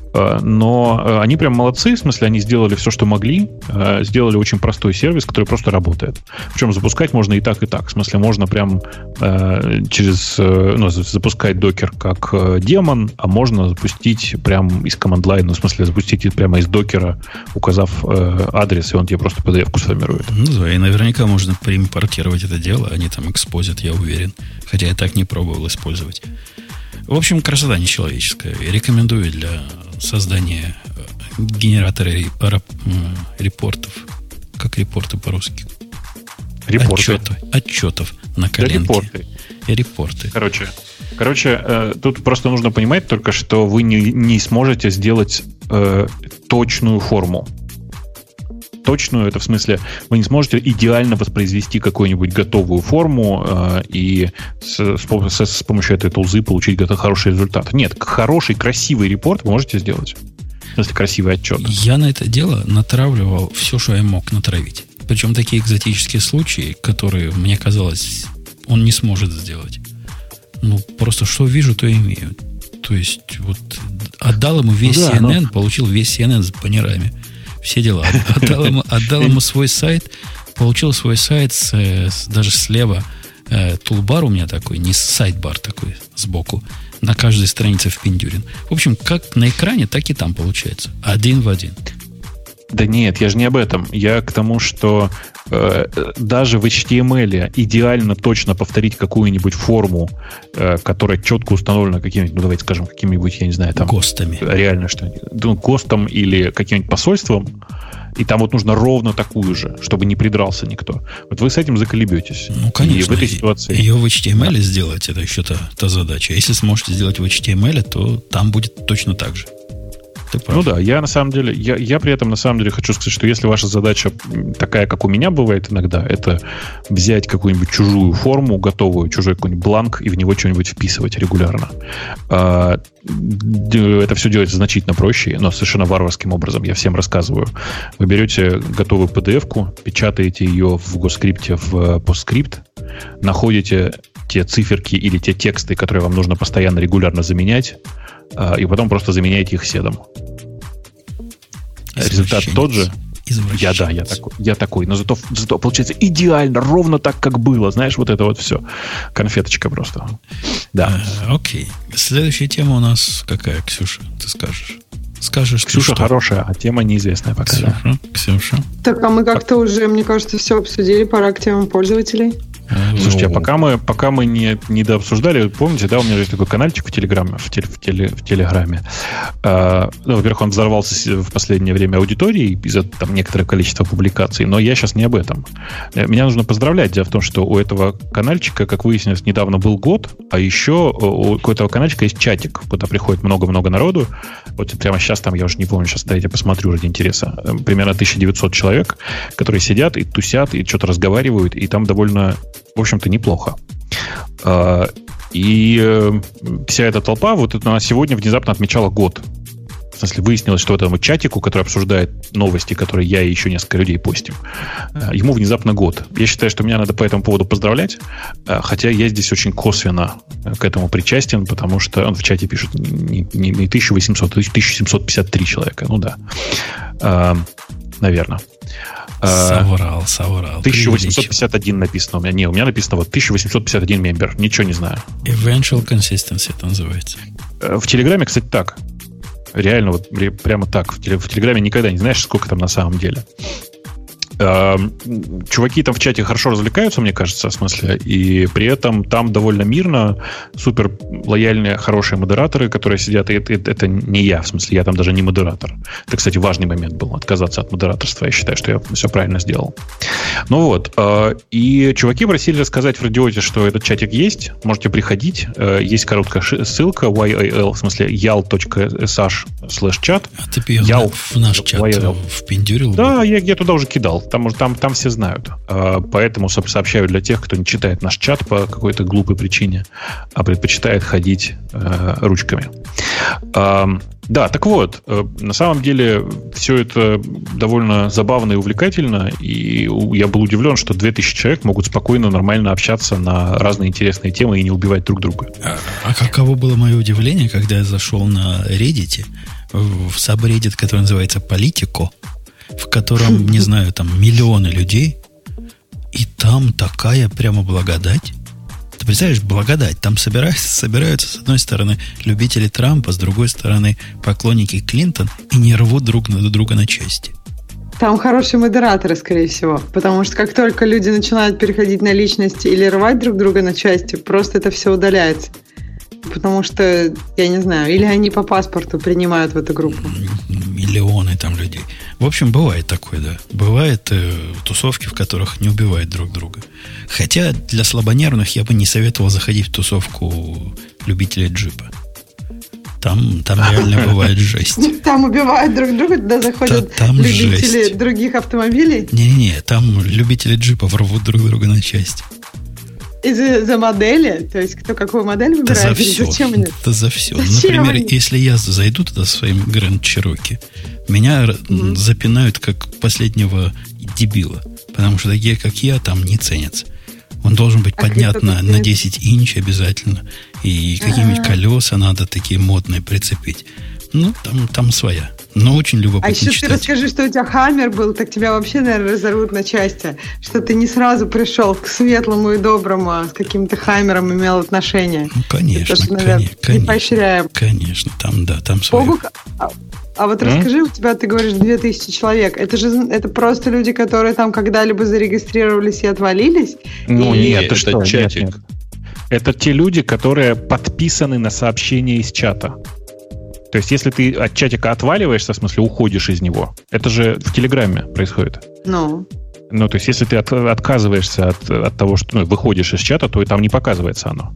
Но они прям молодцы. В смысле, они сделали все, что могли. Сделали очень простой сервис, который просто работает. Причем запускать можно и так, и так. В смысле, можно прям через... Ну, запускать докер как демон, а можно запустить прям из команд-лайна. В смысле, запустить прямо из докера, указав адрес, и он тебе просто пи ди эф-ку сформирует. Ну да, и наверняка можно преимпортировать это дело. Они там экспозят, я уверен. Хотя я так не пробовал использовать. В общем, красота нечеловеческая. Рекомендую для создания генератора репортов. Как репорты по-русски? Репорты. Отчеты, отчетов на коленке. Да, репорты. И репорты. Короче, короче э, тут просто нужно понимать только, что вы не, не сможете сделать э, точную форму. Точную, это в смысле, вы не сможете идеально воспроизвести какую-нибудь готовую форму э, и с, с, с помощью этой тулзы получить хороший результат. Нет, хороший, красивый репорт вы можете сделать. В смысле, красивый отчет. Я на это дело натравливал все, что я мог натравить. Причем такие экзотические случаи, которые, мне казалось, он не сможет сделать. Ну, просто что вижу, то имею. То есть, вот, отдал ему весь да, си эн эн, но... получил весь си эн эн с баннерами. Все дела. Отдал ему, отдал ему свой сайт, получил свой сайт с, с, даже слева. Э, тулбар у меня такой, не сайдбар такой сбоку. На каждой странице впендюрен. В общем, как на экране, так и там получается. Один в один. Да нет, я же не об этом. Я к тому, что э, даже в эйч ти эм эл идеально точно повторить какую-нибудь форму, э, которая четко установлена какими-нибудь, ну давайте скажем, какими-нибудь, я не знаю, там... ГОСТами. Реально что-нибудь. Ну, ГОСТом или каким-нибудь посольством. И там вот нужно ровно такую же, чтобы не придрался никто. Вот вы с этим заколебетесь. Ну, конечно. И в этой ситуации... Ее в эйч ти эм эл да. сделать, это еще та, та задача. Если сможете сделать в эйч ти эм эл, то там будет точно так же. Ну да, я на самом деле, я, я при этом на самом деле хочу сказать, что если ваша задача такая, как у меня бывает иногда, это взять какую-нибудь чужую форму, готовую, чужой какой-нибудь бланк, и в него что-нибудь вписывать регулярно. Это все делается значительно проще, но совершенно варварским образом. Я всем рассказываю. Вы берете готовую пи ди эф-ку, печатаете ее в GoScript, в PostScript, находите те циферки или те тексты, которые вам нужно постоянно, регулярно заменять, и потом просто заменяете их седом. Результат тот же. Я, да, я такой, я такой. Но зато, зато получается идеально, ровно так, как было. Знаешь, вот это вот все. Конфеточка просто. Да. А, окей. Следующая тема у нас какая, Ксюша? Ты скажешь? Скажешь, Ксюша что? хорошая, а тема неизвестная пока. Ксюша, да. Ксюша. Так, а мы как-то уже, мне кажется, все обсудили. Пора к темам пользователей. Слушайте, а пока мы, пока мы не, не дообсуждали, помните, да, у меня есть такой канальчик в Телеграме, в, теле, в, теле, в Телеграме. А, ну, во-первых, он взорвался в последнее время аудиторией из-за там некоторого количества публикаций, но я сейчас не об этом. Меня нужно поздравлять. Дело в том, что у этого канальчика, как выяснилось, недавно был год, а еще у этого канальчика есть чатик, куда приходит много-много народу. Вот прямо сейчас там, я уже не помню, сейчас дайте посмотрю ради интереса, примерно тысяча девятьсот человек, которые сидят и тусят, и что-то разговаривают, и там довольно, в общем-то, неплохо. И вся эта толпа вот она сегодня внезапно отмечала год. В смысле, выяснилось, что этому чатику, который обсуждает новости, которые я и еще несколько людей постим, ему внезапно год. Я считаю, что меня надо по этому поводу поздравлять, хотя я здесь очень косвенно к этому причастен, потому что он в чате пишет не, не, не тысяча восемьсот, а тысяча семьсот пятьдесят три человека. Ну да. А, наверное. Соврал, соврал. тысяча восемьсот пятьдесят один написано у меня. Не, у меня написано вот тысяча восемьсот пятьдесят один мембер. Ничего не знаю. Eventual consistency это называется. В Телеграме, кстати, так. Реально, вот прямо так. В Телеграме никогда не знаешь, сколько там на самом деле. Чуваки там в чате хорошо развлекаются, мне кажется, в смысле, и при этом там довольно мирно, супер лояльные, хорошие модераторы, которые сидят, и это, это не я, в смысле, я там даже не модератор. Это, кстати, важный момент был, отказаться от модераторства, я считаю, что я все правильно сделал. Ну вот, и чуваки просили рассказать в радиоте, что этот чатик есть, можете приходить, есть короткая ссылка, yal, в смысле, yal.sh слэш чат. А ты ял, в наш чат yal. Впендюрил? Да, я, я туда уже кидал. Там, там, там все знают. Поэтому сообщаю для тех, кто не читает наш чат по какой-то глупой причине, а предпочитает ходить ручками. Да, так вот, на самом деле все это довольно забавно и увлекательно, и я был удивлен, что две тысячи человек могут спокойно, нормально общаться на разные интересные темы и не убивать друг друга. А, а каково было мое удивление, когда я зашел на Reddit, в сабреддит, который называется «Политико», в котором, не знаю, там миллионы людей, и там такая прямо благодать. Ты представляешь, благодать. Там собираются, собираются с одной стороны любители Трампа, с другой стороны поклонники Клинтон, и не рвут друг на друга на части. Там хорошие модераторы, скорее всего, потому что как только люди начинают переходить на личности или рвать друг друга на части, просто это все удаляется. Потому что, я не знаю, или они по паспорту принимают в эту группу. Миллионы там людей. В общем, бывает такое, да. Бывают э, тусовки, в которых не убивают друг друга. Хотя для слабонервных я бы не советовал заходить в тусовку любителей джипа. Там, там реально бывает жесть. Там убивают друг друга, туда заходят любители других автомобилей? Не-не-не, там любители джипов рвут друг друга на части. Из-за за модели? То есть, кто какую модель выбирает? Да за все. Зачем они? Да за все. Зачем Например, они? Если я зайду туда со своим Grand Cherokee, меня mm-hmm. запинают как последнего дебила. Потому что такие, как я, там не ценятся. Он должен быть а поднят на, на десять инч обязательно. И какие-нибудь А-а-а. колеса надо такие модные прицепить. Ну, там, там своя. Но очень любопытно А еще читать. Ты расскажи, что у тебя Хаммер был, так тебя вообще, наверное, разорвут на части. Что ты не сразу пришел к светлому и доброму, а с каким-то Хаммером имел отношение. Ну, конечно, Это, что, наверное, конечно. Не поощряем. Конечно, там, да, там свое. Богу, а, а вот mm? расскажи, у тебя, ты говоришь, две тысячи человек. Это же это просто люди, которые там когда-либо зарегистрировались и отвалились? Ну, и... нет, это что? чатик. Нет, нет. Это те люди, которые подписаны на сообщения из чата. То есть, если ты от чатика отваливаешься, в смысле, уходишь из него, это же в Телеграме происходит. Ну. Ну, то есть, если ты от, отказываешься от, от того, что ну, выходишь из чата, то и там не показывается оно.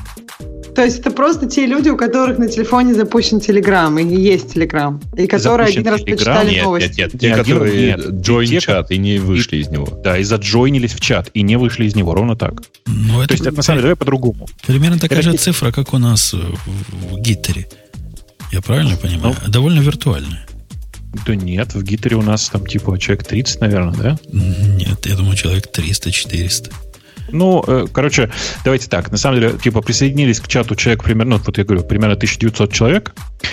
То есть, это просто те люди, у которых на телефоне запущен Телеграм, и есть Телеграм, и которые запущен один раз Telegram? Прочитали нет, новости. Нет, нет, те, не которые join чат и не вышли и, из него. Да, и заджойнились в чат, и не вышли из него, ровно так. Ну, то это, есть, это, на самом деле, давай по-другому. Примерно такая это... же цифра, как у нас в, в Гиттере. Я правильно понимаю? Ну, довольно виртуальная. Да нет, в Гиттере у нас там типа человек тридцать, наверное, да? Нет, я думаю, человек триста-четыреста. Ну, э, короче, давайте так. На самом деле, типа, присоединились к чату человек примерно, ну, вот я говорю, примерно тысяча девятьсот человек,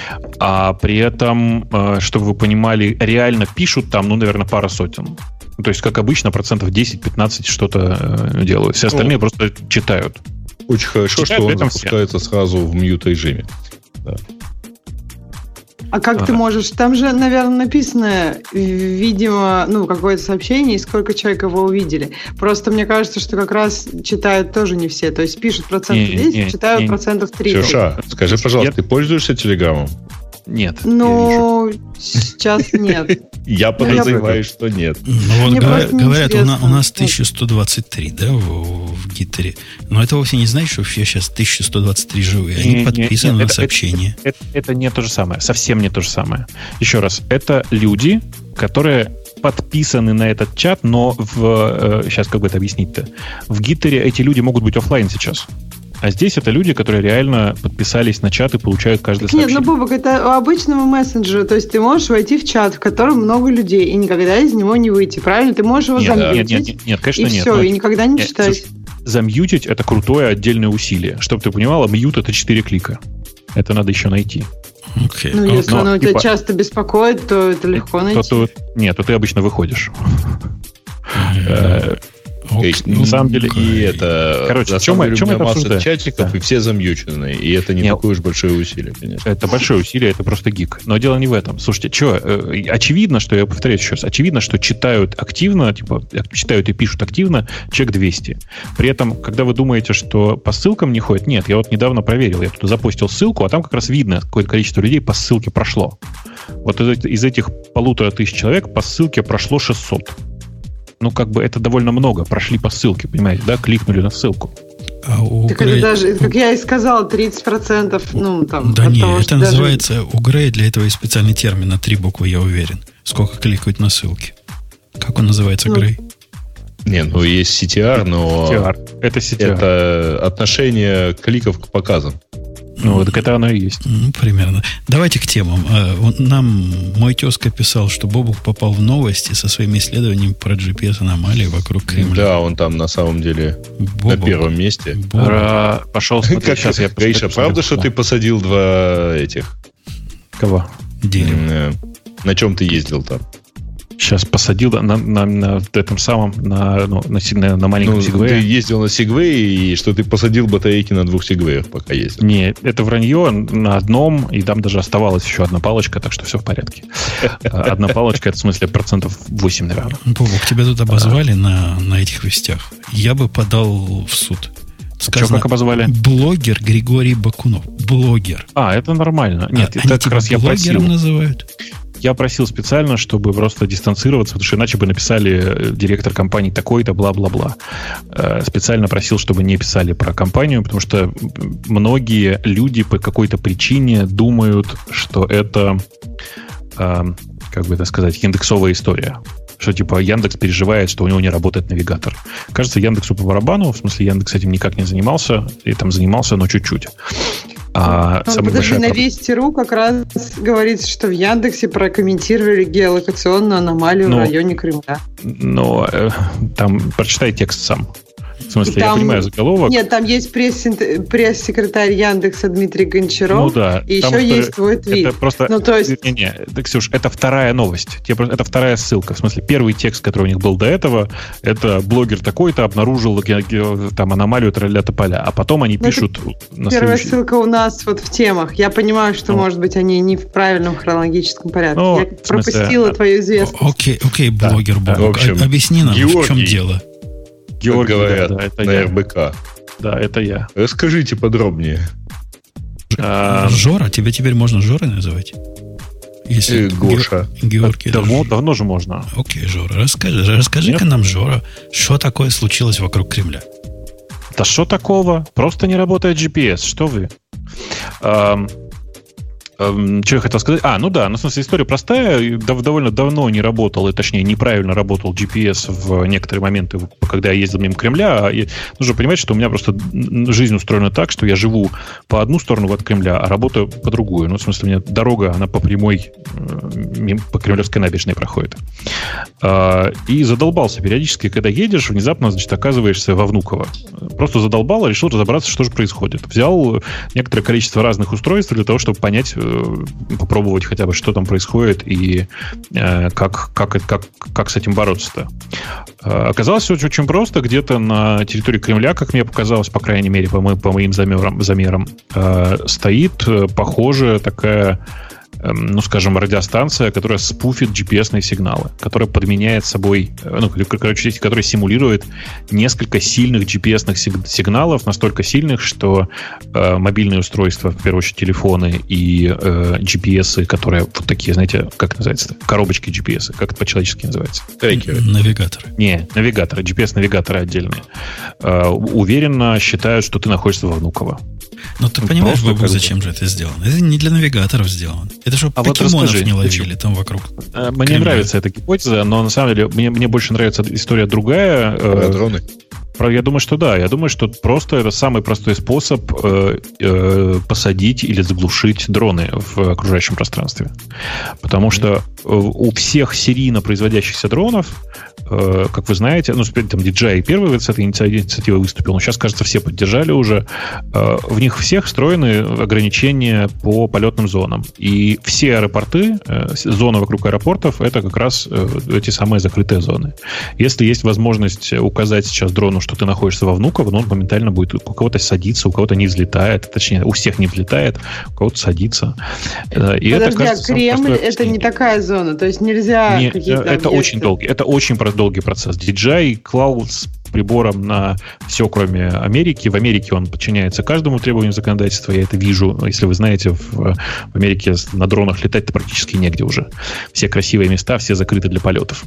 а при этом, э, чтобы вы понимали, реально пишут там, ну, наверное, пара сотен. То есть, как обычно, процентов десять-пятнадцать что-то э, делают. Все остальные ну, просто читают. Очень хорошо, читают, что он запускается все. Сразу в мьют-режиме. Да. А как а. ты можешь? Там же, наверное, написано, видимо, ну, какое-то сообщение, и сколько человек его увидели. Просто мне кажется, что как раз читают тоже не все. То есть пишут процентов десять, читают не, процентов тридцать. Ксюша, скажи, пожалуйста, я... ты пользуешься Телеграмом? Нет. Ну, сейчас нет. Я подозреваю, что нет. Вот говорят, у нас тысяча сто двадцать три, да, в Гиттере. Но это вовсе не значит, что все сейчас тысяча сто двадцать три живые. Они подписаны на сообщения. Это не то же самое. Совсем не то же самое. Еще раз, это люди, которые подписаны на этот чат, но в... Сейчас как бы это объяснить-то? В Гиттере эти люди могут быть офлайн сейчас. А здесь это люди, которые реально подписались на чат и получают каждое так сообщение. Нет, ну, Бобок, это у обычного мессенджера. То есть ты можешь войти в чат, в котором много людей, и никогда из него не выйти. Правильно? Ты можешь его нет, замьютить. Нет, нет, нет, конечно, и нет. все, и никогда не нет, читать. Слушай, замьютить — это крутое отдельное усилие. Чтобы ты понимала, мьют — это четыре клика. Это надо еще найти. Okay. Ну, если но, оно типа, тебя часто беспокоит, то это легко то, найти. То, то, нет, то ты обычно выходишь. Okay. На самом деле, и это... Короче, в чем, деле, чем это масса чатиков, да. И все замьючены. И это не Нет, такое уж большое усилие, конечно. Это большое усилие, это просто гик. Но дело не в этом. Слушайте, что, э, очевидно, что, я повторяю еще раз, очевидно, что читают активно, типа, читают и пишут активно человек двести. При этом, когда вы думаете, что по ссылкам не ходят, нет, я вот недавно проверил, я тут запустил ссылку, а там как раз видно, какое количество людей по ссылке прошло. Вот из, из этих полутора тысяч человек по ссылке прошло шестьсот. Ну, как бы это довольно много. Прошли по ссылке, понимаете, да? Кликнули на ссылку. А у так Грей... это даже, как я и сказала, тридцать процентов, ну, там... Да нет, того, это называется... Даже... У Грея для этого есть специальный термин на три буквы, я уверен. Сколько кликают на ссылки. Как он называется, ну, Грей? Не, ну, есть си ти ар, но... си ти ар. Это си ти ар. Это отношение кликов к показам. Ну, так это оно и есть. Ну, примерно. Давайте к темам. Нам мой тезка писал, что Бобук попал в новости со своими исследованиями про джи пи эс-аномалии вокруг Кремля. Да, он там на самом деле Бобук. На первом месте. Ра... Пошел смотреть. Сейчас я Гриша, правда, что ты посадил два этих? Кого? Дерево. На чем ты ездил там? Сейчас посадил на, на, на этом самом, на, ну, на, на маленьком ну, Сигвее. Ты ездил на Сигвее, и что ты посадил батарейки на двух Сигвеях, пока ездил. Нет, это вранье на одном, и там даже оставалась еще одна палочка, так что все в порядке. Одна палочка, это в смысле процентов восемь, наверное. Бобок, тебя тут обозвали на, на этих вестях. Я бы подал в суд. Сказано, что, как обозвали? Блогер Григорий Бакунов. Блогер. А, это нормально. Нет, а, это как раз я просил. Блогером называют? Я просил специально, чтобы просто дистанцироваться, потому что иначе бы написали директор компании такой-то, бла-бла-бла. Специально просил, чтобы не писали про компанию, потому что многие люди по какой-то причине думают, что это, как бы это сказать, индексовая история. Что типа Яндекс переживает, что у него не работает навигатор. Кажется, Яндексу по барабану, в смысле Яндекс этим никак не занимался, и там занимался, но чуть-чуть. А ну, подожди, на Вести.ру как раз говорится, что в Яндексе прокомментировали геолокационную аномалию но, в районе Кремля. Но э, там прочитай текст сам. В смысле, там, я понимаю заголовок. Нет, там есть пресс- пресс-секретарь Яндекса Дмитрий Гончаров. Ну да. И еще есть твой твит. Это просто... Ну, то есть... Не-не, да, Ксюш, это вторая новость. Это вторая ссылка. В смысле, первый текст, который у них был до этого, это блогер такой-то обнаружил там аномалию тролля тополя. А потом они пишут... На первая следующий... ссылка у нас вот в темах. Я понимаю, что, ну, может быть, они не в правильном хронологическом порядке. Ну, я смысле... пропустила твою известность. Окей, окей, блогер, да, Бобок. Да. Объясни нам, Георгий. В чем дело. Георгий, говорят, да, это на я. эр бэ ка. Да, это я. Расскажите подробнее. А, Жора? Тебя теперь можно Жорой называть? Если Гоша. Георгий. Давно, давно же можно. Окей, Жора, расскажи, расскажи-ка нам, Жора, что такое случилось вокруг Кремля? Да что такого? Просто не работает джи пи эс. Что вы? А, Что я хотел сказать? А, ну да, ну, в смысле, история простая. Довольно давно не работал, и, точнее, неправильно работал джи пи эс в некоторые моменты, когда я ездил мимо Кремля. И нужно понимать, что у меня просто жизнь устроена так, что я живу по одну сторону от Кремля, а работаю по другую. Ну, в смысле, у меня дорога, она по прямой, по Кремлевской набережной проходит. И задолбался периодически, когда едешь, внезапно, значит, оказываешься во Внуково. Просто задолбал, решил разобраться, что же происходит. Взял некоторое количество разных устройств для того, чтобы понять, попробовать хотя бы, что там происходит и э, как, как, как, как с этим бороться-то. Э, оказалось очень, очень просто. Где-то на территории Кремля, как мне показалось, по крайней мере, по, мо- по моим замерам, замерам э, стоит, э, похоже, такая ну, скажем, радиостанция, которая спуфит джи пи эс-ные сигналы, которая подменяет собой, ну, короче, которая симулирует несколько сильных джи пи эс-ных сигналов, настолько сильных, что э, мобильные устройства, в первую очередь телефоны и э, джи пи эс, которые вот такие, знаете, как называется, коробочки джи пи эс, как это по-человечески называется? Трекеры. Навигаторы. Не, навигаторы, джи пи эс-навигаторы отдельные. Э, уверенно считают, что ты находишься во Внуково. Ну, ты понимаешь, Бобук, зачем же это сделано? Это не для навигаторов сделано. Это чтобы а покемонов вот расскажи, не ловили почему? Там вокруг. Мне Кремля. Нравится эта гипотеза, но на самом деле мне, мне больше нравится история другая. Про дроны? Я думаю, что да. Я думаю, что просто это самый простой способ э, э, посадить или заглушить дроны в окружающем пространстве. Потому что у всех серийно производящихся дронов, э, как вы знаете, ну, там ди джей ай первый с этой инициативой выступил, но сейчас, кажется, все поддержали уже. Э, в них всех встроены ограничения по полетным зонам. И все аэропорты, э, зоны вокруг аэропортов, это как раз э, эти самые закрытые зоны. Если есть возможность указать сейчас дрону, что ты находишься во Внуково, но он моментально будет у кого-то садиться, у кого-то не взлетает, точнее, у всех не взлетает, у кого-то садится. И Подожди, это, кажется, а Кремль это не такая зона, то есть нельзя не, какие-то... Это очень долгий, это очень долгий процесс. ди джей ай клал с прибором на все, кроме Америки. В Америке он подчиняется каждому требованию законодательства, я это вижу. Если вы знаете, в, в Америке на дронах летать-то практически негде уже. Все красивые места, все закрыты для полетов.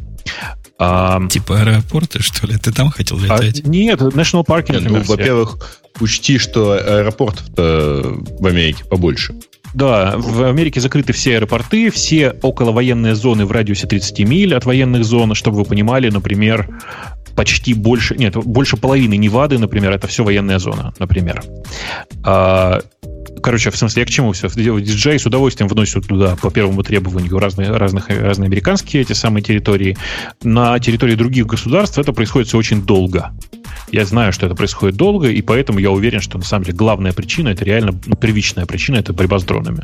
А, типа аэропорты, что ли? Ты там хотел летать? А, нет, National Park, например. Ну, во-первых, учти, что аэропортов-то в Америке побольше. Да, в Америке закрыты все аэропорты, все околовоенные зоны в радиусе тридцать миль от военных зон, чтобы вы понимали, например, почти больше, нет, больше половины Невады, например, это все военная зона, например. А, короче, в смысле, я к чему все? ди джей ай с удовольствием вносят туда по первому требованию разные, разных, разные американские эти самые территории. На территории других государств это происходит все очень долго. Я знаю, что это происходит долго, и поэтому я уверен, что на самом деле главная причина, это реально ну, первичная причина, это борьба с дронами.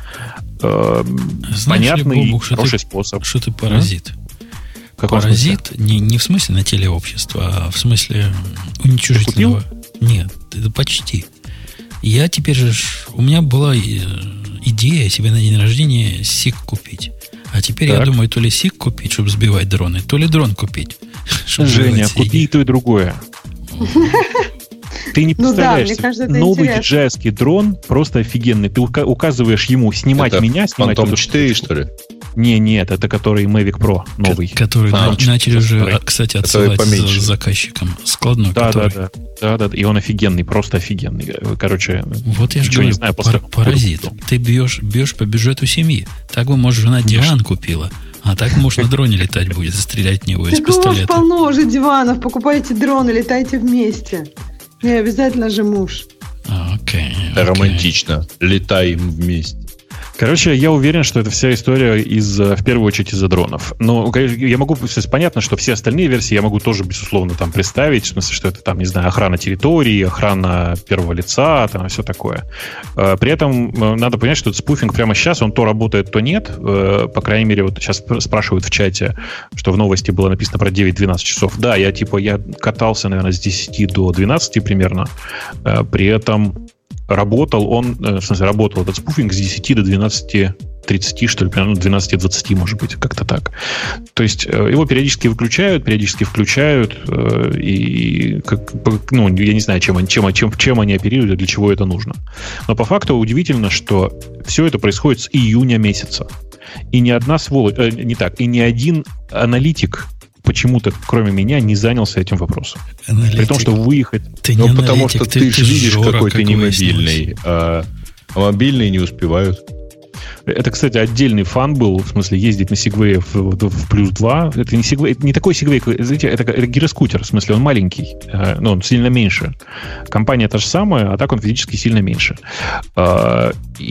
Знаешь Понятный, ли, Бобук, хороший ты, способ. Что ты паразит? А? Паразит не, не в смысле на теле общества, а в смысле уничижительного. Нет, это почти. Я теперь же... У меня была идея себе на день рождения сик купить. А теперь так. Я думаю, то ли сик купить, чтобы сбивать дроны, то ли дрон купить. Женя, купи и то, и другое. Ты не представляешь, ну, да, кажется, новый ди джей ай-ский дрон просто офигенный. Ты указываешь ему снимать это меня, снимать... Phantom четыре, что ли? Не, нет, это который Mavic Pro новый. К- который а, начали уже, кстати, отсылать за заказчиком. Складной, да, который... Да, да, да, да. И он офигенный, просто офигенный. Короче, вот я же говорю, не знаю, пар- паразит. Ты бьешь, бьешь по бюджету семьи. Так бы, может, жена диван купила. А так, может, на дроне летать будет, стрелять в него из пистолета. Так у вас полно уже диванов. Покупайте дроны, летайте вместе. Не обязательно же муж. Окей. Okay, okay. Романтично. Летаем вместе. Короче, я уверен, что это вся история из, в первую очередь из-за дронов. Но я могу, понятно, что все остальные версии я могу тоже, безусловно, там представить, в смысле, что это там, не знаю, охрана территории, охрана первого лица, там все такое. При этом надо понять, что этот спуфинг прямо сейчас, он то работает, то нет. По крайней мере, вот сейчас спрашивают в чате, что в новости было написано про девять-двенадцать часов. Да, я типа, я катался, наверное, с десяти до двенадцати примерно. При этом работал он, в смысле, работал этот спуфинг с десяти до двенадцати тридцати, что ли, примерно двенадцати двадцати, может быть, как-то так. То есть его периодически выключают, периодически включают, и, как, ну, я не знаю, чем, чем, чем, чем они оперируют и для чего это нужно. Но по факту удивительно, что все это происходит с июня месяца. И ни одна сволочь, э, не так, и ни один аналитик почему-то, кроме меня, не занялся этим вопросом. Аналитик. При том, что выехать... Ты ну, не потому аналитик, что ты, ты же видишь, какой ты не мобильный, а, а мобильные не успевают. Это, кстати, отдельный фан был, в смысле, ездить на Сегвее в, в, в плюс два. Это не Сегвей, это не такой Сегвей, знаете, это, это гироскутер, в смысле, он маленький, э, ну, он сильно меньше. Компания та же самая, а так он физически сильно меньше. Э,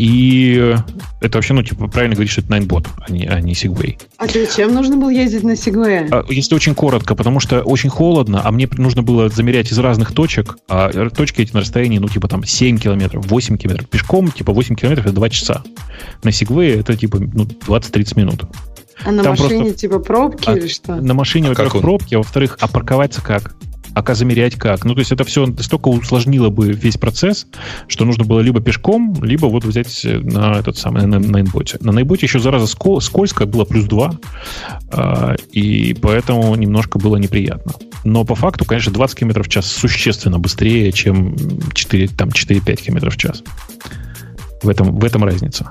и это вообще, ну, типа, правильно говорить, что это Ninebot, а не, а не Segway. А зачем нужно было ездить на Segway? А, если очень коротко, потому что очень холодно, а мне нужно было замерять из разных точек, а точки эти на расстоянии, ну, типа, там, семь километров, восемь километров. Пешком, типа, восемь километров — это два часа. На Segway это типа ну, двадцать-тридцать минут. А на Там машине просто... типа пробки а, или что? На машине, а во-первых, пробки, а во-вторых, а парковаться как? А замерять как? Ну, то есть это все настолько усложнило бы весь процесс, что нужно было либо пешком, либо вот взять на этот самый, на, на инботе. На инботе еще, зараза, скол, скользко, было плюс два, э, и поэтому немножко было неприятно. Но по факту, конечно, двадцать километров в час существенно быстрее, чем четыре, там, четыре-пять километров в час. В этом, в этом разница.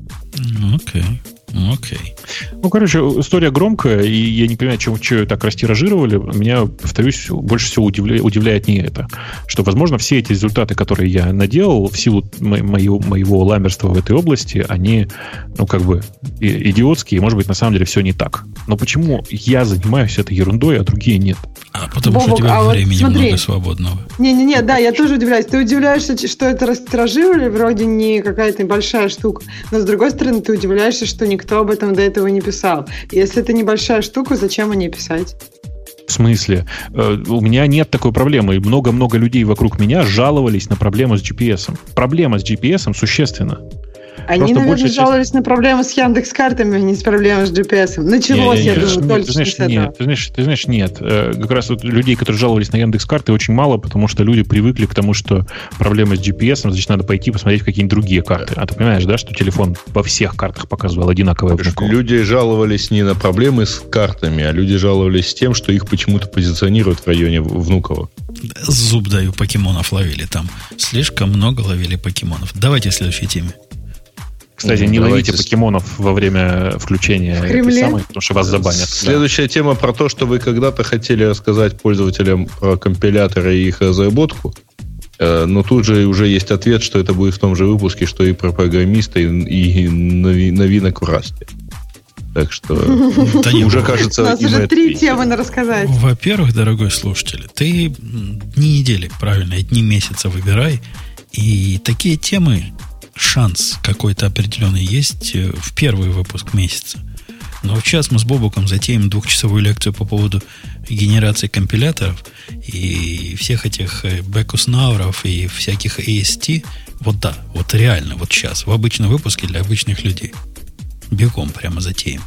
Окей. Okay. Окей. Okay. Ну, короче, история громкая, и я не понимаю, чем, что ее так растиражировали. Меня, повторюсь, больше всего удивляет, удивляет не это. Что, возможно, все эти результаты, которые я наделал, в силу мо- моего, моего ламерства в этой области, они, ну, как бы идиотские, и, может быть, на самом деле все не так. Но почему я занимаюсь этой ерундой, а другие нет? А потому Бобок, что у тебя а времени вот много свободного. Не-не-не, да, я тоже удивляюсь. Ты удивляешься, что это растиражировали, вроде не какая-то большая штука. Но, с другой стороны, ты удивляешься, что никто об этом до этого не писал. Если это небольшая штука, зачем о ней писать? В смысле? У меня нет такой проблемы. И много-много людей вокруг меня жаловались на проблему с джи пи эс. Проблема с джи пи эс существенна. Они, наверное, жаловались часть... на проблемы с Яндекс.Картами, а не с проблемами с джи пи эс. Началось, не, не, я не, думаю, нет, только ты знаешь, с этого. Нет, ты знаешь, ты знаешь, нет. Как раз вот людей, которые жаловались на Яндекс.Карты, очень мало, потому что люди привыкли к тому, что проблемы с джи пи эс, значит, надо пойти посмотреть какие-нибудь другие карты. А ты понимаешь, да, что телефон во всех картах показывал одинаковое окно? Люди жаловались не на проблемы с картами, а люди жаловались тем, что их почему-то позиционируют в районе Внуково. Зуб даю, покемонов ловили там. Слишком много ловили покемонов. Давайте к следующей теме. Кстати, не Давайте... ловите покемонов во время включения этой самой, потому что вас забанят. Следующая да. тема про то, что вы когда-то хотели рассказать пользователям про компиляторы и их разработку, но тут же уже есть ответ, что это будет в том же выпуске, что и про программиста, и, и новинок в Расте. Так что уже кажется... У нас уже три темы на рассказать. Во-первых, дорогой слушатель, ты дни недели, правильно, дни месяца выбирай, и такие темы... Шанс какой-то определенный есть в первый выпуск месяца. Но сейчас мы с Бобуком затеем двухчасовую лекцию по поводу генерации компиляторов и всех этих бэкуснауэров и всяких эй эс ти. Вот да, вот реально, вот сейчас, в обычном выпуске для обычных людей. Бегом прямо затеем.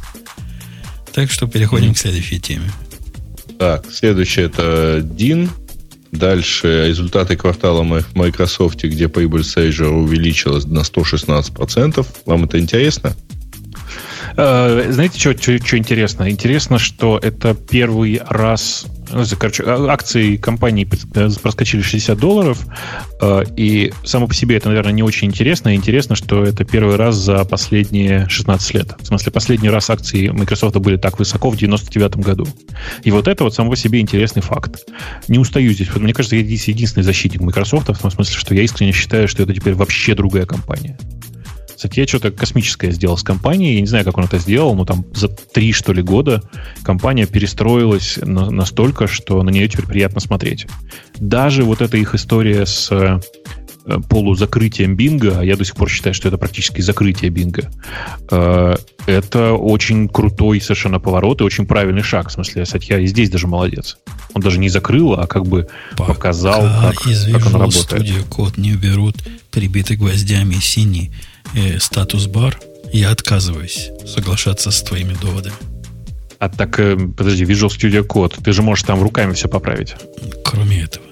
Так что переходим mm. к следующей теме. Так, следующее это дин. Дальше результаты квартала в Microsoft, где прибыль с Azure увеличилась на сто шестнадцать процентов. Вам это интересно? Знаете, что, что, что интересно? Интересно, что это первый раз... Короче, акции компании проскочили шестьдесят долларов, и само по себе это, наверное, не очень интересно. Интересно, что это первый раз за последние шестнадцать лет. В смысле, последний раз акции Microsoft были так высоко в девяносто девятом году. И вот это вот само по себе интересный факт. Не устаю здесь. Мне кажется, я здесь единственный защитник Microsoft, в том смысле, что я искренне считаю, что это теперь вообще другая компания. Кстати, я что-то космическое сделал с компанией. Я не знаю, как он это сделал, но там за три, что ли, года компания перестроилась на, настолько, что на нее теперь приятно смотреть. Даже вот эта их история с э, полузакрытием Бинга, а я до сих пор считаю, что это практически закрытие Бинга, э, это очень крутой совершенно поворот и очень правильный шаг. В смысле, Сатья и здесь даже молодец. Он даже не закрыл, а как бы Пока показал, как, из как он работает. Studio Code не уберут прибитый гвоздями синий статус-бар, я отказываюсь соглашаться с твоими доводами. А так, подожди, Visual Studio Code, ты же можешь там руками все поправить. Кроме этого.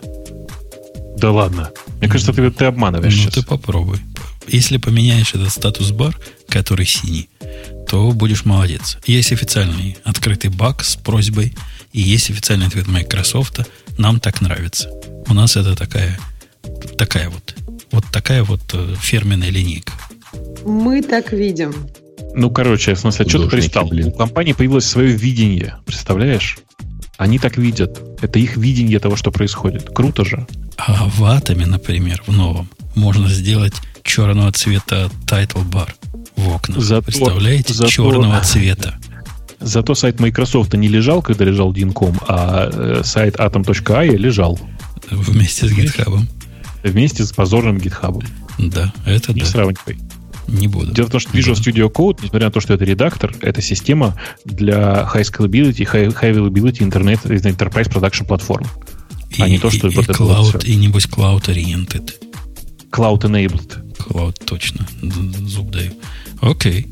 Да ладно. Мне кажется, ты, ты обманываешь ну, сейчас. Ну, ты попробуй. Если поменяешь этот статус-бар, который синий, то будешь молодец. Есть официальный открытый баг с просьбой, и есть официальный ответ Microsoft. Нам так нравится. У нас это такая, такая вот, вот такая вот фирменная линейка. Мы так видим. Ну, короче, в смысле, что ты пристал? Блин. У компании появилось свое видение, представляешь? Они так видят. Это их видение того, что происходит. Круто же. А в Атоме, например, в новом, можно сделать черного цвета title-бар в окнах. Зато, представляете? Зато, черного цвета. Зато сайт Microsoft не лежал, когда лежал Динком, а сайт atom точка ай лежал. Вместе с GitHub. Вместе с позорным GitHub. Да, это не да. Не сравнивай. Не буду. Дело в том, что Visual Studio Code, несмотря на то, что это редактор, это система для high scalability, high, high availability интернет, enterprise production платформ. И, а не то, что и, вот и, это cloud, вот и небось cloud-oriented. Cloud-enabled. Cloud, точно. Зуб даю. Окей.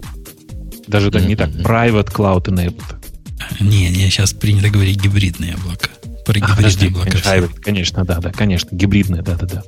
Даже mm-hmm. не так. Private cloud-enabled. Не, не, сейчас принято говорить гибридные облака. Про гибридные блока. Конечно, да, да, конечно, гибридные, да, да, да.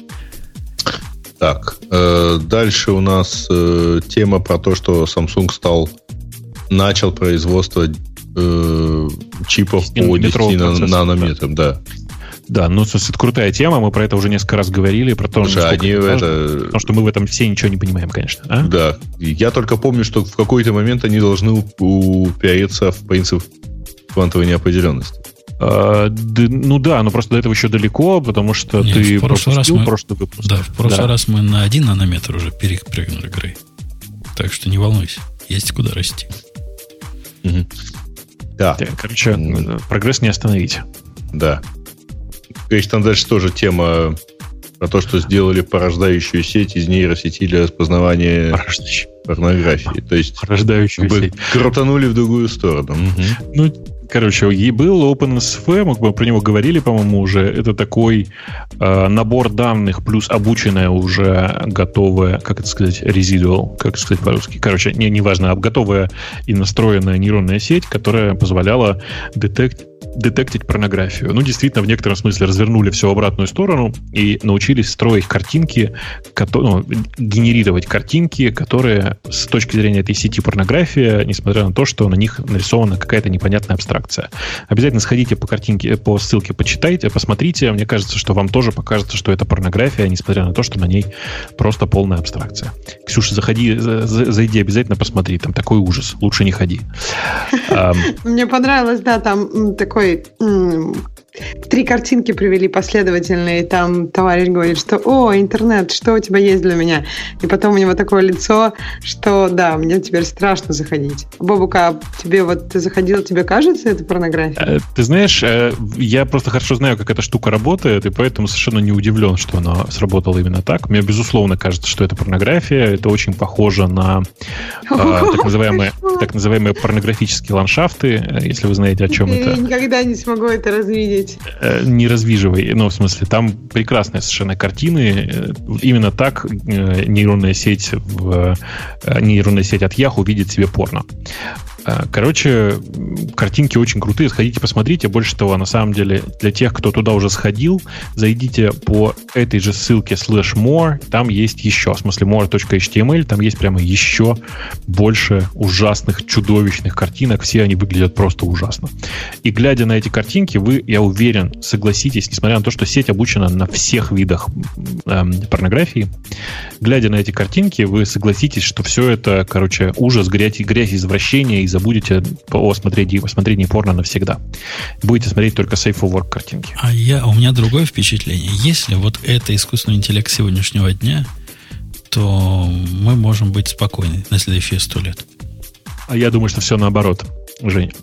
Так, э, дальше у нас э, тема про то, что Samsung стал, начал производство э, чипов по десяти нанометрам, да. Да, ну, это крутая тема, мы про это уже несколько раз говорили, про то, что они это это... потому что мы в этом все ничего не понимаем, конечно. А? Да, я только помню, что в какой-то момент они должны упереться в принцип квантовой неопределенности. А, да, ну да, но просто до этого еще далеко, потому что Нет, ты в прошлый раз мы, прошлый выпуск. Да, в прошлый да. раз мы на один нанометр уже перепрыгнули, Грей. Так что не волнуйся, есть куда расти. Угу. Да. да. Короче, mm. прогресс не остановить. Да. Конечно, там дальше тоже тема про то, что сделали порождающую сеть из нейросети для распознавания порнографии. То есть порождающую как бы сеть. Крутанули в другую сторону. Угу. Ну, короче, был OpenSV, мы про него говорили, по-моему, уже. Это такой э, набор данных плюс обученная уже готовая, как это сказать, residual, как сказать по-русски. Короче, не, неважно, а готовая и настроенная нейронная сеть, которая позволяла детект детектить порнографию. Ну, действительно, в некотором смысле развернули все в обратную сторону и научились строить картинки, ну, генерировать картинки, которые с точки зрения этой сети порнография, несмотря на то, что на них нарисована какая-то непонятная абстракция. Обязательно сходите по картинке, по ссылке, почитайте, посмотрите. Мне кажется, что вам тоже покажется, что это порнография, несмотря на то, что на ней просто полная абстракция. Ксюша, заходи, зайди, обязательно посмотри. Там такой ужас. Лучше не ходи. Мне понравилось, да, там такой три картинки привели последовательные, и там товарищ говорит, что «О, интернет, что у тебя есть для меня?» И потом у него такое лицо, что да, мне теперь страшно заходить. Бобука, тебе вот ты заходил, тебе кажется это порнография? Ты знаешь, я просто хорошо знаю, как эта штука работает, и поэтому совершенно не удивлен, что она сработала именно так. Мне, безусловно, кажется, что это порнография. Это очень похоже на э, так называемые, так называемые порнографические ландшафты, если вы знаете, о чем я это. Я никогда не смогу это развидеть. Не развиживай. Ну, в смысле, там прекрасные совершенно картины. Именно так нейронная сеть, в, нейронная сеть от Yahoo видит себе порно. Короче, картинки очень крутые. Сходите, посмотрите. Больше того, на самом деле, для тех, кто туда уже сходил, зайдите по этой же ссылке slash more. Там есть еще, в смысле more точка эйч ти эм эль, там есть прямо еще больше ужасных, чудовищных картинок. Все они выглядят просто ужасно. И глядя на эти картинки, вы, я уверен, согласитесь, несмотря на то, что сеть обучена на всех видах э, порнографии, глядя на эти картинки, вы согласитесь, что все это, короче, ужас, грязь, грязь извращения, и забудете о смотрении, о смотрении порно навсегда. Будете смотреть только safe for work картинки. А я, у меня другое впечатление. Если вот это искусственный интеллект сегодняшнего дня, то мы можем быть спокойны на следующие сто лет. А я думаю, что все наоборот, Жень.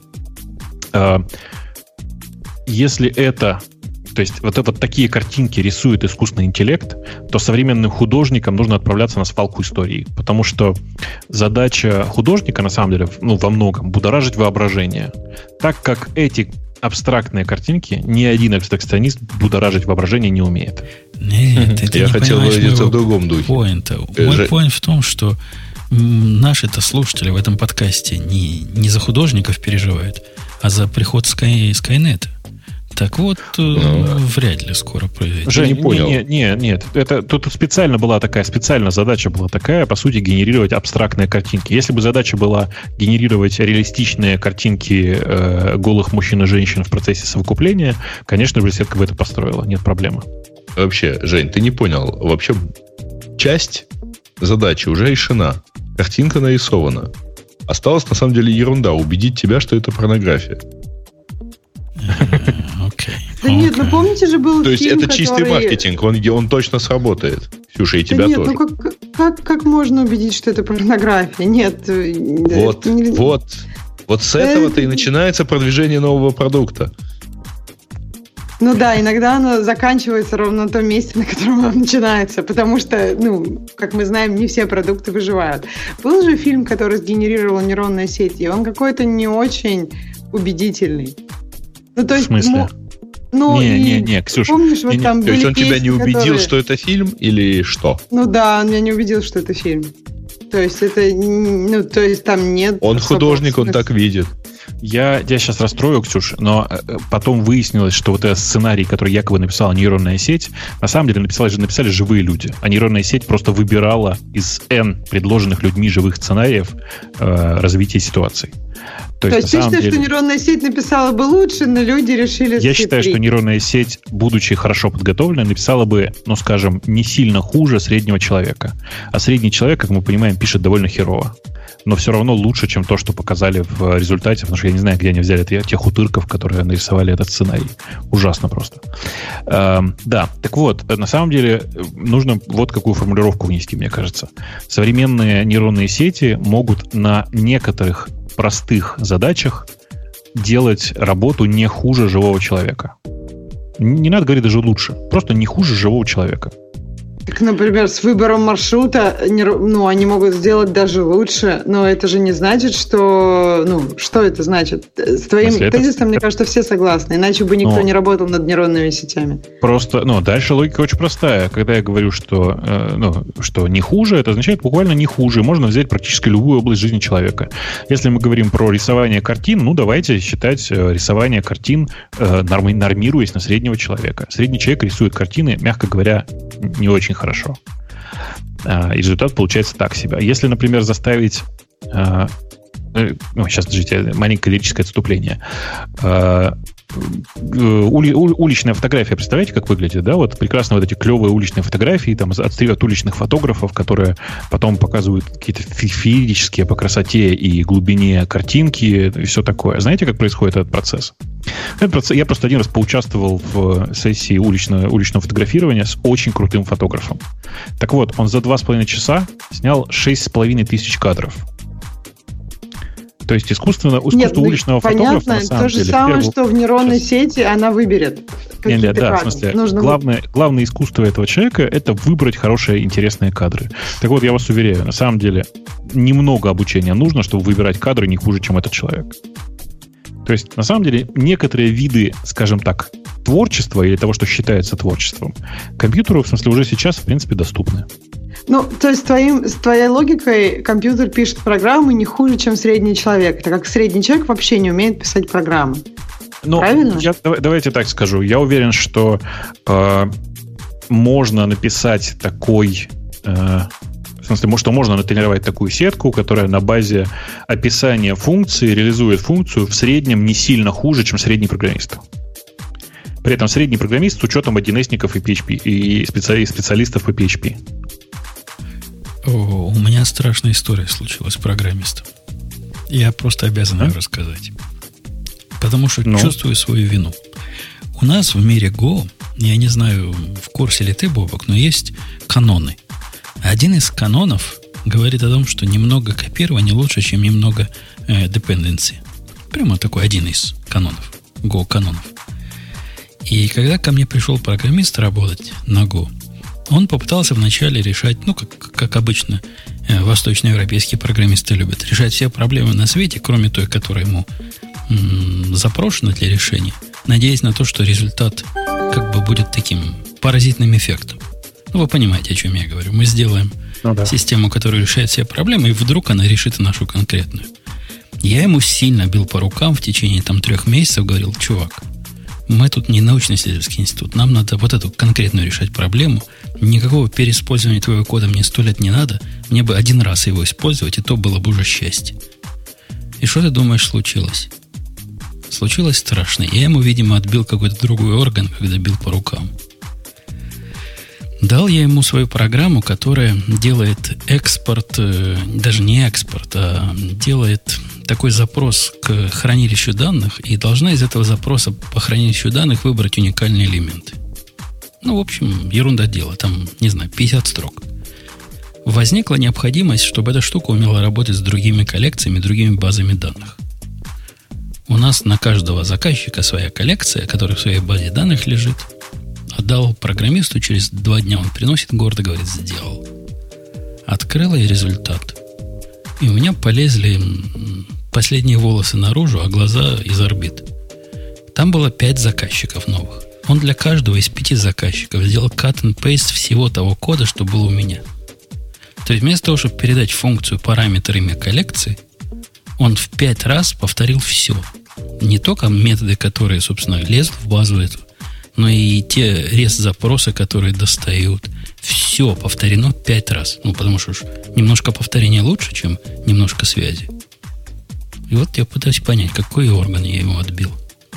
Если это, то есть вот, это, вот такие картинки рисует искусственный интеллект, то современным художникам нужно отправляться на свалку истории, потому что задача художника, на самом деле, ну, во многом, будоражить воображение. Так как эти абстрактные картинки ни один абстракционист будоражить воображение не умеет. Нет, это я не хотел выразиться в другом духе. Поинта. Мой поинт в том, что наши-то слушатели в этом подкасте не, не за художников переживают, а за приход Sky, Skynet. Так вот, ну, вряд ли скоро произойдет. Жень, не понял. Нет, нет, нет. Это, тут специально была такая, специально задача была такая, по сути, генерировать абстрактные картинки. Если бы задача была генерировать реалистичные картинки э, голых мужчин и женщин в процессе совокупления, конечно же, сетка бы это построила. Нет проблемы. Вообще, Жень, ты не понял. Вообще, часть задачи уже решена. Картинка нарисована. Осталась, на самом деле, ерунда. Убедить тебя, что это порнография. Окей. Да нет, ну помните же был То есть фильм, это чистый который... маркетинг, он, он точно сработает. Ксюша, и Да тебя нет, тоже. ну как, как, как можно убедить, что это порнография? Нет. Вот, не... вот. Вот с этого-то и начинается продвижение нового продукта. Ну да, иногда оно заканчивается ровно на том месте, на котором оно начинается, потому что, ну, как мы знаем, не все продукты выживают. Был же фильм, который сгенерировал нейронная сеть, и он какой-то не очень убедительный. Ну, то есть, в смысле? Ну, не, и не, не, Ксюша. Помнишь, вот не, там То были есть он тебя не убедил, которые... что это фильм, или что? Ну да, он меня не убедил, что это фильм. То есть это, ну, то есть там нет... Он художник, он так видит. Я тебя сейчас расстрою, Ксюш, но потом выяснилось, что вот этот сценарий, который якобы написала нейронная сеть, на самом деле написали, написали живые люди. А нейронная сеть просто выбирала из N предложенных людьми живых сценариев э, развитие ситуаций. То, То есть, ты считаешь, деле... что нейронная сеть написала бы лучше, но люди решили... Я считаю, что нейронная сеть, будучи хорошо подготовленной, написала бы, ну, скажем, не сильно хуже среднего человека. А средний человек, как мы понимаем, пишет довольно херово. Но все равно лучше, чем то, что показали в результате, потому что я не знаю, где они взяли тех утырков, которые нарисовали этот сценарий. Ужасно просто. Эм, да, так вот, на самом деле нужно вот какую формулировку внести, мне кажется. Современные нейронные сети могут на некоторых простых задачах делать работу не хуже живого человека. Не надо говорить даже лучше. Просто не хуже живого человека. Так, например, с выбором маршрута, ну, они могут сделать даже лучше, но это же не значит, что... Ну, что это значит? С твоим Если тезисом, это... мне кажется, все согласны, иначе бы никто но... не работал над нейронными сетями. Просто, ну, дальше логика очень простая. Когда я говорю, что, э, ну, что не хуже, это означает буквально не хуже. Можно взять практически любую область жизни человека. Если мы говорим про рисование картин, ну, давайте считать э, рисование картин, э, норми- нормируясь на среднего человека. Средний человек рисует картины, мягко говоря, не очень хорошо. И результат получается так себе. Если, например, заставить... Ну, сейчас, подождите, маленькое лирическое отступление. Ули, уличная фотография, представляете, как выглядит, да? Вот прекрасно вот эти клевые уличные фотографии там, от, от уличных фотографов, которые потом показывают какие-то феерические по красоте и глубине картинки и все такое. Знаете, как происходит этот процесс? Этот процесс я просто один раз поучаствовал в сессии уличного, уличного фотографирования с очень крутым фотографом. Так вот, он за два с половиной часа снял шесть с половиной тысяч кадров. То есть искусственно, искусство Нет, уличного понятно, фотографа, на самом то же деле, самое, первую... что в нейронной Сейчас. сети она выберет. Нет, нет, да, в смысле, Нужно... главное, главное искусство этого человека — это выбрать хорошие, интересные кадры. Так вот, я вас уверяю, на самом деле, немного обучения нужно, чтобы выбирать кадры не хуже, чем этот человек. То есть, на самом деле, некоторые виды, скажем так, творчества или того, что считается творчеством, компьютеру, в смысле, уже сейчас, в принципе, доступны. Ну, то есть твоим, с твоей логикой компьютер пишет программы не хуже, чем средний человек, так как средний человек вообще не умеет писать программы. Ну, правильно? Я, давайте так скажу. Я уверен, что э, можно написать такой... Э, в смысле, что можно натренировать такую сетку, которая на базе описания функции реализует функцию в среднем не сильно хуже, чем средний программист. При этом средний программист с учетом один эсников и пи эйч пи, и специалистов по пи эйч пи. О, у меня страшная история случилась с программистом. Я просто обязан а? ее рассказать. Потому что ну? чувствую свою вину. У нас в мире Go, я не знаю, в курсе ли ты, Бобок, но есть каноны. Один из канонов говорит о том, что немного копирования лучше, чем немного э, dependency. Прямо такой один из канонов. Go канонов. И когда ко мне пришел программист работать на Go, он попытался вначале решать, ну, как, как обычно э, восточноевропейские программисты любят, решать все проблемы на свете, кроме той, которая ему м- запрошена для решения, надеясь на то, что результат как бы будет таким паразитным эффектом. Ну, вы понимаете, о чем я говорю. Мы сделаем ну, да. систему, которая решает все проблемы, и вдруг она решит и нашу конкретную. Я ему сильно бил по рукам в течение там трех месяцев, говорил: чувак, мы тут не научно-исследовательский институт, нам надо вот эту конкретную решать проблему. Никакого переиспользования твоего кода мне сто лет не надо. Мне бы один раз его использовать, и то было бы уже счастье. И что ты думаешь случилось? Случилось страшно. Я ему, видимо, отбил какой-то другой орган, когда бил по рукам. Дал я ему свою программу, которая делает экспорт, даже не экспорт, а делает такой запрос к хранилищу данных и должна из этого запроса по хранилищу данных выбрать уникальные элементы. Ну, в общем, ерунда дела. Там, не знаю, пятьдесят строк. Возникла необходимость, чтобы эта штука умела работать с другими коллекциями, другими базами данных. У нас на каждого заказчика своя коллекция, которая в своей базе данных лежит. Отдал программисту, через два дня он приносит, гордо говорит: сделал. Открыла и результат. И у меня полезли последние волосы наружу, а глаза из орбит. Там было пять заказчиков новых. Он для каждого из пяти заказчиков сделал cut and paste всего того кода, что было у меня. То есть вместо того, чтобы передать функцию параметр имя коллекции, Он в пять раз повторил все. Не только методы, которые, собственно, лезут в базу эту, но и те рез-запросы, которые достают. Все повторено пять раз. Ну, потому что уж немножко повторения лучше, чем немножко связи. И вот я пытаюсь понять, какой орган я ему отбил.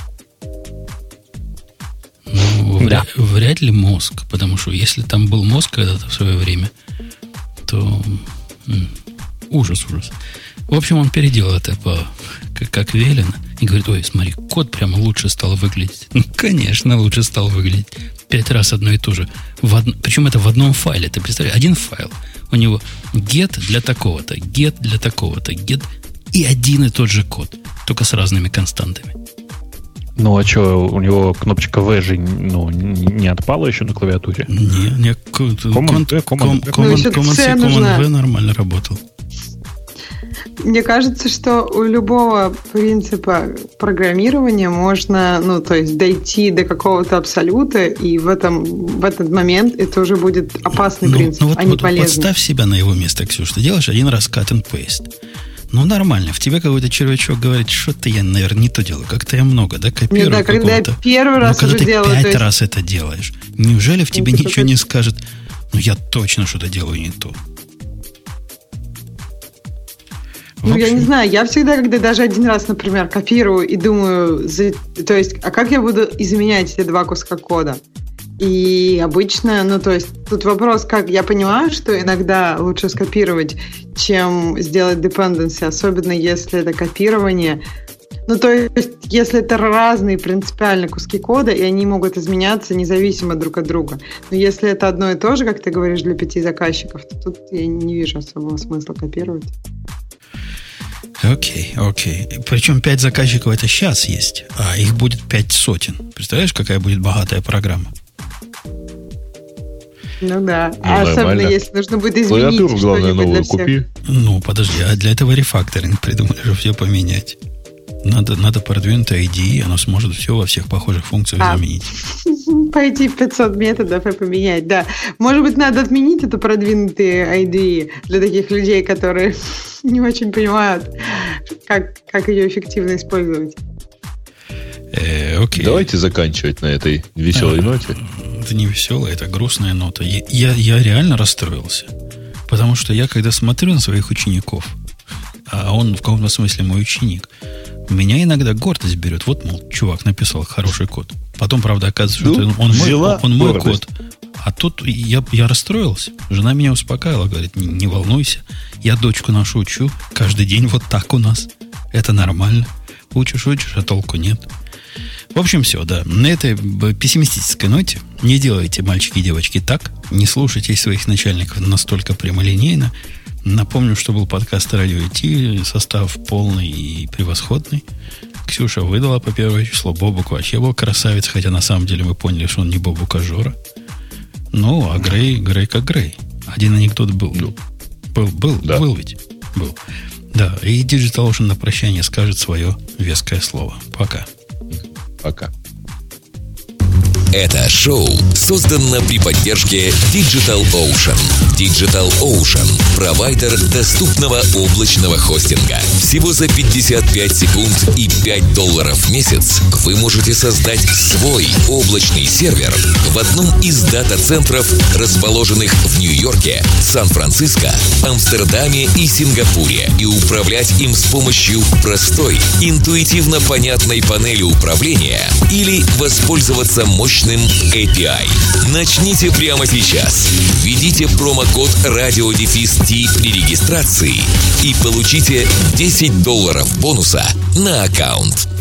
Ну, да. вряд, вряд ли мозг, потому что если там был мозг когда-то в свое время, то м, ужас, ужас. В общем, он переделал это по, как, как велено и говорит: ой, смотри, код прямо лучше стал выглядеть. Ну, конечно, лучше стал выглядеть. Пять раз одно и то же. В од... Причем это в одном файле. Ты представляешь, один файл. У него get для такого-то, get для такого-то, get и один и тот же код, только с разными константами. Ну, а что, у него кнопочка V же ну, не отпала еще на клавиатуре? Не, не. Command-C, Command-V нормально работал. Мне кажется, что у любого принципа программирования можно, ну, то есть дойти до какого-то абсолюта, и в, этом, в этот момент это уже будет опасный ну, принцип, ну, вот, а не вот, полезный. Подставь себя на его место, Ксюша. Ты делаешь один раз cut and paste. Ну, нормально. В тебе какой-то червячок говорит, что-то я, наверное, не то делаю. Как-то я много, да, копирую. Нет, да, когда я первый раз Но уже когда делаю. ты пять есть... раз это делаешь, неужели в тебе ну, ничего как... не скажет, ну, я точно что-то делаю не то? Ну, я не знаю, я всегда, когда даже один раз, например, копирую и думаю, за... то есть, а как я буду изменять эти два куска кода? И обычно, ну, то есть, тут вопрос, как я понимаю, что иногда лучше скопировать, чем сделать dependency, особенно если это копирование. Ну, то есть, если это разные принципиально куски кода, и они могут изменяться независимо друг от друга. Но если это одно и то же, как ты говоришь, для пяти заказчиков, то тут я не вижу особого смысла копировать. Окей, okay, окей. Okay. Причем пять заказчиков это сейчас есть, а их будет пять сотен. Представляешь, какая будет богатая программа? Ну да. Ну, а нормально. особенно если нужно будет изменить клавиатуру, главное, что-нибудь новую для всех. купи. Ну, подожди, а для этого рефакторинг придумали, чтобы все поменять. Надо, надо продвинутое ай ди и, оно сможет все во всех похожих функциях а. заменить. Пойти пятьсот методов и поменять, да. Может быть, надо отменить эту продвинутые ай ди и для таких людей, которые не очень понимают, как, как ее эффективно использовать. Э, окей. Давайте заканчивать на этой веселой а, ноте. Это не веселая, это грустная нота. Я, я, я реально расстроился. Потому что я, когда смотрю на своих учеников, а он в каком-то смысле мой ученик, меня иногда гордость берет. Вот, мол, чувак написал хороший код. Потом, правда, оказывается, ну, что он, он мой, он, он мой код. А тут я, я расстроился. Жена меня успокаивала, говорит, не, не волнуйся. Я дочку нашу учу. Каждый день вот так у нас. Это нормально. Учишь, учишь, а толку нет. В общем, все, да. На этой пессимистической ноте не делайте, мальчики и девочки, так. Не слушайте своих начальников настолько прямолинейно. Напомню, что был подкаст «Радио ай ти», состав полный и превосходный. Ксюша выдала по первое число. Бобук вообще был красавец, хотя на самом деле мы поняли, что он не Бобук, а Жора. Ну, а Грей, Грей как Грей. Один анекдот был. Был, был, был, да. был ведь. Был. Да, и DigitalOcean на прощание скажет свое веское слово. Пока. Пока. Это шоу создано при поддержке DigitalOcean. DigitalOcean – провайдер доступного облачного хостинга. Всего за пятьдесят пять секунд и пять долларов в месяц вы можете создать свой облачный сервер в одном из дата-центров, расположенных в Нью-Йорке, Сан-Франциско, Амстердаме и Сингапуре, и управлять им с помощью простой, интуитивно понятной панели управления или воспользоваться мощным эй пи ай. Начните прямо сейчас. Введите промокод радиодефис-ти при регистрации и получите десять долларов бонуса на аккаунт.